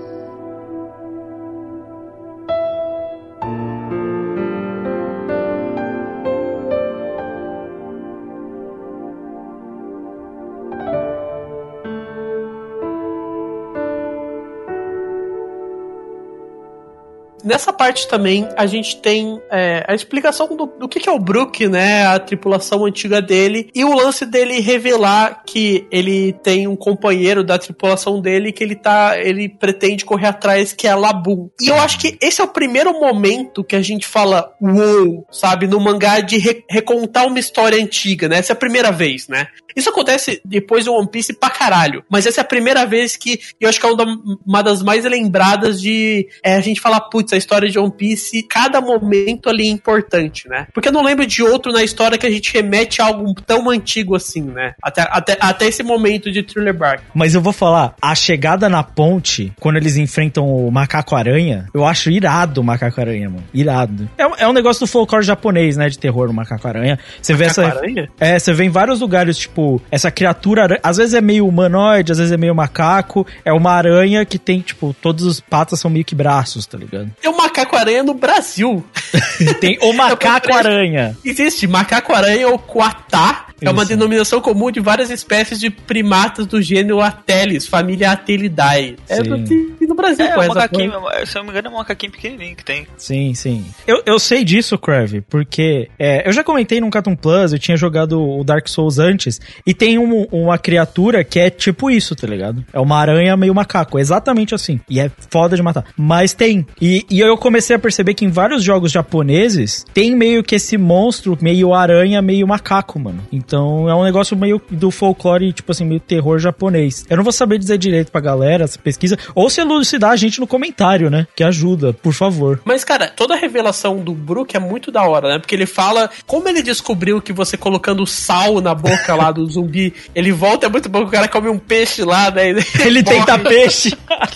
S3: Nessa parte também a gente tem é, a explicação do, do que, que é o Brook, né? A tripulação antiga dele e o lance dele revelar que ele tem um companheiro da tripulação dele que ele tá, ele pretende correr atrás, que é a Laboon. E eu acho que esse é o primeiro momento que a gente fala uou, sabe? No mangá de re, recontar uma história antiga, né? Essa é a primeira vez, né? Isso acontece depois do One Piece pra caralho, mas essa é a primeira vez que eu acho que é uma das mais lembradas de é, a gente falar, putz, a história de One Piece, cada momento ali é importante, né? Porque eu não lembro de outro na história que a gente remete a algo tão antigo assim, né? Até, até, até esse momento de Thriller Bark.
S4: Mas eu vou falar, a chegada na ponte, quando eles enfrentam o Macaco-Aranha, eu acho irado o Macaco-Aranha, mano. Irado. É, um, é um negócio do folclore japonês, né? De terror, o Macaco-Aranha. Você vê essa... É, você vê em vários lugares, tipo, essa criatura, às vezes é meio humanoide, às vezes é meio macaco. É uma aranha que tem, tipo, todas as patas são meio que braços, tá ligado?
S3: Tem o macaco-aranha no Brasil.
S4: Tem o macaco-aranha.
S3: Existe macaco-aranha ou coatá. É uma denominação comum de várias espécies de primatas do gênero Ateles, família Atelidae. É do, no Brasil.
S6: É, um macaquinho, se eu não me engano, é um macaquinho pequenininho que tem.
S4: Sim, sim. Eu, eu sei disso, Crave, porque é, eu já comentei no Cartoon Plus, eu tinha jogado o Dark Souls antes, e tem um, uma criatura que é tipo isso, tá ligado? É uma aranha meio macaco, é exatamente assim. E é foda de matar. Mas tem. E, e eu comecei a perceber que em vários jogos japoneses, tem meio que esse monstro, meio aranha, meio macaco, mano. Então é um negócio meio do folclore, tipo assim, meio terror japonês. Eu não vou saber dizer direito pra galera, essa pesquisa, ou se elucidar a gente no comentário, né? Que ajuda, por favor.
S3: Mas, cara, toda a revelação do Brook é muito da hora, né? Porque ele fala como ele descobriu que você colocando sal na boca lá do zumbi, ele volta, é muito bom que o cara come um peixe lá, né? Ele,
S4: ele tenta peixe.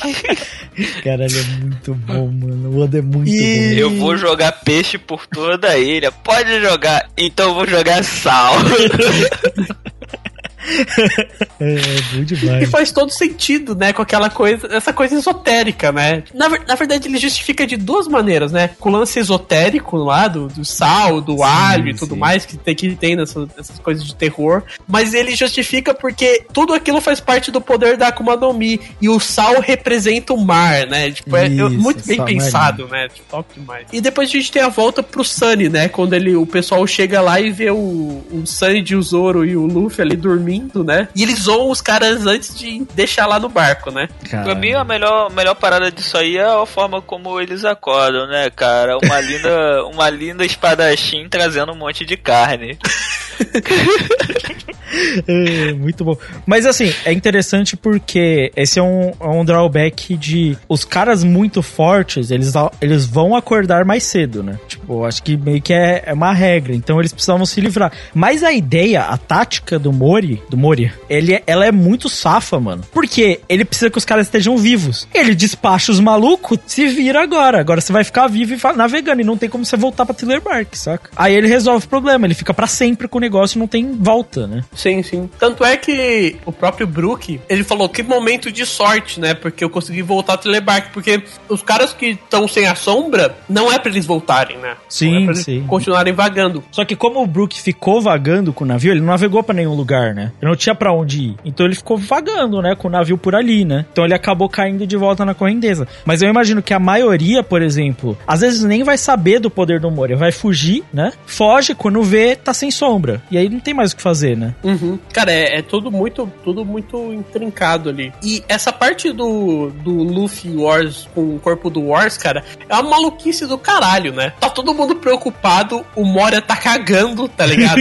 S4: Caralho, é muito bom, mano. O Oda é muito
S3: e...
S4: bom.
S6: Eu vou jogar peixe por toda a ilha. Pode jogar, então eu vou jogar sal.
S4: É, é bom demais.
S3: E faz todo sentido, né? Com aquela coisa, essa coisa esotérica, né? Na, na verdade, ele justifica de duas maneiras, né? Com o lance esotérico lá, do, do sal, do sim, alho e tudo sim. mais, que tem, que tem nessas, nessas coisas de terror. Mas ele justifica porque tudo aquilo faz parte do poder da Akuma no Mi. E o sal representa o mar, né? Tipo, é Isso, muito bem pensado, marinho. Né? Tipo, top demais. E depois a gente tem a volta pro Sunny, né? Quando ele, o pessoal chega lá e vê o, o Sunny de o Zoro e o Luffy ali dormindo, né? E eles zoam os caras antes de deixar lá no barco, né?
S6: Caramba. Pra mim, a melhor, melhor parada disso aí é a forma como eles acordam, né, cara? Uma linda, uma linda espadachim trazendo um monte de carne.
S4: É, muito bom. Mas assim, é interessante porque esse é um, é um drawback de os caras muito fortes, eles, eles vão acordar mais cedo, né? Tipo, acho que meio que é, é uma regra, então eles precisavam se livrar. Mas a ideia, a tática do Mori, do Mori, ele, ela é muito safa, mano. Porque ele precisa que os caras estejam vivos. Ele despacha os malucos, se vira agora. Agora você vai ficar vivo e navegando, e não tem como você voltar pra Thriller Bark, saca? Aí ele resolve o problema, ele fica pra sempre com o negócio não tem volta, né?
S3: Sim, sim. Tanto é que o próprio Brook, ele falou que momento de sorte, né? Porque eu consegui voltar a Telebark, porque os caras que estão sem a sombra, não é pra eles voltarem, né?
S4: Sim,
S3: não é pra eles
S4: sim.
S3: continuarem vagando.
S4: Só que como o Brook ficou vagando com o navio, ele não navegou pra nenhum lugar, né? Ele não tinha pra onde ir. Então ele ficou vagando, né? Com o navio por ali, né? Então ele acabou caindo de volta na correnteza. Mas eu imagino que a maioria, por exemplo, às vezes nem vai saber do poder do Moria, vai fugir, né? Foge, quando vê, tá sem sombra. E aí não tem mais o que fazer, né?
S3: Uhum. Cara, é, é tudo muito tudo muito intrincado ali. E essa parte do, do Luffy Wars com o corpo do Wars, cara, é uma maluquice do caralho, né? Tá todo mundo preocupado, o Moria tá cagando, tá ligado?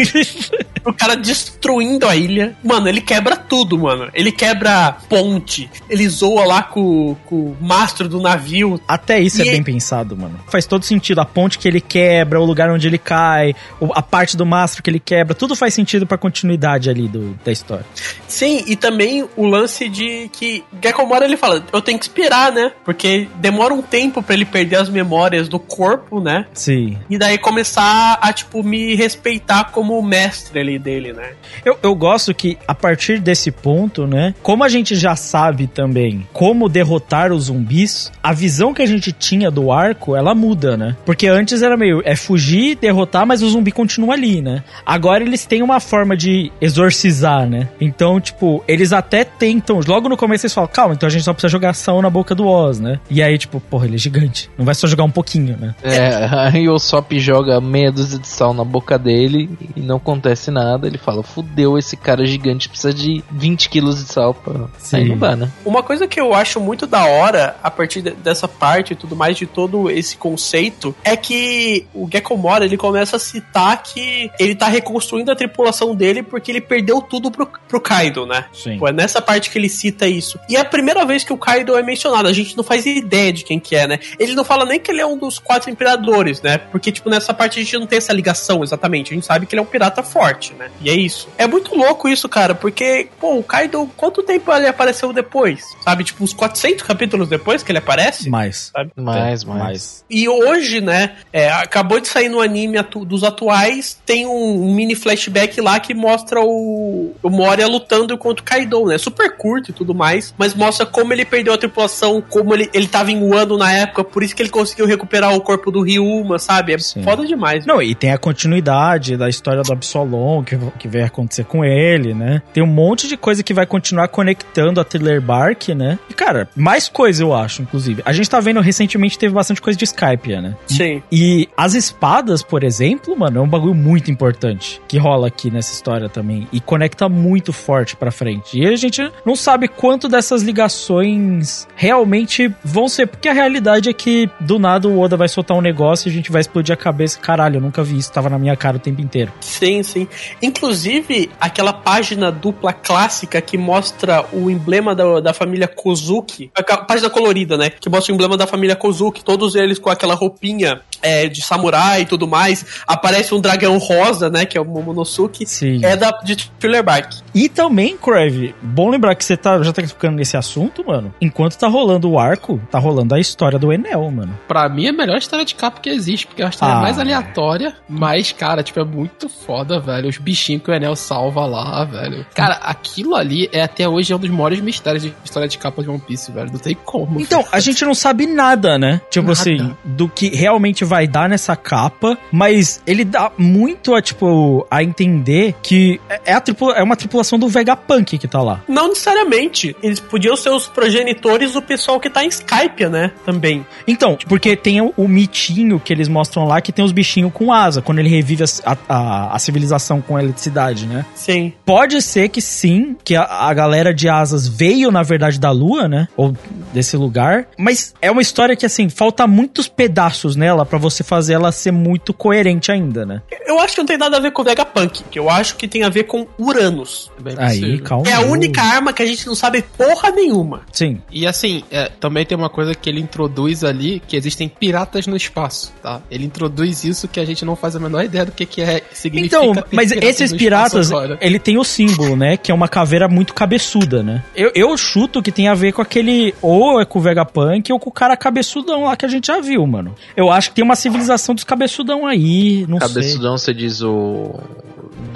S3: O cara destruindo a ilha. Mano, ele quebra tudo, mano. Ele quebra ponte, ele zoa lá com, com o mastro do navio.
S4: Até isso e é bem pensado, mano. Faz todo sentido. A ponte que ele quebra, o lugar onde ele cai, a parte do mastro que ele quebra, tudo faz sentido pra continuidade ali do, da história.
S3: Sim, e também o lance de que Gekko Moria, ele fala, eu tenho que esperar, né? Porque demora um tempo pra ele perder as memórias do corpo, né?
S4: Sim.
S3: E daí começar a, tipo, me respeitar como o mestre ali dele, né?
S4: Eu, eu gosto que, a partir desse ponto, né? Como a gente já sabe também como derrotar os zumbis, a visão que a gente tinha do arco, ela muda, né? Porque antes era meio, é fugir, derrotar, mas o zumbi continua ali, né? Agora eles têm uma forma de exorcizar, né? Então, tipo, eles até tentam, logo no começo eles falam, calma, então a gente só precisa jogar ação na boca do Oz, né? E aí, tipo, porra, ele é gigante. Não vai só jogar um pouquinho, né?
S7: É, aí o Sop joga meia dúzia de sal na boca dele e não acontece nada. Ele fala, fudeu, esse cara gigante precisa de vinte quilos de sal pra...
S4: Sim.
S7: Aí não dá, né?
S3: Uma coisa que eu acho muito da hora, a partir de, dessa parte e tudo mais, de todo esse conceito, é que o Gekko Moria, ele começa a citar que ele tá reconstruindo a tripulação dele porque ele perdeu tudo pro, pro Kaido, né?
S4: Sim.
S3: Pô, é nessa parte que ele cita isso. E é a primeira vez que o Kaido é mencionado, a gente não faz ideia de quem que é, né? Ele não fala nem que ele é um dos quatro imperadores, né? Porque, tipo, nessa parte a gente não tem essa ligação exatamente, a gente sabe que ele é um pirata forte, né? E é isso. É muito louco isso, cara, porque, pô, o Kaido, quanto tempo ele apareceu depois? Sabe? Tipo, uns quatrocentos capítulos depois que ele aparece?
S4: Mais.
S3: Sabe?
S7: Mais,
S4: é,
S7: mais.
S4: mais.
S3: E hoje, né, é, acabou de sair no anime atu- dos atuais, tem um, um mini flashback lá que mostra o, o Moria lutando contra o Kaido, né? Super curto e tudo mais, mas mostra como ele perdeu a tripulação, como ele, ele tava em Wano na época, por isso que ele conseguiu recuperar o corpo do Ryuma, sabe? É
S4: Sim.
S3: foda demais.
S4: Não, e tem a continuidade da história do Absolom, que, que vai acontecer com ele, né? Tem um monte de coisa que vai continuar conectando a Thriller Bark, né? E, cara, mais coisa eu acho, inclusive. A gente tá vendo, recentemente teve bastante coisa de Skype, né?
S3: Sim.
S4: E as espadas, por exemplo, mano, é um bagulho muito importante que rola aqui nessa história também. E conecta muito forte pra frente. E a gente não sabe quanto dessas ligações realmente vão ser, porque a realidade é que do nada o Oda vai soltar um negócio e a gente vai explodir a cabeça. Caralho, eu nunca vi isso, tava na minha cara o tempo inteiro.
S3: Sim, sim. Inclusive, aquela página dupla clássica que mostra o emblema da, da família Kozuki, a página colorida, né? Que mostra o emblema da família Kozuki, todos eles com aquela roupinha é, de samurai e tudo mais. Aparece um dragão rosa, né? Que é o Momonosuke.
S4: Sim.
S3: É da, de Thriller Bark.
S4: E também, Crave, bom lembrar que você tá, já tá ficando nesse assunto, mano. Enquanto tá rolando o arco, tá rolando a história do Enel, mano.
S5: Pra mim é a melhor história de capa que existe, porque é a história
S4: Ah,
S5: mais aleatória, mas, cara, tipo, é muito foda, velho. Os bichinhos que o Enel salva lá, velho. Cara, aquilo ali é até hoje é um dos maiores mistérios de história de capa de One Piece, velho. Não tem como.
S4: Então, a gente não sabe nada, né? Tipo
S5: Nada.
S4: assim, do que realmente vai dar nessa capa, mas ele dá muito a, tipo, a entender que é, a tripula- é uma tripulação do Vegapunk que tá lá.
S3: Não necessariamente. Eles podiam ser os progenitores do pessoal que tá em Skype, né? Também.
S4: Então, porque tem o, o mitinho que eles mostram lá que tem os bichinhos com asa, quando ele revive a, a, a civilização com a eletricidade, né?
S3: Sim.
S4: Pode ser que sim, que a, a galera de asas veio, na verdade, da Lua, né? Ou desse lugar. Mas é uma história que, assim, falta muitos pedaços nela pra você fazer ela ser muito coerente ainda, né?
S3: Eu acho que não tem nada a ver com o Vegapunk, que eu acho que tem a ver com Uranus.
S5: É bem
S4: Aí,
S5: possível.
S4: calma.
S3: É a única arma que a gente não sabe porra nenhuma.
S4: Sim.
S5: E assim, é, também tem uma coisa que ele introduz ali, que existem piratas no espaço, tá? Ele introduz isso que a gente não faz a menor ideia do que, que é, significa
S4: Então,
S5: ter
S4: mas
S5: piratas
S4: esses
S5: no
S4: piratas,
S5: espaço agora.
S4: ele tem o símbolo, né? Que é uma caveira muito cabeçuda, né? Eu, eu chuto que tem a ver com aquele... Ou é com o Vegapunk ou com o cara cabeçudão lá que a gente já viu, mano. Eu acho que tem uma civilização dos cabeçudão aí, não sei.
S7: Cabeçudão, você diz o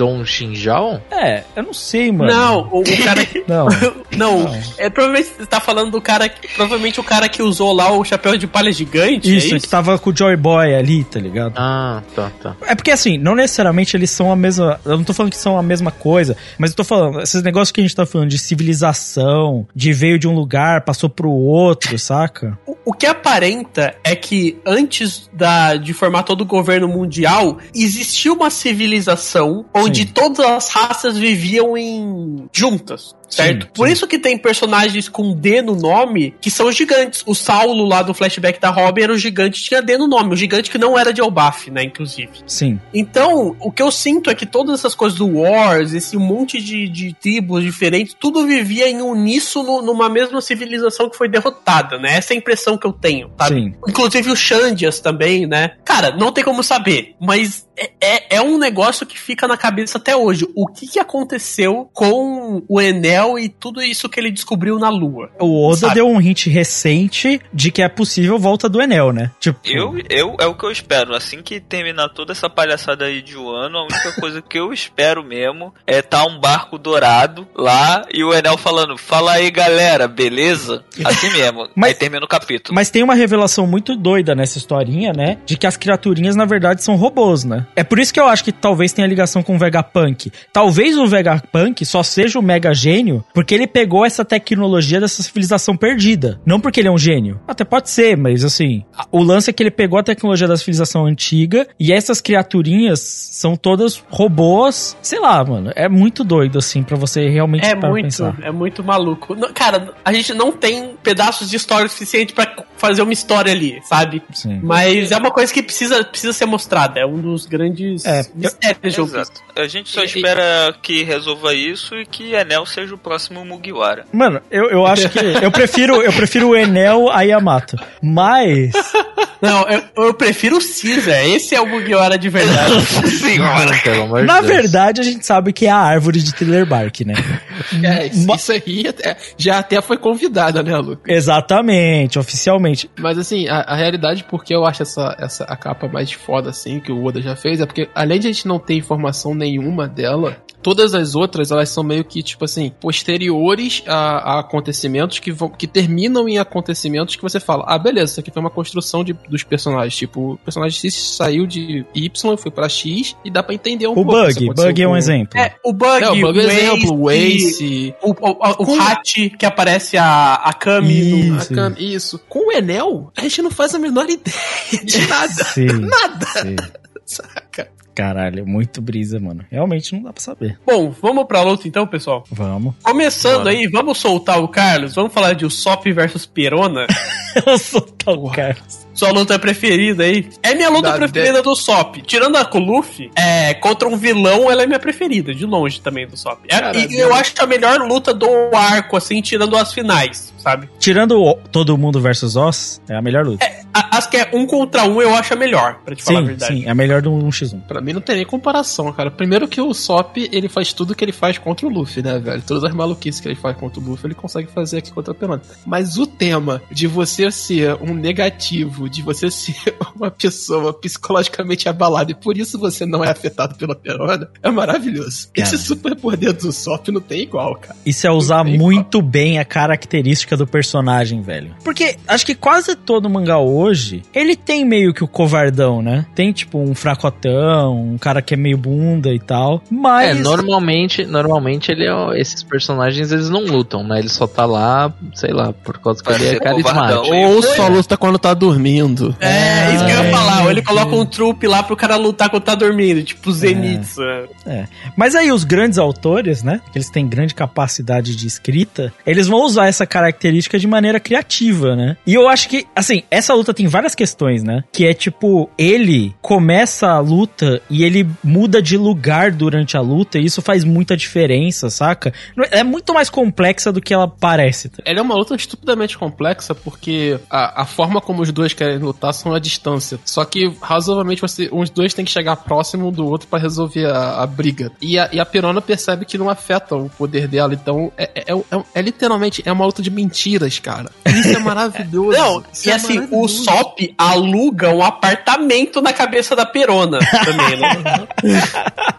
S7: Dom Xinjiao?
S4: É, eu não sei, mano.
S3: Não, o, o cara...
S4: não.
S3: não, não. É, provavelmente você tá falando do cara... Que, provavelmente o cara que usou lá o chapéu de palha gigante,
S4: Isso,
S3: é isso?
S4: que tava com o Joy Boy ali, tá ligado?
S7: Ah, tá, tá.
S4: É porque assim, não necessariamente eles são a mesma... Eu não tô falando que são a mesma coisa, mas eu tô falando... Esses negócios que a gente tá falando de civilização, de veio de um lugar, passou pro outro, saca?
S3: O, o que aparenta é que antes da, de formar todo o governo mundial, existia uma civilização onde Sim. todas as raças viviam em juntas. Certo? Sim, Por sim. isso que tem personagens com D no nome que são gigantes. O Saulo lá do flashback da Robin era o gigante que tinha D no nome. O gigante que não era de Elbaf, né? Inclusive.
S4: Sim.
S3: Então, o que eu sinto é que todas essas coisas do Wars, esse monte de, de tribos diferentes, tudo vivia em uníssono numa mesma civilização que foi derrotada, né? Essa é a impressão que eu tenho, sabe?
S4: Sim.
S3: Inclusive os Xandias também, né? Cara, não tem como saber, mas é, é, é um negócio que fica na cabeça até hoje. O que, que aconteceu com o Enel e tudo isso que ele descobriu na Lua.
S4: O Oda sabe? Deu um hint recente de que é possível volta do Enel, né?
S6: Tipo... Eu, eu, é o que eu espero. Assim que terminar toda essa palhaçada aí de Wano, a única coisa que eu espero mesmo é tá um barco dourado lá e o Enel falando, fala aí galera, beleza? Assim mesmo.
S4: Mas,
S6: aí termina o capítulo.
S4: Mas tem uma revelação muito doida nessa historinha, né? De que as criaturinhas na verdade são robôs, né? É por isso que eu acho que talvez tenha ligação com o Vegapunk. Talvez o Vegapunk só seja o mega gênio porque ele pegou essa tecnologia dessa civilização perdida. Não porque ele é um gênio. Até pode ser, mas assim... O lance é que ele pegou a tecnologia da civilização antiga e essas criaturinhas são todas robôs. Sei lá, mano. É muito doido, assim, pra você realmente
S3: é
S4: parar
S3: muito,
S4: pensar.
S3: É muito maluco. Cara, a gente não tem pedaços de história suficiente pra fazer uma história ali, sabe?
S4: Sim.
S3: Mas é uma coisa que precisa, precisa ser mostrada. É um dos grandes
S4: é,
S3: mistérios do jogo.
S6: Exato. A gente só espera que resolva isso e que Enel seja o próximo Mugiwara.
S4: Mano, eu, eu acho que... Eu prefiro, eu prefiro o Enel a Yamato. Mas...
S3: Não, eu, eu prefiro o Caesar. Esse é o Mugiwara de verdade.
S6: Senhora,
S7: pelo amor de
S4: Na
S7: Deus.
S4: verdade, a gente sabe que é a árvore de Thriller Bark, né?
S5: É, isso, isso aí até, já até foi convidada, né, Lucas?
S4: Exatamente, oficialmente.
S5: Mas assim, a, a realidade, porque eu acho essa, essa a capa mais foda, assim, que o Oda já fez, é porque além de a gente não ter informação nenhuma dela, todas as outras, elas são meio que, tipo assim, posteriores a, a acontecimentos que, vão, que terminam em acontecimentos que você fala, ah, beleza, isso aqui foi uma construção de, dos personagens. Tipo, o personagem X saiu de Y, foi pra X, e dá pra entender um
S4: o
S5: pouco.
S4: Bug, Bug é um exemplo.
S3: É, o Bug,
S5: é, o, Bug
S3: o
S5: é um exemplo, o Ace,
S3: o, o, o Hachi, que aparece a, a Kami.
S5: Isso. No, a Kami, isso. Com o Enel, a gente não faz a menor ideia de nada.
S4: Sim,
S5: nada.
S4: Sim.
S5: Saca?
S4: Caralho, muito brisa, mano. Realmente não dá pra saber.
S3: Bom, vamos pra luta então, pessoal?
S4: Vamos.
S3: Começando
S5: Bora.
S3: aí, vamos soltar o Carlos. Vamos falar de Usopp versus Perona.
S4: Vamos soltar o Carlos.
S3: Sua luta preferida aí? É minha luta
S5: Da
S3: preferida
S5: de...
S3: do Usopp. Tirando a com o Luffy, é, contra um vilão, ela é minha preferida. De longe também do Usopp. É,
S5: Cara,
S3: e
S5: Deus.
S3: eu acho que a melhor luta do arco, assim, tirando as finais, sabe?
S4: Tirando o Todo Mundo versus Oz, é a melhor luta.
S3: É, a, as que é um contra um, eu acho a melhor, pra te
S4: sim,
S3: falar a verdade.
S4: Sim, é a melhor do um por um.
S5: Pra mim não tem nem comparação, cara. Primeiro que o Usopp, ele faz tudo que ele faz contra o Luffy, né, velho? Todas as maluquices que ele faz contra o Luffy, ele consegue fazer aqui contra a Perona. Mas o tema de você ser um negativo, de você ser uma pessoa psicologicamente abalada e por isso você não é afetado pela Perona, é maravilhoso.
S4: Cara.
S5: Esse superpoder do Usopp não tem igual, cara.
S4: Isso é usar muito igual. bem a característica do personagem, velho. Porque acho que quase todo mangá hoje, ele tem meio que o covardão, né? Tem tipo um fracotão, um cara que é meio bunda e tal, mas...
S7: É, normalmente, normalmente ele é, esses personagens, eles não lutam, né? Ele só tá lá, sei lá, por causa que ele é carismático.
S5: Ou só luta quando tá dormindo.
S3: É, isso que eu ia falar. Ou ele coloca um trupe lá pro cara lutar quando tá dormindo, tipo Zenitsu.
S4: É. é. Mas aí os grandes autores, né, que eles têm grande capacidade de escrita, eles vão usar essa característica de maneira criativa, né? E eu acho que, assim, essa luta tem várias questões, né? Que é tipo, ele começa a luta e ele muda de lugar durante a luta e isso faz muita diferença, saca? É muito mais complexa do que ela parece. Tá?
S5: Ela é uma luta estupidamente complexa porque a, a forma como os dois querem lutar são a distância. Só que, razoavelmente, você, uns dois tem que chegar próximo um do outro pra resolver a, a briga. E a, e a Perona percebe que não afeta o poder dela, então é, é, é, é literalmente é uma luta de mentiras, cara. Isso é maravilhoso.
S3: Não,
S5: Isso
S3: e
S5: é
S3: assim, o Usopp aluga um apartamento na cabeça da Perona também, né?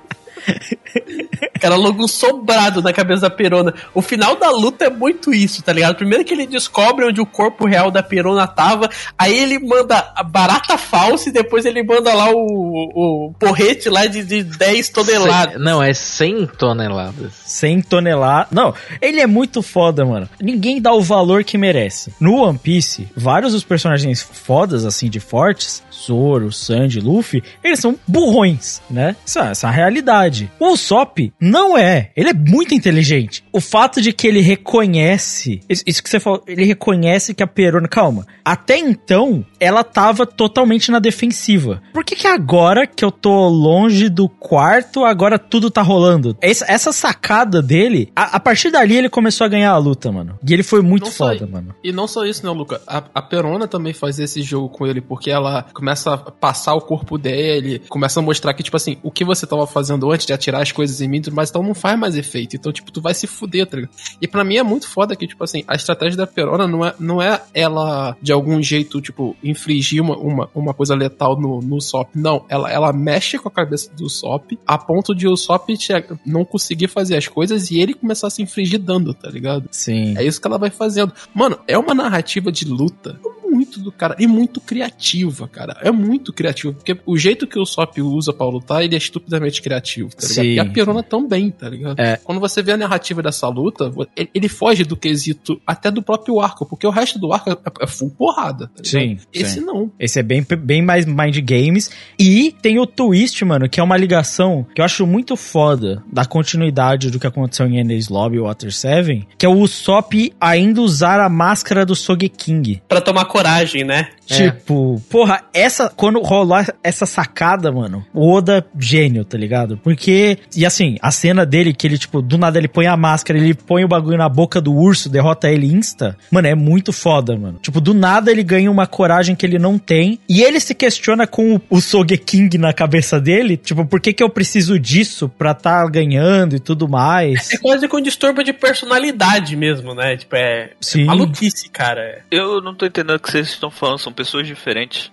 S3: Cara, logo sobrado na cabeça da Perona. O final da luta é muito isso, tá ligado? Primeiro que ele descobre onde o corpo real da Perona tava, aí ele manda a barata falsa e depois ele manda lá o, o porrete lá de, de dez toneladas.
S7: Cem, não, é cem toneladas.
S4: cem toneladas. Não, ele é muito foda, mano. Ninguém dá o valor que merece. No One Piece, vários dos personagens fodas, assim, de fortes, Zoro, Sanji, Luffy, eles são burrões, né? Essa, essa é a realidade. O Usopp não é. Ele é muito inteligente. O fato de que ele reconhece... Isso, isso que você falou, ele reconhece que a Perona... Calma. Até então, ela tava totalmente na defensiva. Por que que agora que eu tô longe do quarto, agora tudo tá rolando? Essa, essa sacada dele, a, a partir dali ele começou a ganhar a luta, mano. E ele foi muito
S5: não
S4: foda,
S5: só,
S4: mano.
S5: E não só isso, né, Luca? A, a Perona também faz esse jogo com ele, porque ela começa a passar o corpo dele, começa a mostrar que, tipo assim, o que você tava fazendo antes de atirar as coisas em mim, mas então não faz mais efeito. Então, tipo, tu vai se fuder, tá ligado? E pra mim é muito foda que, tipo assim, a estratégia da Perona não é, não é ela, de algum jeito, tipo, infligir uma, uma, uma coisa letal no, no Usopp. Não, ela, ela mexe com a cabeça do Usopp a ponto de o Usopp não conseguir fazer as coisas e ele começar a se infligir dano, tá ligado?
S4: Sim.
S5: É isso que ela vai fazendo. Mano, é uma narrativa de luta muito do cara, e muito criativa, cara. É muito criativo, porque o jeito que o Usopp usa pra lutar, ele é estupidamente criativo, tá ligado?
S4: Sim.
S5: E a Perona também, tá ligado?
S4: É.
S5: Quando você vê a narrativa dessa luta, ele, ele foge do quesito até do próprio arco, porque o resto do arco é, é full porrada, tá
S4: Sim,
S5: ligado? Esse
S4: sim.
S5: não.
S4: Esse é bem, bem mais mind games. E tem o twist, mano, que é uma ligação que eu acho muito foda da continuidade do que aconteceu em Enies Lobby e Water seven, que é o Usopp ainda usar a máscara do Sogeking.
S3: Pra tomar coragem, né?
S4: Tipo, é. porra, essa, quando rolar essa sacada, mano, o Oda, gênio, tá ligado? Porque, e assim, a cena dele, que ele, tipo, do nada ele põe a máscara, ele põe o bagulho na boca do urso, derrota ele insta, mano, é muito foda, mano. Tipo, do nada ele ganha uma coragem que ele não tem, e ele se questiona com o, o Sogeking na cabeça dele, tipo, por que que eu preciso disso pra tá ganhando e tudo mais?
S3: É quase com um distúrbio de personalidade mesmo, né? Tipo, é,
S4: Sim.
S3: é maluquice, cara.
S6: Eu não tô entendendo o que vocês estão falando, são pessoas diferentes.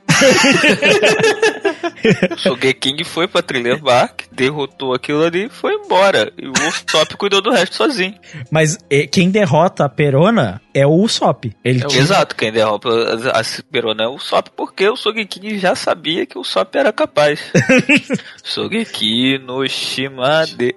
S6: O Sogeking foi pra Thriller Bark, derrotou aquilo ali e foi embora. E o Usopp cuidou do resto sozinho.
S4: Mas e, quem derrota a Perona é o Usopp. Ele
S6: é
S4: tinha...
S6: Exato, quem derrota a, a Perona é o Usopp, porque o Sogeking já sabia que o Usopp era capaz. Sogeking no Shimade.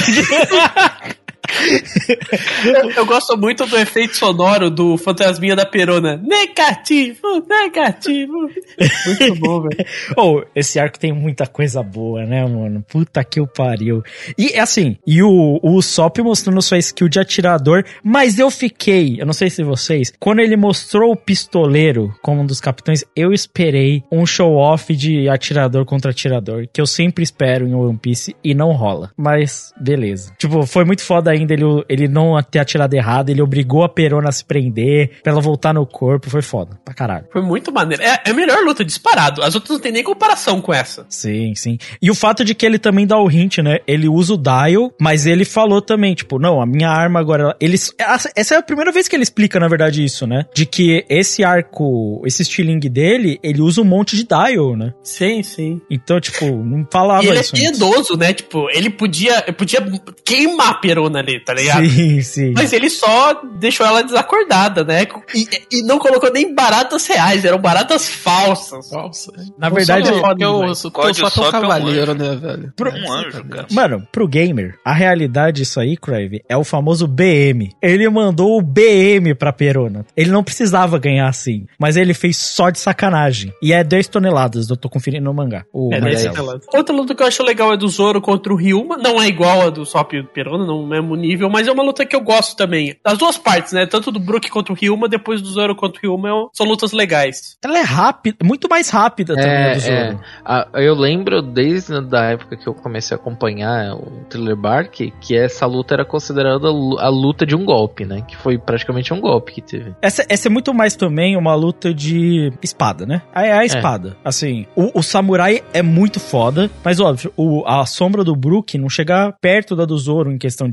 S3: eu, eu gosto muito do efeito sonoro do Fantasminha da Perona. Negativo, negativo. Muito bom, velho.
S4: Oh, esse arco tem muita coisa boa, né, mano? Puta que o pariu. E assim, e o, o Usopp mostrando sua skill de atirador, mas eu fiquei, eu não sei se vocês, quando ele mostrou o pistoleiro como um dos capitães, eu esperei um show-off de atirador contra atirador, que eu sempre espero em One Piece e não rola. Mas, beleza. Tipo, foi muito foda ainda ele, ele não ter atirado errado, ele obrigou a Perona a se prender pra ela voltar no corpo, foi foda, pra caralho.
S3: Foi muito maneiro. É, é a melhor luta disparado, as outras não tem nem comparação com essa.
S4: Sim, sim. E o fato de que ele também dá o hint, né, ele usa o dial, mas ele falou também, tipo, não, a minha arma agora, ele, essa é a primeira vez que ele explica, na verdade, isso, né, de que esse arco, esse estilingue dele, ele usa um monte de dial, né.
S3: Sim, sim.
S4: Então, tipo, não falava
S3: e ele
S4: isso
S3: é piedoso, né, tipo, ele podia, podia queimar a Perona ali, tá ligado?
S4: Sim, sim.
S3: Mas ele só deixou ela desacordada, né? E, e não colocou nem baratas reais, eram baratas falsas.
S5: Falsas.
S4: Na verdade,
S5: é porque eu,
S6: eu
S5: só tô um cavaleiro, né, velho?
S6: Pro, um anjo, cara.
S4: Mano, pro gamer, a realidade disso aí, Crave, é o famoso B M. Ele mandou o B M pra Perona. Ele não precisava ganhar assim, mas ele fez só de sacanagem. E é dez toneladas, eu tô conferindo no mangá. O
S3: é dez toneladas. Outra luta que eu acho legal é do Zoro contra o Ryuma. Não é igual a do Usopp e do Perona, não é o mesmo nível, mas é uma luta que eu gosto também. Das duas partes, né? Tanto do Brook contra o Ryuma, depois do Zoro contra o Ryuma, são lutas legais.
S4: Ela é rápida, muito mais rápida também
S7: é,
S4: do Zoro.
S7: É. A, eu lembro desde a época que eu comecei a acompanhar o Thriller Bark, que essa luta era considerada a luta de um golpe, né? Que foi praticamente um golpe que teve.
S4: Essa, essa é muito mais também uma luta de espada, né? É a espada. É. Assim, o, o samurai é muito foda, mas óbvio, o, a sombra do Brook não chega perto da do Zoro em questão de nível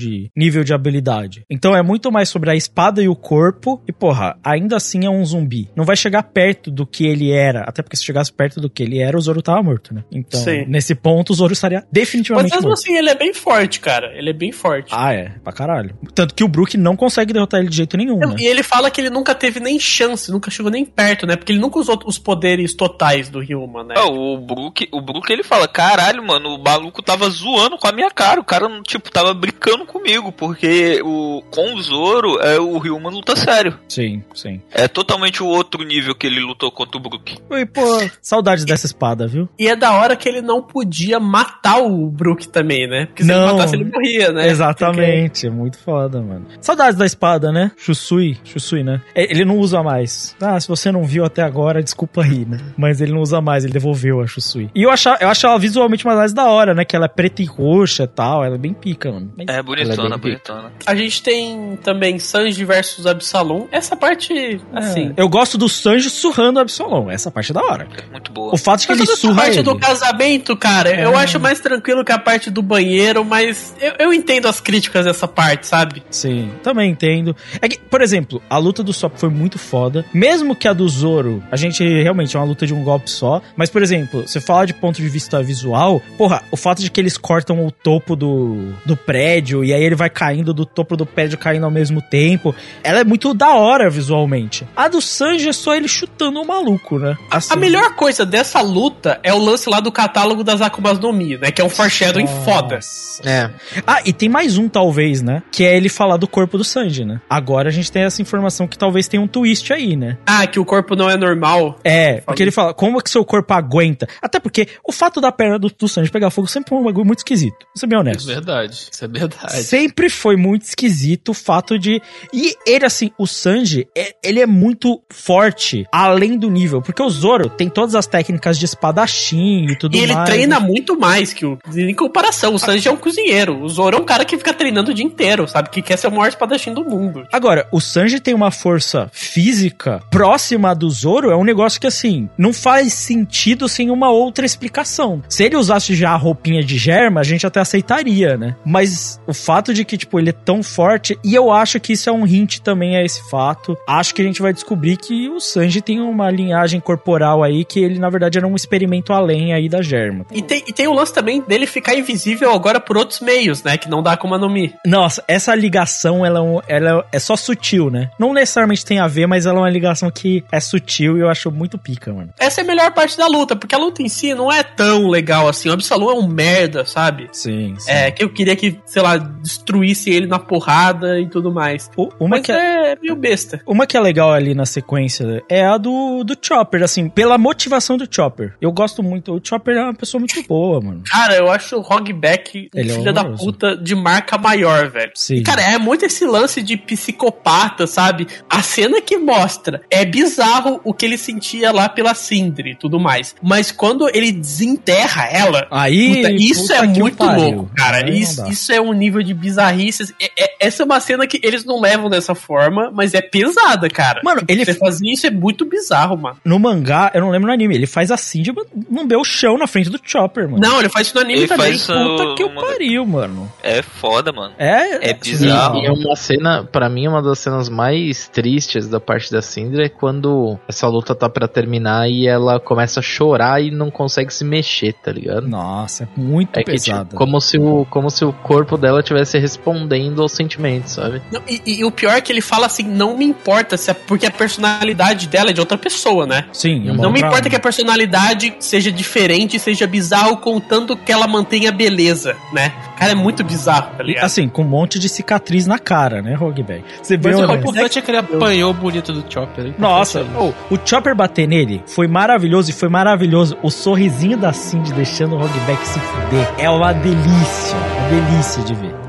S4: nível de habilidade. Então é muito mais sobre a espada e o corpo. E, porra, ainda assim é um zumbi. Não vai chegar perto do que ele era. Até porque se chegasse perto do que ele era, o Zoro tava morto, né? Então, Sim. nesse ponto, o Zoro estaria definitivamente
S3: Mas mesmo
S4: morto.
S3: assim, ele é bem forte, cara. Ele é bem forte.
S4: Ah, é. Pra caralho. Tanto que o Brook não consegue derrotar ele de jeito nenhum, né?
S3: E ele fala que ele nunca teve nem chance, nunca chegou nem perto, né? Porque ele nunca usou os poderes totais do Ryuma, né?
S6: Oh, o Brook, o Brook, ele fala, caralho, mano, o maluco tava zoando com a minha cara. O cara, tipo, tava brincando comigo, porque o, com o Zoro, é, o Ryuma luta sério.
S4: Sim, sim.
S6: É totalmente o outro nível que ele lutou contra o Brook.
S4: E, pô, saudades dessa espada, viu?
S3: E é da hora que ele não podia matar o Brook também, né? Porque se
S4: não,
S3: ele matasse, ele morria, né?
S4: Exatamente, é muito foda, mano. Saudades da espada, né? Shusui, Shusui, né? Ele não usa mais. Ah, se você não viu até agora, desculpa aí, né? Mas ele não usa mais, ele devolveu a Shusui. E eu acho, eu acho ela visualmente mais da hora, né? Que ela é preta e roxa e tal, ela é bem pica, mano. Mas
S6: é bonitona, é bonitona.
S3: A gente tem também Sanji versus Absalom. Essa parte, assim...
S4: É, eu gosto do Sanji surrando o Absalom, essa parte é da hora.
S6: É muito boa.
S4: O fato de que
S3: mas
S4: ele surra
S3: a parte
S4: ele.
S3: do casamento, cara, é. eu acho mais tranquilo que a parte do banheiro, mas eu, eu entendo as críticas dessa parte, sabe?
S4: Sim, também entendo. É que, por exemplo, a luta do Sop foi muito foda. Mesmo que a do Zoro, a gente realmente é uma luta de um golpe só. Mas, por exemplo, você fala de ponto de vista visual, porra, o fato de que eles cortam o topo do, do prédio e aí ele vai caindo do topo do prédio, caindo ao mesmo tempo, ela é muito da hora visualmente. A do Sanji é só ele chutando o maluco, né? Assim.
S3: A melhor coisa dessa luta é o lance lá do catálogo das Akumas no Mi, né? Que é um foreshadowing foda.
S7: É.
S4: Ah, e tem mais um, talvez, né? Que é ele falar do corpo do Sanji, né? Agora a gente tem essa informação que talvez tenha um twist aí, né?
S3: Ah, que o corpo não é normal.
S4: É, porque ele fala, como é que seu corpo aguenta? Até porque o fato da perna do, do Sanji pegar fogo sempre foi um bagulho muito esquisito. Vou ser bem honesto.
S5: Isso é verdade, isso é verdade.
S4: Sempre foi muito esquisito o fato de... E ele, assim, o Sanji, é, ele é muito forte, além do nível. Porque o Zoro tem todas as técnicas de espadachim e tudo mais.
S3: E ele
S4: mais,
S3: treina
S4: né?
S3: muito mais que o... Em comparação, o Sanji é um cozinheiro. O Zoro é um cara que fica treinando o dia inteiro, sabe? Que quer ser o maior espadachim do mundo.
S4: Agora, o Sanji tem uma força física próxima do Zoro, é um negócio que, assim, não faz sentido sem uma outra explicação. Se ele usasse já a roupinha de germa, a gente até aceitaria, né? Mas o fato de que, tipo, ele é tão forte, e eu acho que isso é um hint também a esse fato. Acho que a gente vai descobrir que o Sanji tem uma linhagem corporal aí, que ele, na verdade, era um experimento além aí da germa.
S3: E tem, e tem o lance também dele ficar invisível agora por outros meios, né? Que não dá Akuma no Mi.
S4: Nossa, essa ligação, ela, ela é só sutil, né? Não necessariamente tem a ver, mas ela é uma ligação que é sutil e eu acho muito pica, mano.
S3: Essa é a melhor parte da luta, porque a luta em si não é tão legal assim. O Absalom é um merda, sabe?
S4: Sim, sim.
S3: É, que eu queria que, sei lá, destruísse ele na porrada e tudo mais.
S4: O, uma
S3: mas
S4: que
S3: é, é meio besta.
S4: Uma que é legal ali na sequência é a do, do Chopper, assim, pela motivação do Chopper. Eu gosto muito. O Chopper é uma pessoa muito boa, mano.
S3: Cara, eu acho o Hogback um
S4: ele
S3: filho
S4: é
S3: da puta de marca maior, velho.
S4: Sim.
S3: E, cara, é muito esse lance de psicopata, sabe? A cena que mostra é bizarro o que ele sentia lá pela Sindri e tudo mais. Mas quando ele desenterra ela,
S4: aí,
S3: puta, isso
S4: puta
S3: é muito
S4: pariu.
S3: louco, cara.
S4: Aí
S3: Isso, isso é um nível de bizarrice. É, é, essa é uma cena que eles não levam dessa forma, mas é pesada, cara.
S4: Mano, ele
S3: Você fazer isso é muito bizarro, mano.
S4: No mangá, eu não lembro no anime, ele faz assim de lamber o chão na frente do Chopper, mano.
S3: Não, ele faz isso no anime
S6: ele
S3: também.
S6: Faz
S4: Puta
S6: o...
S4: que o pariu, mano.
S6: É foda, mano.
S4: É,
S6: é bizarro.
S7: E é uma cena, pra mim, uma das cenas mais tristes da parte da Sindri é quando essa luta tá pra terminar e ela começa a chorar e não consegue se mexer, tá ligado?
S4: Nossa, é muito
S7: é que,
S4: pesado.
S7: Tipo, como, se o, como se o corpo dela estivesse respondendo aos sentimentos, sabe?
S3: Não, e, e o pior é que ele fala assim, não me importa, se é porque a personalidade dela é de outra pessoa, né?
S4: Sim. É
S3: não me importa que a personalidade seja diferente, seja bizarro, contanto que ela mantenha beleza, né? Cara, é muito bizarro, tá ligado?
S4: Assim, com um monte de cicatriz na cara, né, Hogback? Você vê
S5: Mas
S4: o
S5: importante é que ele apanhou bonito do Chopper. Hein?
S4: Nossa, oh, o Chopper bater nele foi maravilhoso e foi maravilhoso o sorrisinho da Cindy deixando o Hogback se fuder. É uma delícia, uma delícia de ver.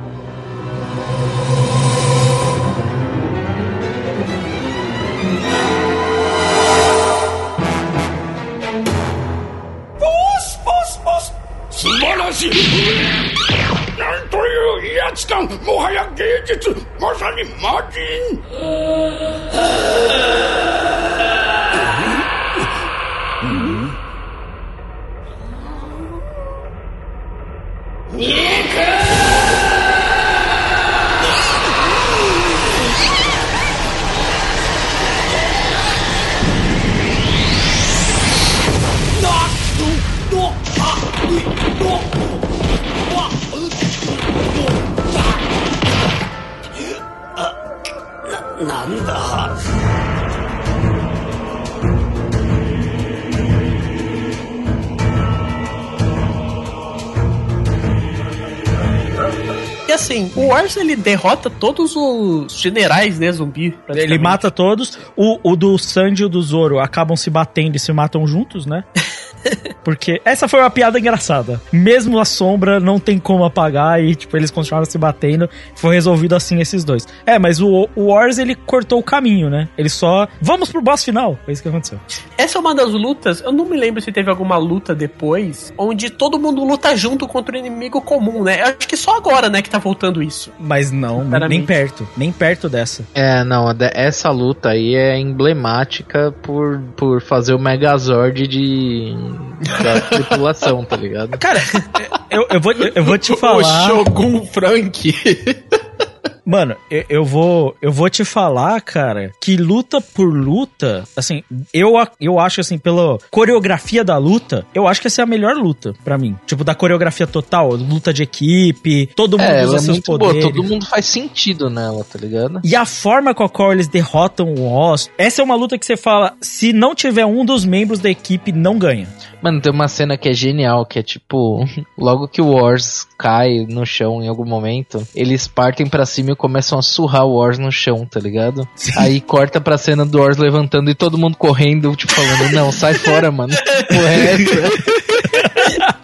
S8: Boss, boss, boss! 素晴らしいなんという威圧感もはや芸術まさに魔人肉なんだ。
S3: E assim, o Wars ele derrota todos os generais, né, zumbi.
S4: Ele mata todos. O, o do Sanji e o do Zoro acabam se batendo e se matam juntos, né? Porque essa foi uma piada engraçada. Mesmo a sombra não tem como apagar e, tipo, eles continuaram se batendo. Foi resolvido assim esses dois. É, mas o, o Wars, ele cortou o caminho, né? Ele só... Vamos pro boss final. Foi isso que aconteceu.
S3: Essa é uma das lutas, eu não me lembro se teve alguma luta depois, onde todo mundo luta junto contra o inimigo comum, né? Eu acho que só agora, né, que tá voltando isso.
S4: Mas não, nem perto. Nem perto dessa.
S7: É, não, essa luta aí é emblemática por, por fazer o Megazord de... da tripulação, tá ligado?
S4: Cara, eu, eu, vou, eu vou te falar...
S3: O Shogun Frank...
S4: Mano, eu, eu vou eu vou te falar, cara, que luta por luta, assim, eu, eu acho, assim, pela coreografia da luta, eu acho que essa é a melhor luta pra mim. Tipo, da coreografia total, luta de equipe, todo mundo
S7: é,
S4: usa
S7: é
S4: seus
S7: muito
S4: poderes.
S7: Boa, todo mundo faz sentido nela, tá ligado?
S4: E a forma com a qual eles derrotam o Oz, essa é uma luta que você fala, se não tiver um dos membros da equipe, não ganha.
S7: Mano, tem uma cena que é genial, que é tipo, logo que o Wars cai no chão em algum momento, eles partem pra cima e começam a surrar o Wars no chão, tá ligado? Sim. Aí corta pra cena do Wars levantando e todo mundo correndo, tipo, falando, não, sai fora, mano. Porra, é essa?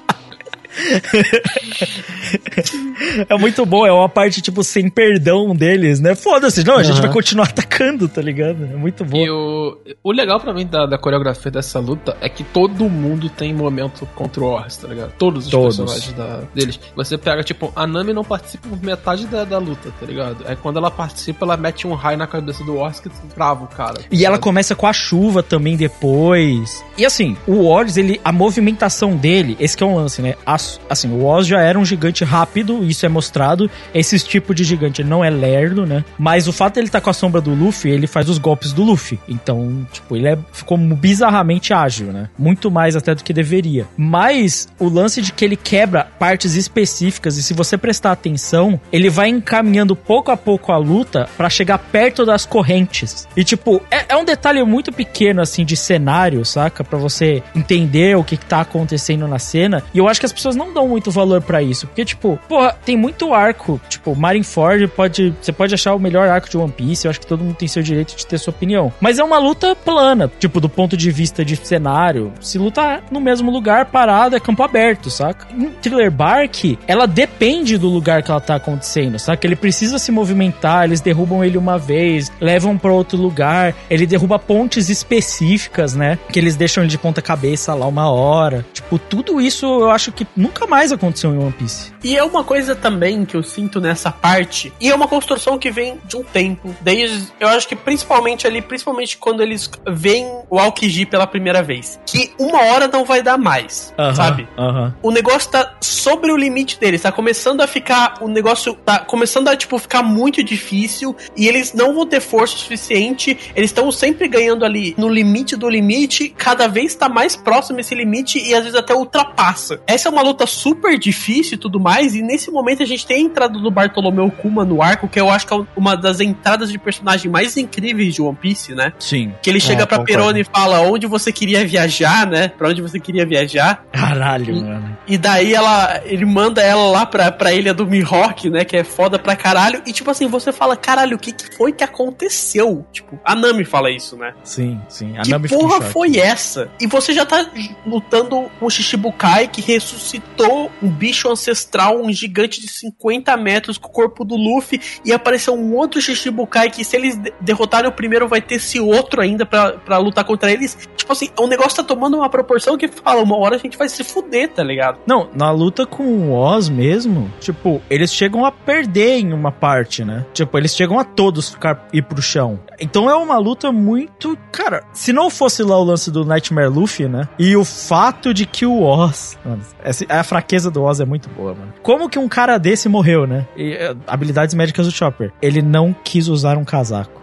S4: É muito bom, é uma parte, tipo, sem perdão deles, né? Foda-se, não, a uhum. gente vai continuar atacando, tá ligado? É muito bom.
S5: E o, o legal pra mim da, da coreografia dessa luta é que todo mundo tem momento contra o Wars, tá ligado? Todos os Todos. personagens da, deles. Você pega, tipo, a Nami não participa por metade da, da luta, tá ligado? Aí quando ela participa, ela mete um raio na cabeça do Wars que trava o cara. Tá
S4: e ela começa com a chuva também depois. E assim, o Wars, ele, a movimentação dele, esse que é um lance, né? As, assim, o Oz já era um gigante rápido, isso é mostrado. Esse tipo de gigante não é lerdo, né? Mas o fato de ele estar tá com a sombra do Luffy, ele faz os golpes do Luffy. Então, tipo, ele é, ficou bizarramente ágil, né? Muito mais até do que deveria. Mas o lance de que ele quebra partes específicas, e se você prestar atenção, ele vai encaminhando pouco a pouco a luta pra chegar perto das correntes. E, tipo, é, é um detalhe muito pequeno, assim, de cenário, saca? Pra você entender o que, que tá acontecendo na cena. E eu acho que as pessoas não dão muito valor pra isso, porque, tipo, porra, tem muito arco, tipo, Marineford pode, você pode achar o melhor arco de One Piece, eu acho que todo mundo tem seu direito de ter sua opinião, mas é uma luta plana, tipo, do ponto de vista de cenário, se luta no mesmo lugar, parado, é campo aberto, saca? Em Thriller Bark, ela depende do lugar que ela tá acontecendo, saca? Ele precisa se movimentar, eles derrubam ele uma vez, levam pra outro lugar, ele derruba pontes específicas, né, que eles deixam ele de ponta cabeça lá uma hora, tipo, tudo isso eu acho que nunca mais aconteceu em One Piece.
S3: E é uma coisa também que eu sinto nessa parte, e é uma construção que vem de um tempo, desde, eu acho que principalmente ali, principalmente quando eles veem o Aokiji pela primeira vez, que uma hora não vai dar mais, uh-huh, sabe?
S4: Uh-huh.
S3: O negócio tá sobre o limite deles, tá começando a ficar, o negócio tá começando a, tipo, ficar muito difícil, e eles não vão ter força suficiente, eles estão sempre ganhando ali no limite do limite, cada vez tá mais próximo esse limite, e às vezes até ultrapassa. Essa é uma luta super difícil e tudo mais, e nesse momento a gente tem a entrada do Bartolomeu Kuma no arco, que eu acho que é uma das entradas de personagem mais incríveis de One Piece, né?
S4: Sim.
S3: Que ele chega é, pra Peroni e fala onde você queria viajar, né? Pra onde você queria viajar.
S4: Caralho,
S3: e,
S4: mano.
S3: E daí ela, ele manda ela lá pra, pra ilha do Mihawk, né? Que é foda pra caralho. E tipo assim, você fala, caralho, o que, que foi que aconteceu? Tipo, a Nami fala isso, né?
S4: Sim, sim. A
S3: que
S4: Nami
S3: porra foi essa? E você já tá lutando com o Shichibukai, que ressuscitou um bicho ancestral, um gigante de cinquenta metros com o corpo do Luffy, e apareceu um outro Shichibukai que, se eles derrotarem o primeiro, vai ter esse outro ainda pra, pra lutar contra eles. Tipo assim, o negócio tá tomando uma proporção que fala, uma hora a gente vai se fuder, tá ligado?
S4: Não, na luta com o Oz mesmo, tipo, eles chegam a perder em uma parte, né? Tipo, eles chegam a todos ficar, ir pro chão. Então é uma luta muito... Cara, se não fosse lá o lance do Nightmare Luffy, né? E o fato de que o Oz... Mano, essa, a fraqueza do Oz é muito boa, mano. Como que um cara desse morreu, né? E, uh, habilidades médicas do Chopper. Ele não quis usar um casaco.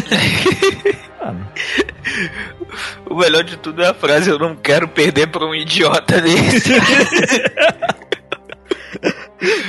S4: Mano.
S6: O melhor de tudo é a frase: eu não quero perder pra um idiota desse.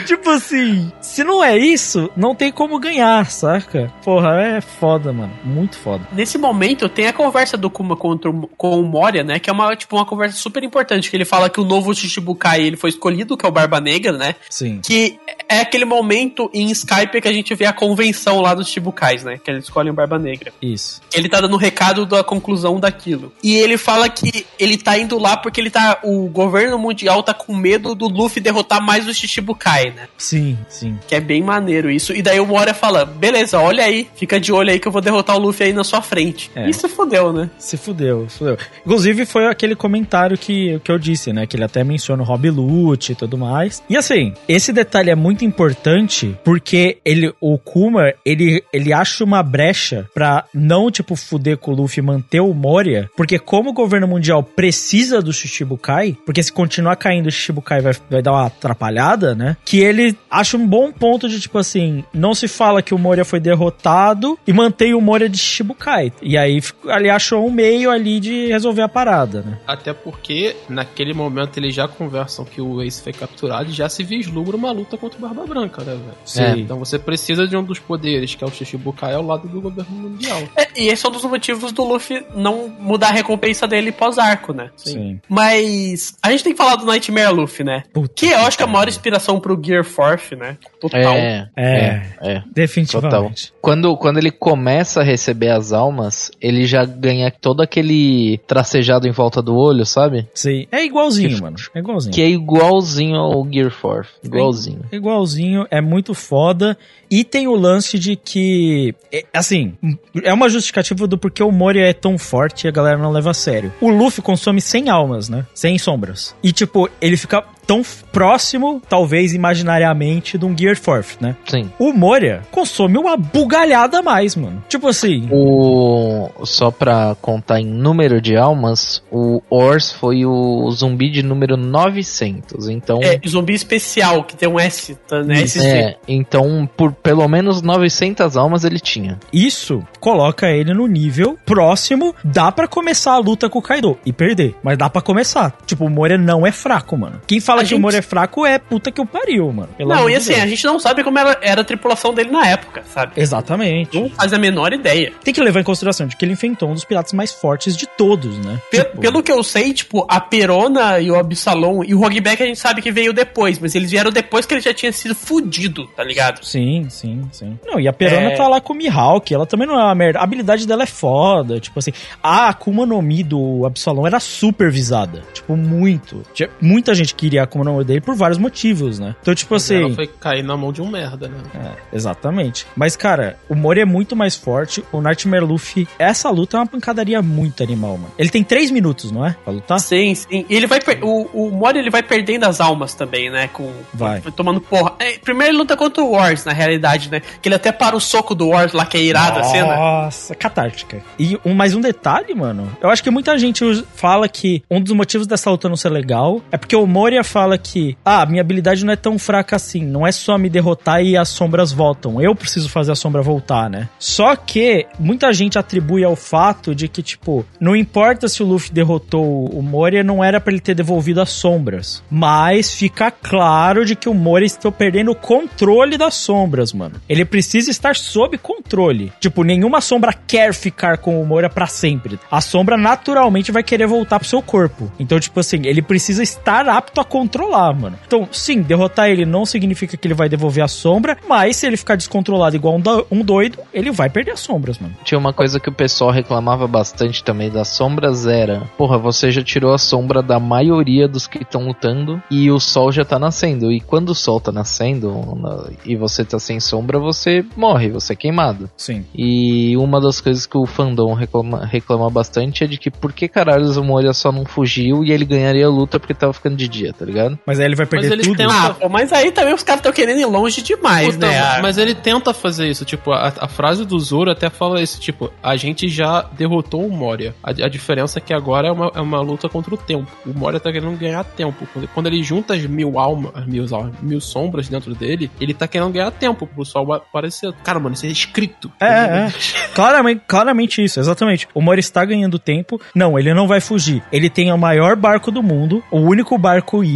S4: Tipo assim, se não é isso, não tem como ganhar, saca? Porra, é foda, mano. Muito foda.
S3: Nesse momento, tem a conversa do Kuma contra o, com o Moria, né? Que é uma, tipo, uma conversa super importante, que ele fala que o novo Shichibukai, ele foi escolhido, que é o Barba Negra, né?
S4: Sim.
S3: Que é aquele momento em Skype que a gente vê a convenção lá dos Shichibukais, né? Que eles escolhem o Barba Negra.
S4: Isso.
S3: Ele tá dando o recado da conclusão daquilo. E ele fala que ele tá indo lá porque ele tá... O governo mundial tá com medo do Luffy derrotar mais o Shichibukai, né?
S4: Sim, sim.
S3: Que é bem maneiro isso. E daí o Moria fala, beleza, olha aí, fica de olho aí que eu vou derrotar o Luffy aí na sua frente.
S4: É.
S3: E se fudeu, né?
S4: Se fudeu, fudeu. Inclusive foi aquele comentário que, que eu disse, né? Que ele até menciona o Rob Lute e tudo mais. E assim, esse detalhe é muito importante porque ele, o Kuma, ele, ele acha uma brecha pra não, tipo, fuder com o Luffy e manter o Moria, porque como o governo mundial precisa do Shichibukai, porque se continuar caindo o Shichibukai vai, vai dar uma atrapalhada, né? Que ele acha um bom ponto de, tipo assim, não se fala que o Moria foi derrotado e mantém o Moria de Shichibukai. E aí ele achou um meio ali de resolver a parada, né?
S5: Até porque naquele momento eles já conversam que o Ace foi capturado e já se vislumbra uma luta contra o Barba Branca, né, velho?
S4: Sim.
S5: É, então você precisa de um dos poderes, que é o Shichibukai, ao lado do governo mundial.
S3: É, e esse é um dos motivos do Luffy não mudar a recompensa dele pós-arco, né?
S4: Sim. Sim.
S3: Mas a gente tem que falar do Nightmare Luffy, né?
S4: Puta
S3: que eu acho que é a maior inspiração pro Gear Force, né? Total.
S7: É,
S4: É,
S7: é, é.
S4: definitivamente.
S7: Total. Quando, quando ele começa a receber as almas, ele já ganha todo aquele tracejado em volta do olho, sabe?
S4: Sim. É igualzinho,
S7: Que-
S4: mano. É igualzinho.
S7: Que é igualzinho ao Gear Force. Igualzinho.
S4: É igualzinho, é muito foda. E tem o lance de que, é, assim, é uma justificativa do porquê o Moria é tão forte e a galera não leva a sério. O Luffy consome cem almas, né? cem sombras. E, tipo, ele fica tão próximo, talvez imaginariamente, de um Gear Force, né?
S7: Sim.
S4: O Moria consome uma bugalhada a mais, mano. Tipo assim...
S7: O... Só pra contar em número de almas, o Ors foi o zumbi de número novecentos. Então...
S3: É, zumbi especial, que tem um S, tá, né? S C.
S7: É, então por pelo menos novecentas almas ele tinha.
S4: Isso coloca ele no nível próximo. Dá pra começar a luta com o Kaido e perder, mas dá pra começar. Tipo, o Moria não é fraco, mano. Quem fala
S3: A
S4: que
S3: gente-
S4: o Moria é fraco é puta que o pariu, mano. Pelo
S3: Não,
S4: amor
S3: e
S4: de
S3: assim,
S4: Deus.
S3: a gente não sabe como era, era a tripulação dele na época, sabe?
S4: Exatamente.
S3: Não faz a menor ideia.
S4: Tem que levar em consideração de que ele enfrentou um dos piratas mais fortes de todos, né?
S3: Pe-
S4: Tipo,
S3: Pelo que eu sei, tipo, a Perona e o Absalom e o Hogback a gente sabe que veio depois, mas eles vieram depois que ele já tinha sido fudido, tá ligado?
S4: Sim, sim, sim. Não, e a Perona
S3: É.
S4: tá lá com o Mihawk, ela também não é uma merda. A habilidade dela é foda, tipo assim. A Akuma no Mi do Absalom era super visada, tipo, muito. Tinha muita gente que queria a Akuma no Mi dele por vários motivos, né? Então, tipo
S5: Mas
S4: assim...
S5: ela foi cair na mão de um merda, né?
S4: É, exatamente. Mas, cara, o Moria é muito mais forte. O Nightmare Luffy, essa luta é uma pancadaria muito animal, mano. Ele tem três minutos, não é? Pra lutar?
S3: Sim, sim. E ele vai per- o, o Mori ele vai perdendo as almas também, né? Com,
S4: Vai.
S3: tomando porra. É, primeiro ele luta contra o Wars, na realidade, né? Que ele até para o soco do Wars lá, que é irado a cena.
S4: Nossa, catártica. E um, mais um detalhe, mano. Eu acho que muita gente us- fala que um dos motivos dessa luta não ser legal é porque o Moria fala que, ah, minha habilidade não é tão fraca assim. Não é só me derrotar e as sombras voltam. Eu preciso fazer a sombra voltar, né? Só que muita gente atribui ao fato de que, tipo, não importa se o Luffy derrotou o Moria, não era pra ele ter devolvido as sombras. Mas fica claro de que o Moria está perdendo o controle das sombras, mano. Ele precisa estar sob controle. Tipo, nenhuma sombra quer ficar com o Moria pra sempre. A sombra naturalmente vai querer voltar pro seu corpo. Então, tipo assim, ele precisa estar apto a controlar, mano. Então, sim, derrotar ele não significa que ele vai devolver a sombra, mas se ele ficar descontrolado igual um, do- um doido, ele vai perder as sombras, mano.
S7: Tinha uma coisa que o pessoal reclamava bastante também das sombras, era, porra, você já tirou a sombra da maioria dos que estão lutando e o sol já tá nascendo. E quando o sol tá nascendo na- e você tá sem sombra, você morre, você é queimado.
S4: Sim.
S7: E uma das coisas que o fandom reclama, reclama bastante é de que por que caralho o Moria só não fugiu e ele ganharia a luta porque tava ficando de dia, tá ligado?
S4: Mas aí ele vai perder
S5: Mas eles
S4: tudo.
S5: tentam-
S3: Ah, pô, mas aí também os caras estão querendo ir longe demais,
S5: Puta,
S3: né? Ah,
S5: mas ele tenta fazer isso, tipo, a, a frase do Zoro até fala isso, tipo, a gente já derrotou o Moria. A, a diferença é que agora é uma, é uma luta contra o tempo. O Moria tá querendo ganhar tempo. Quando, quando ele junta as mil almas, as mil, almas, mil sombras dentro dele, ele tá querendo ganhar tempo pro sol aparecer. Cara, mano, isso é escrito.
S4: É, é. Claramente, claramente isso, exatamente. O Moria está ganhando tempo. Não, ele não vai fugir. Ele tem o maior barco do mundo, o único barco ilha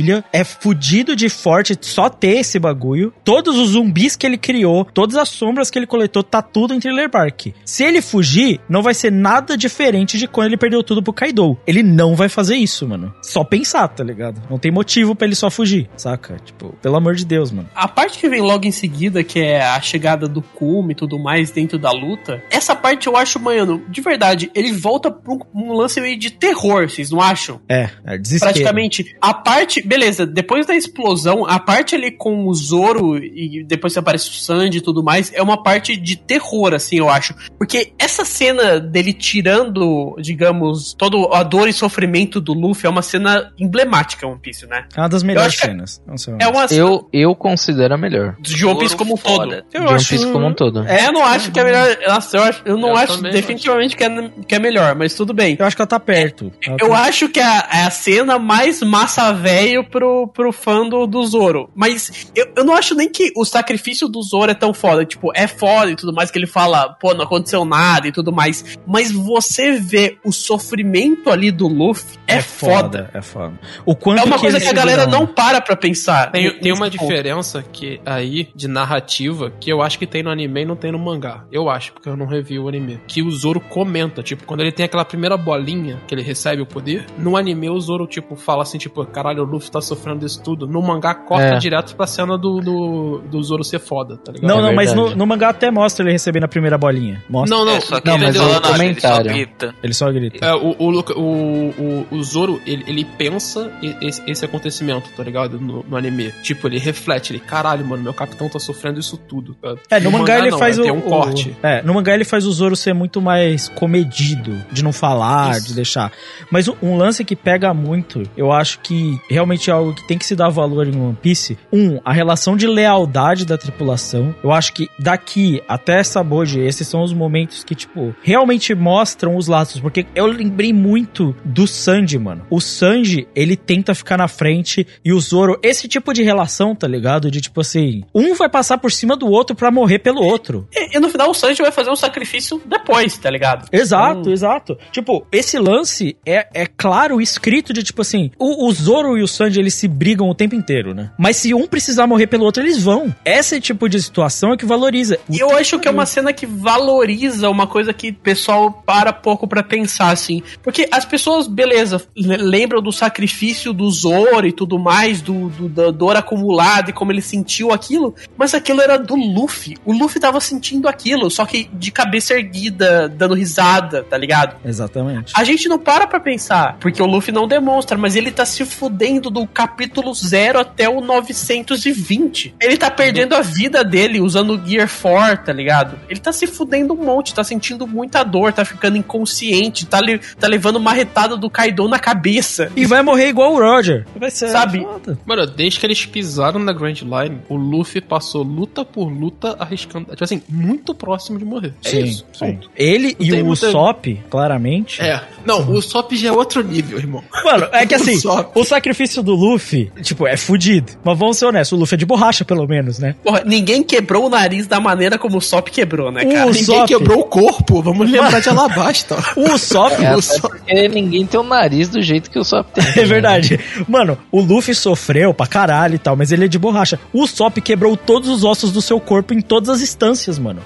S4: ilha, é fudido de forte só ter esse bagulho. Todos os zumbis que ele criou, todas as sombras que ele coletou, tá tudo em Thriller Bark. Se ele fugir, não vai ser nada diferente de quando ele perdeu tudo pro Kaido. Ele não vai fazer isso, mano. Só pensar, tá ligado? Não tem motivo pra ele só fugir, saca? Tipo, pelo amor de Deus, mano.
S3: A parte que vem logo em seguida, que é a chegada do Kuma e tudo mais dentro da luta, essa parte eu acho, mano, de verdade, ele volta pra um, um lance meio de terror, vocês não acham?
S4: É, é desespero.
S3: Praticamente, a parte, beleza, depois da explosão, a parte ali com o Zoro e depois que aparece o Sanji e tudo mais, é uma parte de terror, assim, eu acho. Porque essa cena dele tirando, digamos, toda a dor e sofrimento do Luffy é uma cena emblemática, One Piece, né?
S4: É uma das melhores cenas.
S3: É uma
S7: eu, eu considero a melhor.
S3: De One Piece como um todo.
S7: De One Piece como um todo.
S3: É, eu não acho que é melhor. Nossa, eu, acho, eu não
S5: Eu
S3: acho definitivamente que é, que é melhor, mas tudo bem.
S4: Eu acho que ela tá perto. Ela
S3: Eu
S4: tá...
S3: acho que é a, é a cena mais massa velho pro, pro fã do, do Zoro. Mas eu, eu não acho nem que o sacrifício do Zoro é tão foda. Tipo, é foda e tudo mais, que ele fala, pô, não aconteceu nada e tudo mais. Mas você vê o sofrimento ali do Luffy é,
S4: é
S3: foda.
S4: foda. É foda. O quanto
S3: é uma
S4: que
S3: coisa que a galera
S4: não...
S3: não para pra pensar.
S5: Tem, tem uma
S3: Nesse ponto.
S5: diferença que aí, de narrativa, que eu acho que tem no anime e não tem no mangá. Eu acho, porque eu não revi o anime. Que o Zoro comenta, tipo, quando ele tem aquela primeira bolinha que ele recebe o poder, no anime o Zoro, tipo, fala assim, tipo, caralho, o Luffy tá sofrendo isso tudo. No mangá, corta
S7: É.
S5: direto pra cena do, do, do Zoro ser foda, tá ligado?
S4: Não,
S7: É
S4: não, mas
S7: verdade.
S4: no, no mangá até mostra ele recebendo a primeira bolinha. Mostra.
S5: Não, não,
S6: É, só que
S7: Não,
S6: ele
S7: mas
S6: não
S7: o
S6: fala nada, ele só
S7: comentário.
S6: grita.
S4: Ele só grita.
S5: É, o, o, Luca- o, o, o Zoro, ele, ele pensa esse, esse acontecimento, tá ligado? No, no anime. Tipo, ele reflete, ele, caralho, mano, meu capitão tá sofrendo isso tudo. Tá?
S4: É, no, mangá, ele
S5: não,
S4: faz
S5: é,
S4: o,
S5: tem um
S4: o-
S5: corte.
S4: É, no mangá ele faz o Zoro ser muito mais comedido, de não falar,
S5: Isso.
S4: de deixar. Mas um, um lance que pega muito, eu acho que realmente é algo que tem que se dar valor em One Piece. Um, a relação de lealdade da tripulação. Eu acho que daqui até Saboji, esses são os momentos que, tipo, realmente mostram os laços. Porque eu lembrei muito do Sanji, mano. O Sanji, ele tenta ficar na frente e o Zoro, esse tipo de relação, tá ligado? De tipo assim, um vai passar por cima do outro pra morrer pelo outro.
S3: E, e no final o Sanji vai fazer um sacrifício depois, tá ligado?
S4: Exato,
S3: Então,
S4: exato. Tipo, esse lance é, é claro, escrito de tipo assim, o, o Zoro e o Sanji, eles se brigam o tempo inteiro, né? Mas se um precisar morrer pelo outro, eles vão. Esse tipo de situação é que valoriza.
S3: E eu acho que é uma cena que valoriza uma coisa que o pessoal para pouco pra pensar, assim. Porque as pessoas, beleza, le- lembram do sacrifício do Zoro e tudo mais, do, do- da dor acumulada e como ele sentiu aquilo, mas aquilo era do Luffy. O Luffy tava sentindo aquilo, só que de cabeça erguida, dando risada, tá ligado?
S4: Exatamente.
S3: A gente não para pra pensar, porque o Luffy não demonstra, mas ele tá se fudendo do capítulo zero até o novecentos e vinte. Ele tá perdendo a vida dele usando o Gear quatro, tá ligado? Ele tá se fudendo um monte, tá sentindo muita dor, tá ficando inconsciente, tá, le- tá levando uma retada do Kaido na cabeça.
S4: E vai morrer igual o Roger. Vai ser
S3: Sabe?
S4: foda.
S5: Mano, desde que eles pisaram na Grand Line, o Luffy passou luta por luta arriscando, tipo assim, muito próximo de morrer. É
S4: Sim,
S5: isso,
S4: sim.
S5: ponto.
S4: Ele
S5: Não
S4: e
S5: tem
S4: o
S5: muita-
S4: Usopp, claramente.
S5: É. Não, o Sop já é outro nível, irmão.
S4: Mano, é que assim,
S5: Usopp.
S4: o sacrifício do Luffy, tipo, é fudido. Mas vamos ser honestos, o Luffy é de borracha, pelo menos, né?
S3: Porra, ninguém quebrou o nariz da maneira como o Sop quebrou, né,
S4: O
S3: cara?
S4: Usopp-
S5: Ninguém quebrou o corpo, vamos lembrar de Alabasta.
S4: O Usopp...
S7: É,
S4: o
S7: até porque ninguém tem o nariz do jeito que o Sop tem.
S4: É verdade. Mano, o Luffy sofreu pra caralho e tal, mas ele é de borracha. O Usopp quebrou todos os ossos do seu corpo em todas as instâncias, mano.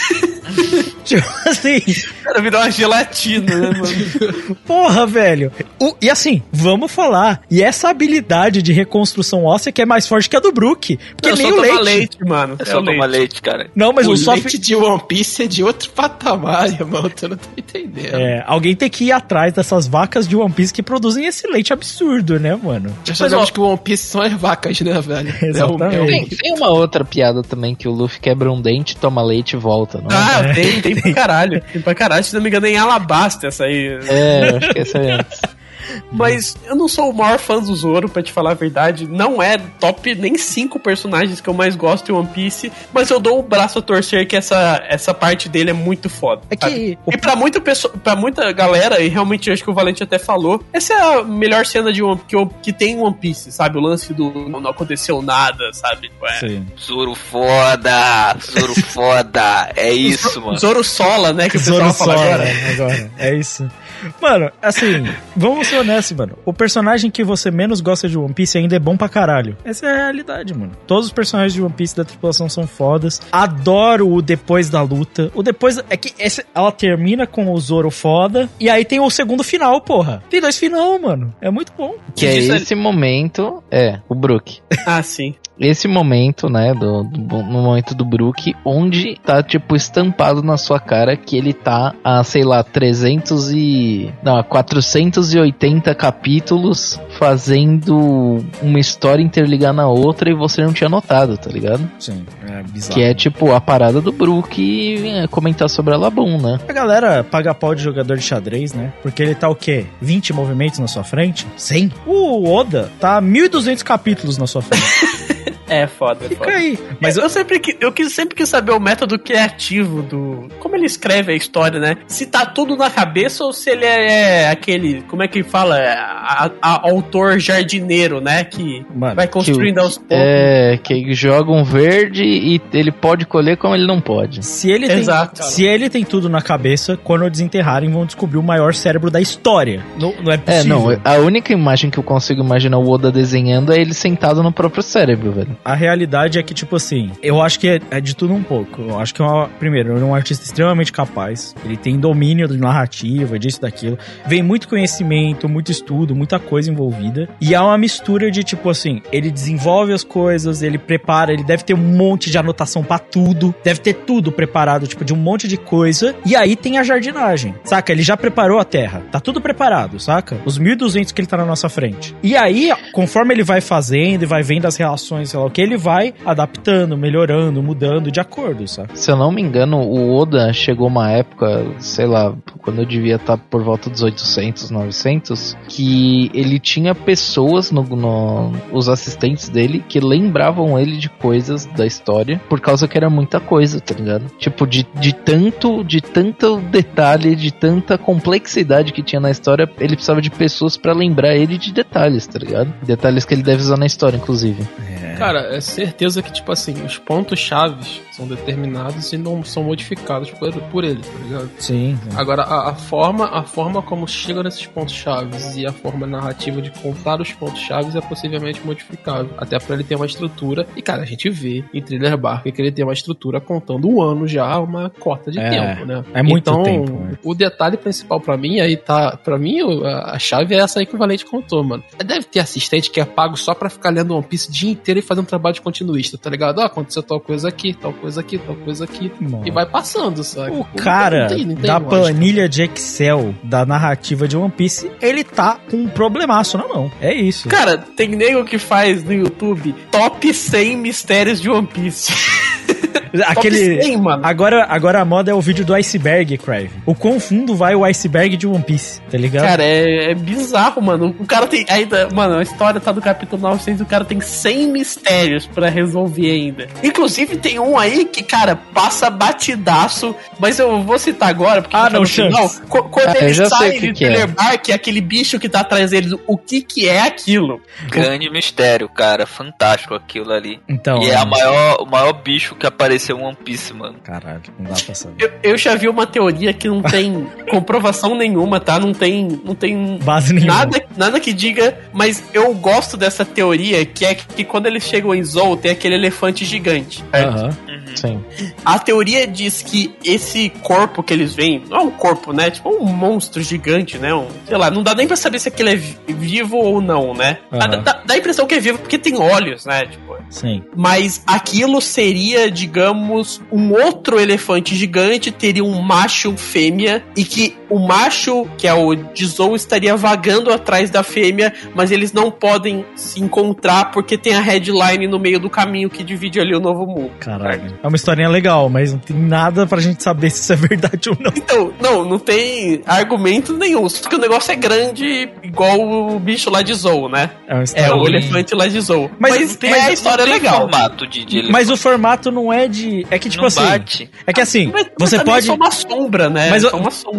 S4: Tipo assim,
S3: O cara virou uma gelatina, né, mano?
S4: porra, velho. O- e assim, vamos falar. E essa habilidade de reconstrução óssea que é mais forte que a do Brook. Porque
S3: Eu
S4: nem
S3: só
S4: o
S3: tomar
S4: leite.
S3: leite, mano.
S6: É só tomar leite, cara.
S4: Não, mas o,
S5: o
S4: Usopp...
S5: leite de One Piece é de outro patamar, irmão. Tu não tá entendendo.
S4: É, alguém tem que ir atrás dessas vacas de One Piece que produzem esse leite absurdo, né, mano?
S5: Já sabemos que o One Piece são as vacas, né, velho?
S4: Exatamente.
S5: É o, é
S7: Tem,
S5: o...
S7: tem uma outra piada também que o Luffy quebra um dente, toma leite e volta, não é?
S3: Ah, tem, tem pra caralho. Tem pra caralho. Se não me engano, é em Alabasta essa aí.
S7: É, eu acho que essa é.
S3: Mas eu não sou o maior fã do Zoro, pra te falar a verdade. Não é top nem cinco personagens que eu mais gosto em One Piece. Mas eu dou o braço a torcer que essa, essa parte dele é muito foda.
S4: É que
S3: sabe?
S4: o-
S3: E pra muita, pessoa, pra muita galera, e realmente acho que o Valente até falou, essa é a melhor cena de One, que, eu- que tem em One Piece, sabe? O lance do não, não aconteceu nada, sabe? Tipo, é,
S4: Sim.
S6: Zoro foda! Zoro foda! É isso, mano.
S3: Zoro Sola, né? Que o
S4: Zoro
S3: pessoal fala
S4: Sora,
S3: agora.
S4: agora. É isso. Mano, assim, vamos ser honestos, mano. O personagem que você menos gosta de One Piece ainda é bom pra caralho. Essa é a realidade, mano. Todos os personagens de One Piece da tripulação são fodas. Adoro o depois da luta. O depois... É que essa, ela termina com o Zoro foda. E aí tem o segundo final, porra. Tem dois final, mano. É muito bom.
S7: Que é esse momento... É, o Brook.
S3: Ah, sim.
S7: Esse momento, né, do, do, no momento do Brook, onde tá, tipo, estampado na sua cara que ele tá a, sei lá, trezentos e... Não, a quatrocentos e oitenta capítulos fazendo uma história interligar na outra e você não tinha notado, tá ligado?
S4: Sim, é bizarro.
S7: Que é, tipo, a parada do Brook e é, comentar sobre a Labum, né?
S4: A galera paga pau de jogador de xadrez, né? Porque ele tá o quê? vinte movimentos na sua frente? cem? O Oda tá mil e duzentos capítulos na sua frente.
S3: É foda, é
S4: Fica
S3: foda.
S4: aí.
S3: Mas eu, eu sempre que eu quis, sempre quis saber o método criativo do... Como ele escreve a história, né? Se tá tudo na cabeça ou se ele é aquele... Como é que fala? A, a, a autor jardineiro, né? Que
S4: Mano,
S3: vai construindo
S7: que,
S3: aos poucos.
S7: É, que joga um verde e ele pode colher como ele não pode.
S4: Se ele tem,
S3: Exato.
S4: se ele tem tudo na cabeça, quando desenterrarem vão descobrir o maior cérebro da história. Não, não é possível.
S7: É, não, a única imagem que eu consigo imaginar o Oda desenhando é ele sentado no próprio cérebro, velho.
S4: A realidade é que, tipo assim, eu acho que é, é de tudo um pouco. Eu acho que, é uma, primeiro, ele é um artista extremamente capaz. Ele tem domínio de narrativa, disso, daquilo. Vem muito conhecimento, muito estudo, muita coisa envolvida. E há uma mistura de, tipo assim, ele desenvolve as coisas, ele prepara, ele deve ter um monte de anotação pra tudo. Deve ter tudo preparado, tipo, de um monte de coisa. E aí tem a jardinagem, saca? Ele já preparou a terra. Tá tudo preparado, saca? Os mil e duzentos que ele tá na nossa frente. E aí, conforme ele vai fazendo e vai vendo as relações, sei lá o que, ele vai adaptando, melhorando, mudando de acordo, sabe?
S7: Se eu não me engano, o Oda chegou uma época, sei lá, quando eu devia estar por volta dos oitocentos, novecentos, que ele tinha pessoas, no, no, os assistentes dele, que lembravam ele de coisas da história, por causa que era muita coisa, tá ligado? Tipo, de, de tanto, de tanto detalhe, de tanta complexidade que tinha na história, ele precisava de pessoas pra lembrar ele de detalhes, tá ligado? Detalhes que ele deve usar na história, inclusive.
S4: É.
S5: Cara, é certeza que, tipo assim, os pontos chaves são determinados e não são modificados por, por ele, tá ligado?
S4: Sim. sim.
S5: Agora, a, a forma a forma como chega nesses pontos chaves e a forma narrativa de contar os pontos chaves é possivelmente modificável, até pra ele ter uma estrutura. E, cara, a gente vê em Thriller Bark que ele tem uma estrutura contando um ano já, uma cota de
S4: É,
S5: tempo, né?
S4: é muito
S5: então,
S4: tempo, né?
S5: o detalhe principal pra mim, aí tá, pra mim, a, a chave é essa aí que o Valente contou, mano. Deve ter assistente que é pago só pra ficar lendo One Piece o dia inteiro e fazer um trabalho de continuista, tá ligado? Ah, aconteceu tal coisa aqui, tal coisa aqui, tal coisa aqui.
S4: Nossa.
S5: E vai passando, sabe?
S4: O cara
S5: não tem, não tem
S4: da
S5: lógica.
S4: planilha de Excel da narrativa de One Piece, ele tá com um problemaço na mão. É isso.
S3: Cara, tem nego que faz no YouTube top cem mistérios de One Piece.
S4: Aquele.
S3: cem, mano.
S4: Agora, agora a moda é o vídeo do iceberg, Crave. O quão fundo vai o iceberg de One Piece, tá ligado?
S3: Cara, é, é bizarro, mano. O cara tem. Ainda, mano, a história tá no capítulo novecentos, o cara tem cem mistérios pra resolver ainda. Inclusive, tem um aí que, cara, passa batidaço. Mas eu vou citar agora, porque
S4: Ah,
S3: tá
S4: não,
S3: no final.
S4: Shanks.
S3: Qu- Quando
S7: Ah, eu
S3: ele
S7: já sei
S3: sai
S7: o que
S3: de
S7: que é.
S3: Thriller Bark, aquele bicho que tá atrás deles, o que que é aquilo?
S6: Grande mistério, cara. Fantástico aquilo ali.
S4: Então.
S6: E é a maior, o maior bicho que apareceu em One Piece, mano.
S4: Caralho, não dá pra saber.
S3: Eu, eu já vi uma teoria que não tem comprovação nenhuma, tá? Não tem, não tem
S4: Base nenhuma.
S3: nada, nada que diga, mas eu gosto dessa teoria, que é que quando eles chegam em Zou, tem aquele elefante gigante. certo?
S4: Aham.
S7: Sim.
S3: A teoria diz que esse corpo que eles veem, não é um corpo, né? Tipo um monstro gigante, né? Um, sei lá, não dá nem pra saber se aquele é vi- vivo ou não, né?
S4: Aham.
S3: Dá, dá- dá a impressão que é vivo porque tem olhos, né? Tipo,
S4: Sim.
S3: mas aquilo seria, digamos, um outro elefante gigante, teria um macho e um fêmea, e que o macho, que é o Jizou, estaria vagando atrás da fêmea, mas eles não podem se encontrar porque tem a headline no meio do caminho que divide ali o Novo Mundo.
S4: Caralho. É uma historinha legal, mas não tem nada pra gente saber se isso é verdade ou não.
S3: Então, não, não tem argumento nenhum, só que o negócio é grande, igual o bicho lá de Zou, né?
S4: É uma
S3: É,
S4: história.
S3: o elefante lá de Zou.
S4: Mas-
S3: Mas, tem
S4: mas
S3: a história
S6: Não tem
S3: legal.
S6: formato de, de
S4: Mas o formato não é de. É que, tipo
S6: Não
S4: assim.
S6: bate.
S4: É que assim,
S3: Mas- mas
S4: você
S3: também
S4: pode.
S3: É só uma sombra, né?
S4: Mas,
S3: é só uma sombra.
S4: Ó, olhando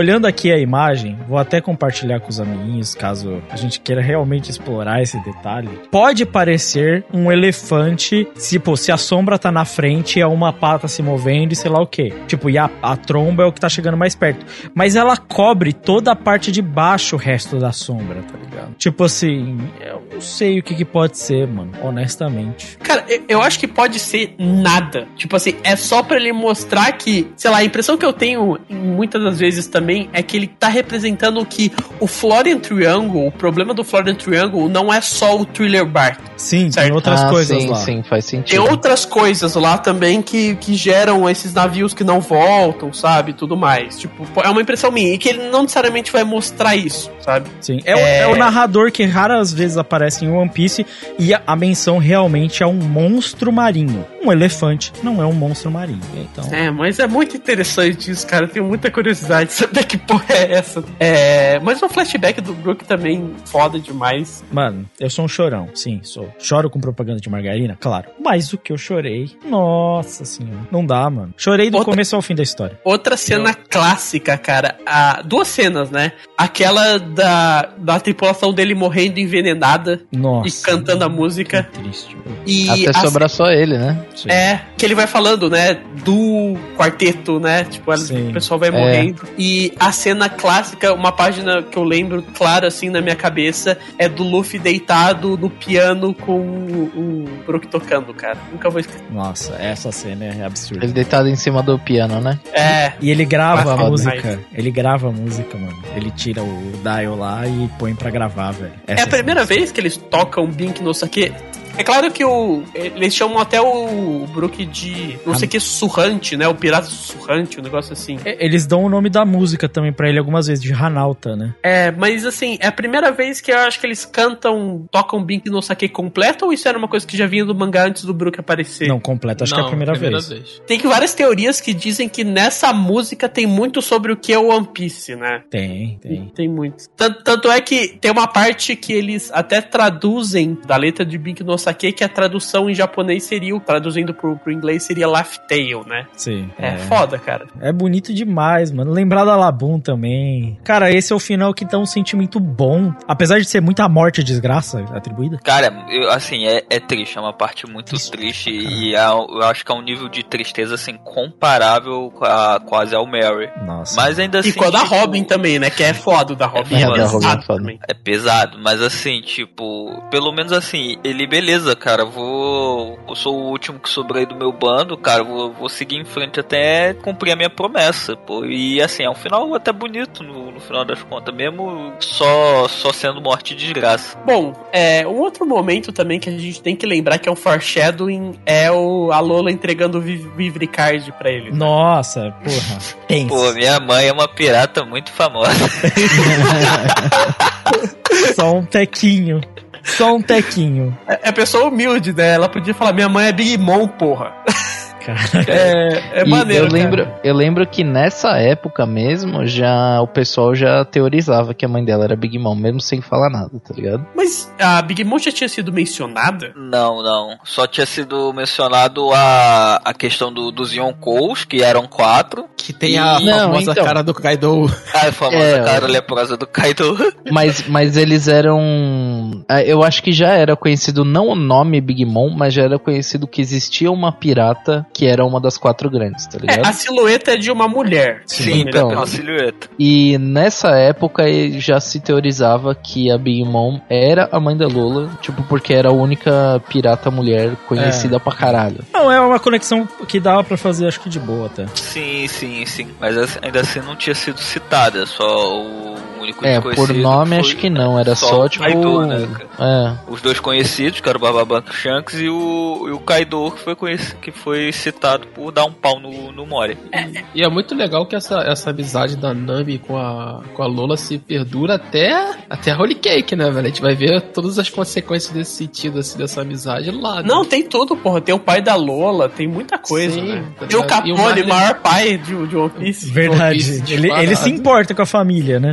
S4: olhando aqui a imagem, vou até compartilhar com os amiguinhos, caso a gente queira realmente explorar esse detalhe. Pode parecer um elefante, tipo, se a sombra tá na frente, é uma pata se movendo e sei lá o quê. Tipo, e a, a tromba é o que tá chegando mais perto. Mas ela cobre toda a parte de baixo, o resto da sombra, tá ligado? Tipo assim, eu não sei o que que pode ser, mano, honestamente.
S3: Cara, eu, eu acho que pode ser nada. Tipo assim, é só pra ele mostrar que, sei lá, a impressão que eu tenho muitas das vezes também é que ele tá representando que o Florian Triangle, o problema do Florian Triangle não é só o Thriller Bark.
S4: Sim,
S3: certo?
S4: tem outras
S7: ah,
S4: coisas
S7: sim,
S4: lá.
S7: Sim, faz sentido.
S3: Tem outras coisas lá também que, que geram esses navios que não voltam, sabe? Tudo mais. Tipo, é uma impressão minha. E que ele não necessariamente vai mostrar isso, sabe?
S4: Sim. É, é... O, é o narrador que raras vezes aparece em One Piece e a, a menção realmente é um monstro marinho. Um elefante não é um monstro marinho. Então...
S3: É, mas é muito interessante isso, cara. Eu tenho muita curiosidade de saber que porra é essa. É... Mas o flashback do Brook também foda demais.
S4: Mano, eu sou um chorão. Sim, sou. Choro com propaganda de margarina? Claro. Mas o que eu chorei... Nossa senhora. Não dá, mano. Chorei do outra... começo ao fim da história.
S3: Outra cena eu... clássica, cara. A... Duas cenas, né? Aquela da, da tripulação dele morrendo envenenada.
S4: Nossa.
S3: E cantando a música.
S4: Que triste.
S7: E Até a... sobrar só ele, né?
S3: Sim. É, que ele vai falando, né? Do quarteto, né? Tipo, o pessoal vai morrendo. É. E a cena clássica, uma página que eu lembro, claro, assim, na minha cabeça, é do Luffy deitado no piano com o, o Brook tocando, cara. Nunca vou esquecer.
S4: Nossa, essa cena é absurda.
S7: Ele deitado em cima do piano, né?
S3: É.
S4: E ele grava a música. Mais. Ele grava a música, mano. Ele tira o dial lá e põe pra gravar, velho.
S3: Essa é a primeira cena. vez que eles tocam Bink no Sake. É claro que o, eles chamam até o Brook de não sei o que sussurrante, né? O pirata sussurrante, um negócio assim.
S4: Eles dão o nome da música também pra ele algumas vezes, de Hanalta, né?
S3: É, mas assim, é a primeira vez que eu acho que eles cantam, tocam Bink no Sake completo, ou isso era uma coisa que já vinha do mangá antes do Brook aparecer?
S4: Não, completo, acho não, que é a primeira, primeira vez. vez.
S3: Tem que várias teorias que dizem que nessa música tem muito sobre o que é o One Piece, né?
S4: Tem, tem.
S3: Tem muito. Tanto, tanto é que tem uma parte que eles até traduzem da letra de Bink no Sake, que a tradução em japonês seria, traduzindo pro, pro inglês, seria Laugh Tale, né?
S4: Sim.
S3: É, é foda, cara.
S4: É bonito demais, mano. Lembrar da Labum também. Cara, esse é o final que dá um sentimento bom. Apesar de ser muita morte e desgraça atribuída.
S6: Cara, eu, assim, é, é triste. É uma parte muito triste, triste e é, eu acho que é um nível de tristeza, assim, comparável a, quase ao Mary.
S4: Nossa.
S6: Mas ainda assim...
S3: E com a da tipo, Robin também, né? Que é foda, o da Robin.
S7: É,
S3: é,
S7: é
S3: pesado
S7: também.
S6: É pesado, mas assim, tipo... Pelo menos assim, ele, beleza, cara, vou... Eu sou o último que sobrei do meu bando, cara, vou, vou seguir em frente até cumprir a minha promessa, pô. E assim, é um final até bonito no, no final das contas, mesmo só, só sendo morte e desgraça.
S3: Bom, é, um outro momento também que a gente tem que lembrar que é um foreshadowing é o, a Lola entregando o Vivre Card pra ele.
S4: Nossa, porra. Pensa.
S6: Pô, minha mãe é uma pirata muito famosa.
S4: Só um tequinho. Só um tequinho.
S3: É, é pessoa humilde, né? Ela podia falar, minha mãe é Big Mom, porra. É, é maneiro,
S7: eu lembro,
S3: cara.
S7: eu lembro que nessa época mesmo, já o pessoal já teorizava que a mãe dela era Big Mom, mesmo sem falar nada, tá ligado?
S3: Mas a Big Mom já tinha sido mencionada?
S6: Não, não. Só tinha sido mencionado a, a questão do, dos Yonkous, que eram quatro.
S5: Que tem a
S7: não,
S5: famosa
S7: então,
S5: cara do Kaido.
S6: A famosa é, cara leprosa do Kaido.
S7: Mas, mas eles eram... Eu acho que já era conhecido, não o nome Big Mom, mas já era conhecido que existia uma pirata que era uma das quatro grandes, tá ligado?
S3: É, a silhueta é de uma mulher.
S6: Sim, então. É uma silhueta.
S7: E nessa época já se teorizava que a Big Mom era a mãe da Lola, tipo, porque era a única pirata mulher conhecida é. pra caralho.
S4: Não, é uma conexão que dava pra fazer, acho que de boa até.
S6: Sim, sim, sim. Mas ainda assim não tinha sido citada, só o único
S7: É, por nome foi, acho que não, era só, só tipo...
S6: Kaido, né?
S7: É.
S6: Os dois conhecidos, que era o Barbabanco Shanks e o, e o Kaido, que foi, conhecido, que foi citado por dar um pau no, no Mori.
S5: É, e é muito legal que essa, essa amizade da Nami com a, com a Lola se perdura até, até a Holy Cake, né, velho? A gente vai ver todas as consequências desse sentido, assim, dessa amizade lá. Né?
S3: Não, tem tudo, porra. Tem o pai da Lola, tem muita coisa, Sim, né? Tá tem o Capone, o maior pai de, de One Piece.
S4: Verdade.
S5: One Piece
S4: ele, ele se importa com a família, né?
S6: Ele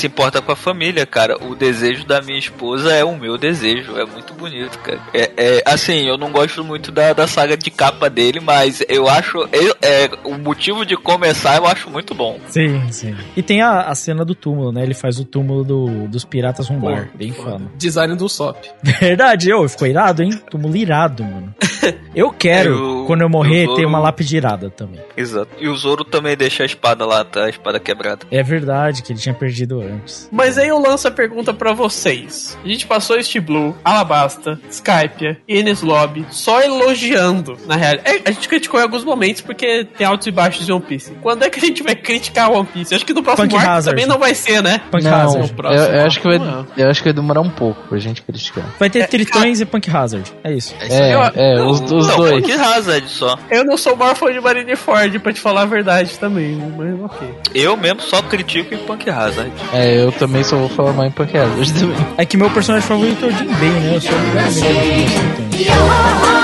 S6: se importa com a família, cara. O desejo da minha esposa é o meu desejo. É muito bonito, cara. É, é assim, eu não gosto muito da, da saga de capa dele, mas eu acho... Eu, é, o motivo de começar eu acho muito bom.
S4: Sim, sim. E tem a, a cena do túmulo, né? Ele faz o túmulo do, dos piratas num bar. Bem fama.
S5: Design do Usopp.
S4: Verdade, eu, ficou irado, hein? Túmulo irado, mano. Eu quero, eu, quando eu morrer, Zoro... ter uma lápide irada também.
S6: Exato. E o Zoro também deixa a espada lá, tá? A espada quebrada.
S4: É verdade, que ele tinha perdido antes.
S3: Mas aí eu lanço a pergunta pra vocês. A gente passou East Blue, Alabasta, Skypiea e Enies Lobby só elogiando, na real. É, a gente criticou em alguns momentos porque tem altos e baixos de One Piece. Quando é que a gente vai criticar One Piece? Eu acho que no próximo
S4: Punk
S3: arco
S4: Hazard.
S3: também não vai ser, né?
S4: Punk
S7: não,
S4: Hazard.
S7: Eu, eu, acho que vai, eu acho que vai demorar um pouco pra gente criticar.
S4: Vai ter é, Tritões é, e Punk Hazard. É isso.
S7: É,
S3: eu,
S7: é
S3: não,
S7: os, os
S6: não,
S7: dois.
S6: Punk Hazard só.
S3: Eu não sou o maior fã de Marineford, pra te falar a verdade também, mas ok.
S6: Eu mesmo só critico em Punk Hazard.
S7: É, eu também só vou falar mais em Punk Hazard também.
S4: É que meu personagem favorito é o Jim Bay, né? Eu sou obrigado a me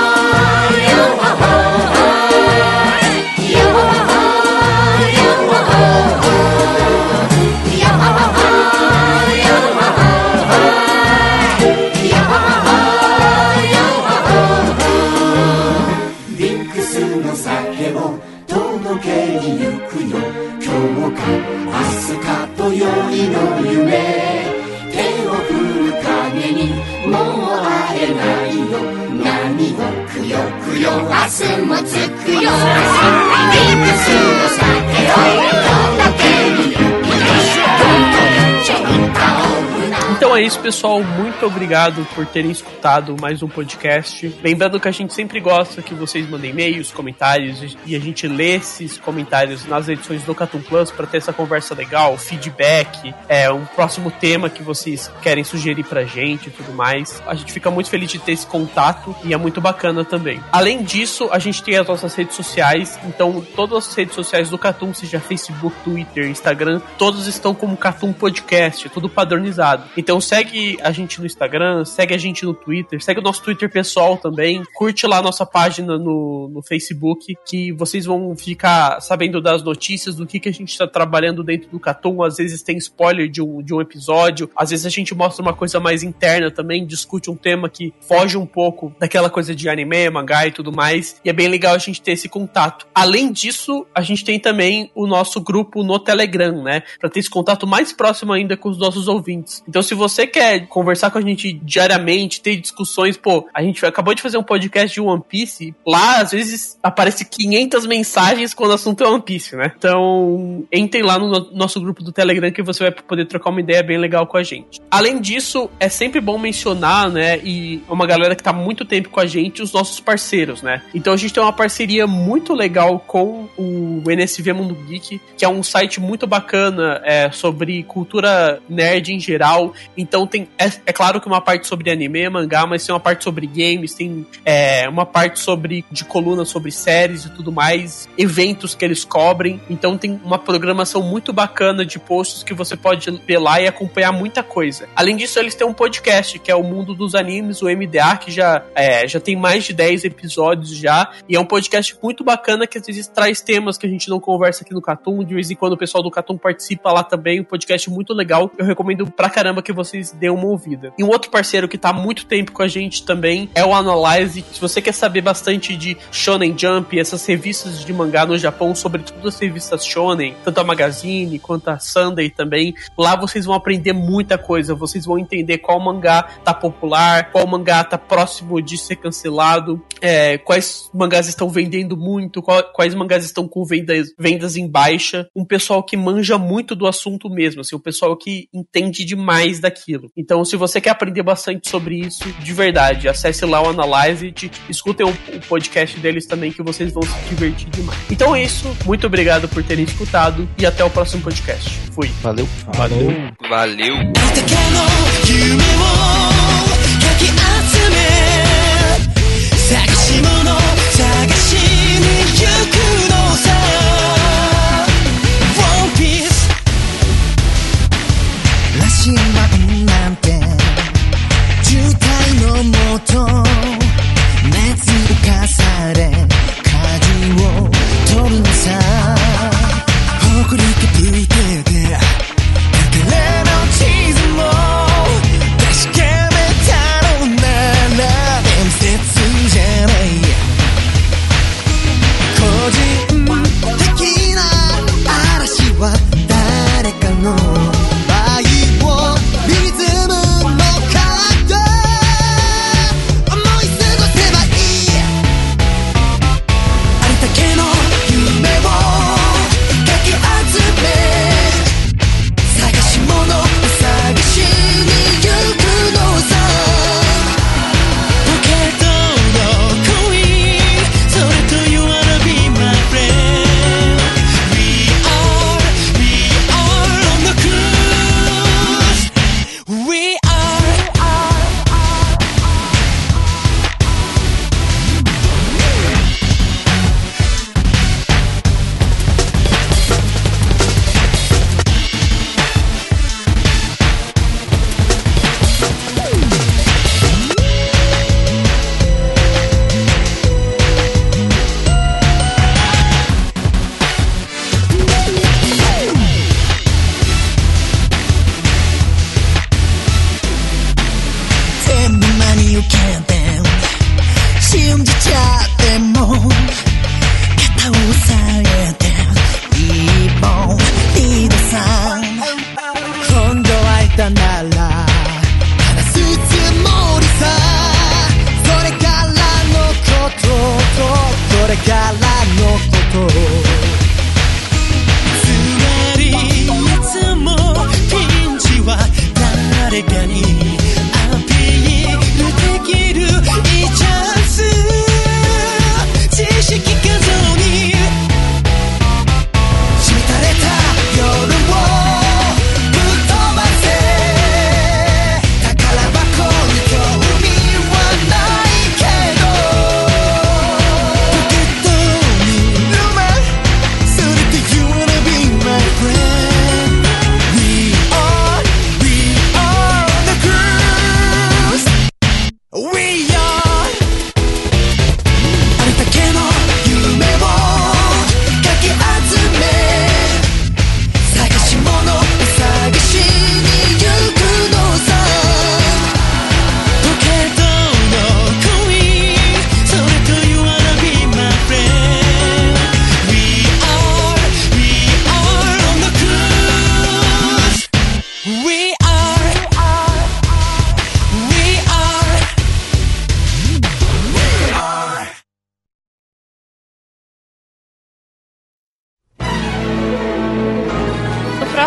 S3: Então é isso, pessoal. Muito obrigado por terem escutado mais um podcast. Lembrando que a gente sempre gosta que vocês mandem e-mails, comentários, e a gente lê esses comentários nas edições do Cartoon Plus para ter essa conversa legal, feedback, é, um próximo tema que vocês querem sugerir pra gente e tudo mais. A gente fica muito feliz de ter esse contato e é muito bacana também. Além disso, a gente tem as nossas redes sociais, então todas as redes sociais do Cartoon, seja Facebook, Twitter, Instagram, todos estão como Cartoon Podcast, tudo padronizado. Então segue a gente no Instagram, segue a gente no Twitter, segue o nosso Twitter pessoal também, curte lá a nossa página no, no Facebook, que vocês vão ficar sabendo das notícias, do que, que a gente está trabalhando dentro do Cartoon. Às vezes tem spoiler de um, de um episódio, às vezes a gente mostra uma coisa mais interna também, discute um tema que foge um pouco daquela coisa de anime, mangá e tudo mais, e é bem legal a gente ter esse contato. Além disso, a gente tem também o nosso grupo no Telegram, né, pra ter esse contato mais próximo ainda com os nossos ouvintes. Então se você quer conversar com a gente diariamente, ter discussões, pô, a gente acabou de fazer um podcast de One Piece, lá às vezes aparece quinhentas mensagens quando o assunto é One Piece, né? Então, entrem lá no nosso grupo do Telegram que você vai poder trocar uma ideia bem legal com a gente. Além disso, é sempre bom mencionar, né, e uma galera que tá há muito tempo com a gente, os nossos parceiros, né? Então a gente tem uma parceria muito legal com o N S V Mundo Geek, que é um site muito bacana é, sobre cultura nerd em geral. Então tem, é, é claro que uma parte sobre anime, mangá, mas tem uma parte sobre games, tem é, uma parte sobre de coluna sobre séries e tudo mais, eventos que eles cobrem. Então tem uma programação muito bacana de posts que você pode ver lá e acompanhar muita coisa. Além disso, eles têm um podcast, que é o Mundo dos Animes, o M D A, que já, é, já tem mais de dez episódios já, e é um podcast muito bacana que às vezes traz temas que a gente não conversa aqui no Cartoon. De vez em quando o pessoal do Cartoon participa lá também, um podcast muito legal. Eu recomendo pra caramba que vocês dêem uma ouvida. E um outro parceiro que tá há muito tempo com a gente também é o Analyze. Se você quer saber bastante de Shonen Jump, essas revistas de mangá no Japão, sobretudo as revistas Shonen, tanto a Magazine quanto a Sunday também, lá vocês vão aprender muita coisa. Vocês vão entender qual mangá tá popular, qual mangá tá próximo de ser cancelado, é, quais mangás estão vendendo muito, qual, quais mangás estão com vendas, vendas em baixa. Um pessoal que manja muito do assunto mesmo, assim, um pessoal que entende demais daquilo. Então, se você quer aprender bastante sobre isso, de verdade, acesse lá o Analyze, escutem o, o podcast deles também, que vocês vão se divertir demais. Então é isso, muito obrigado por terem escutado e até o próximo podcast. Fui.
S7: Valeu.
S3: Valeu.
S6: Valeu.
S11: Hokuriku 吹いててかければ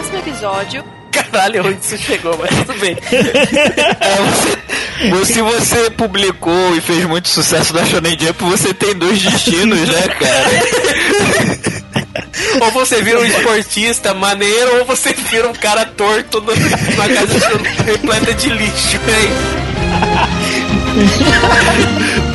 S1: próximo episódio.
S3: Caralho, onde isso chegou, mas tudo bem.
S6: É, você, se você publicou e fez muito sucesso na Shonen Jump, você tem dois destinos, né, cara?
S3: Ou você vira um esportista maneiro, ou você vira um cara torto numa casa repleta de lixo, hein?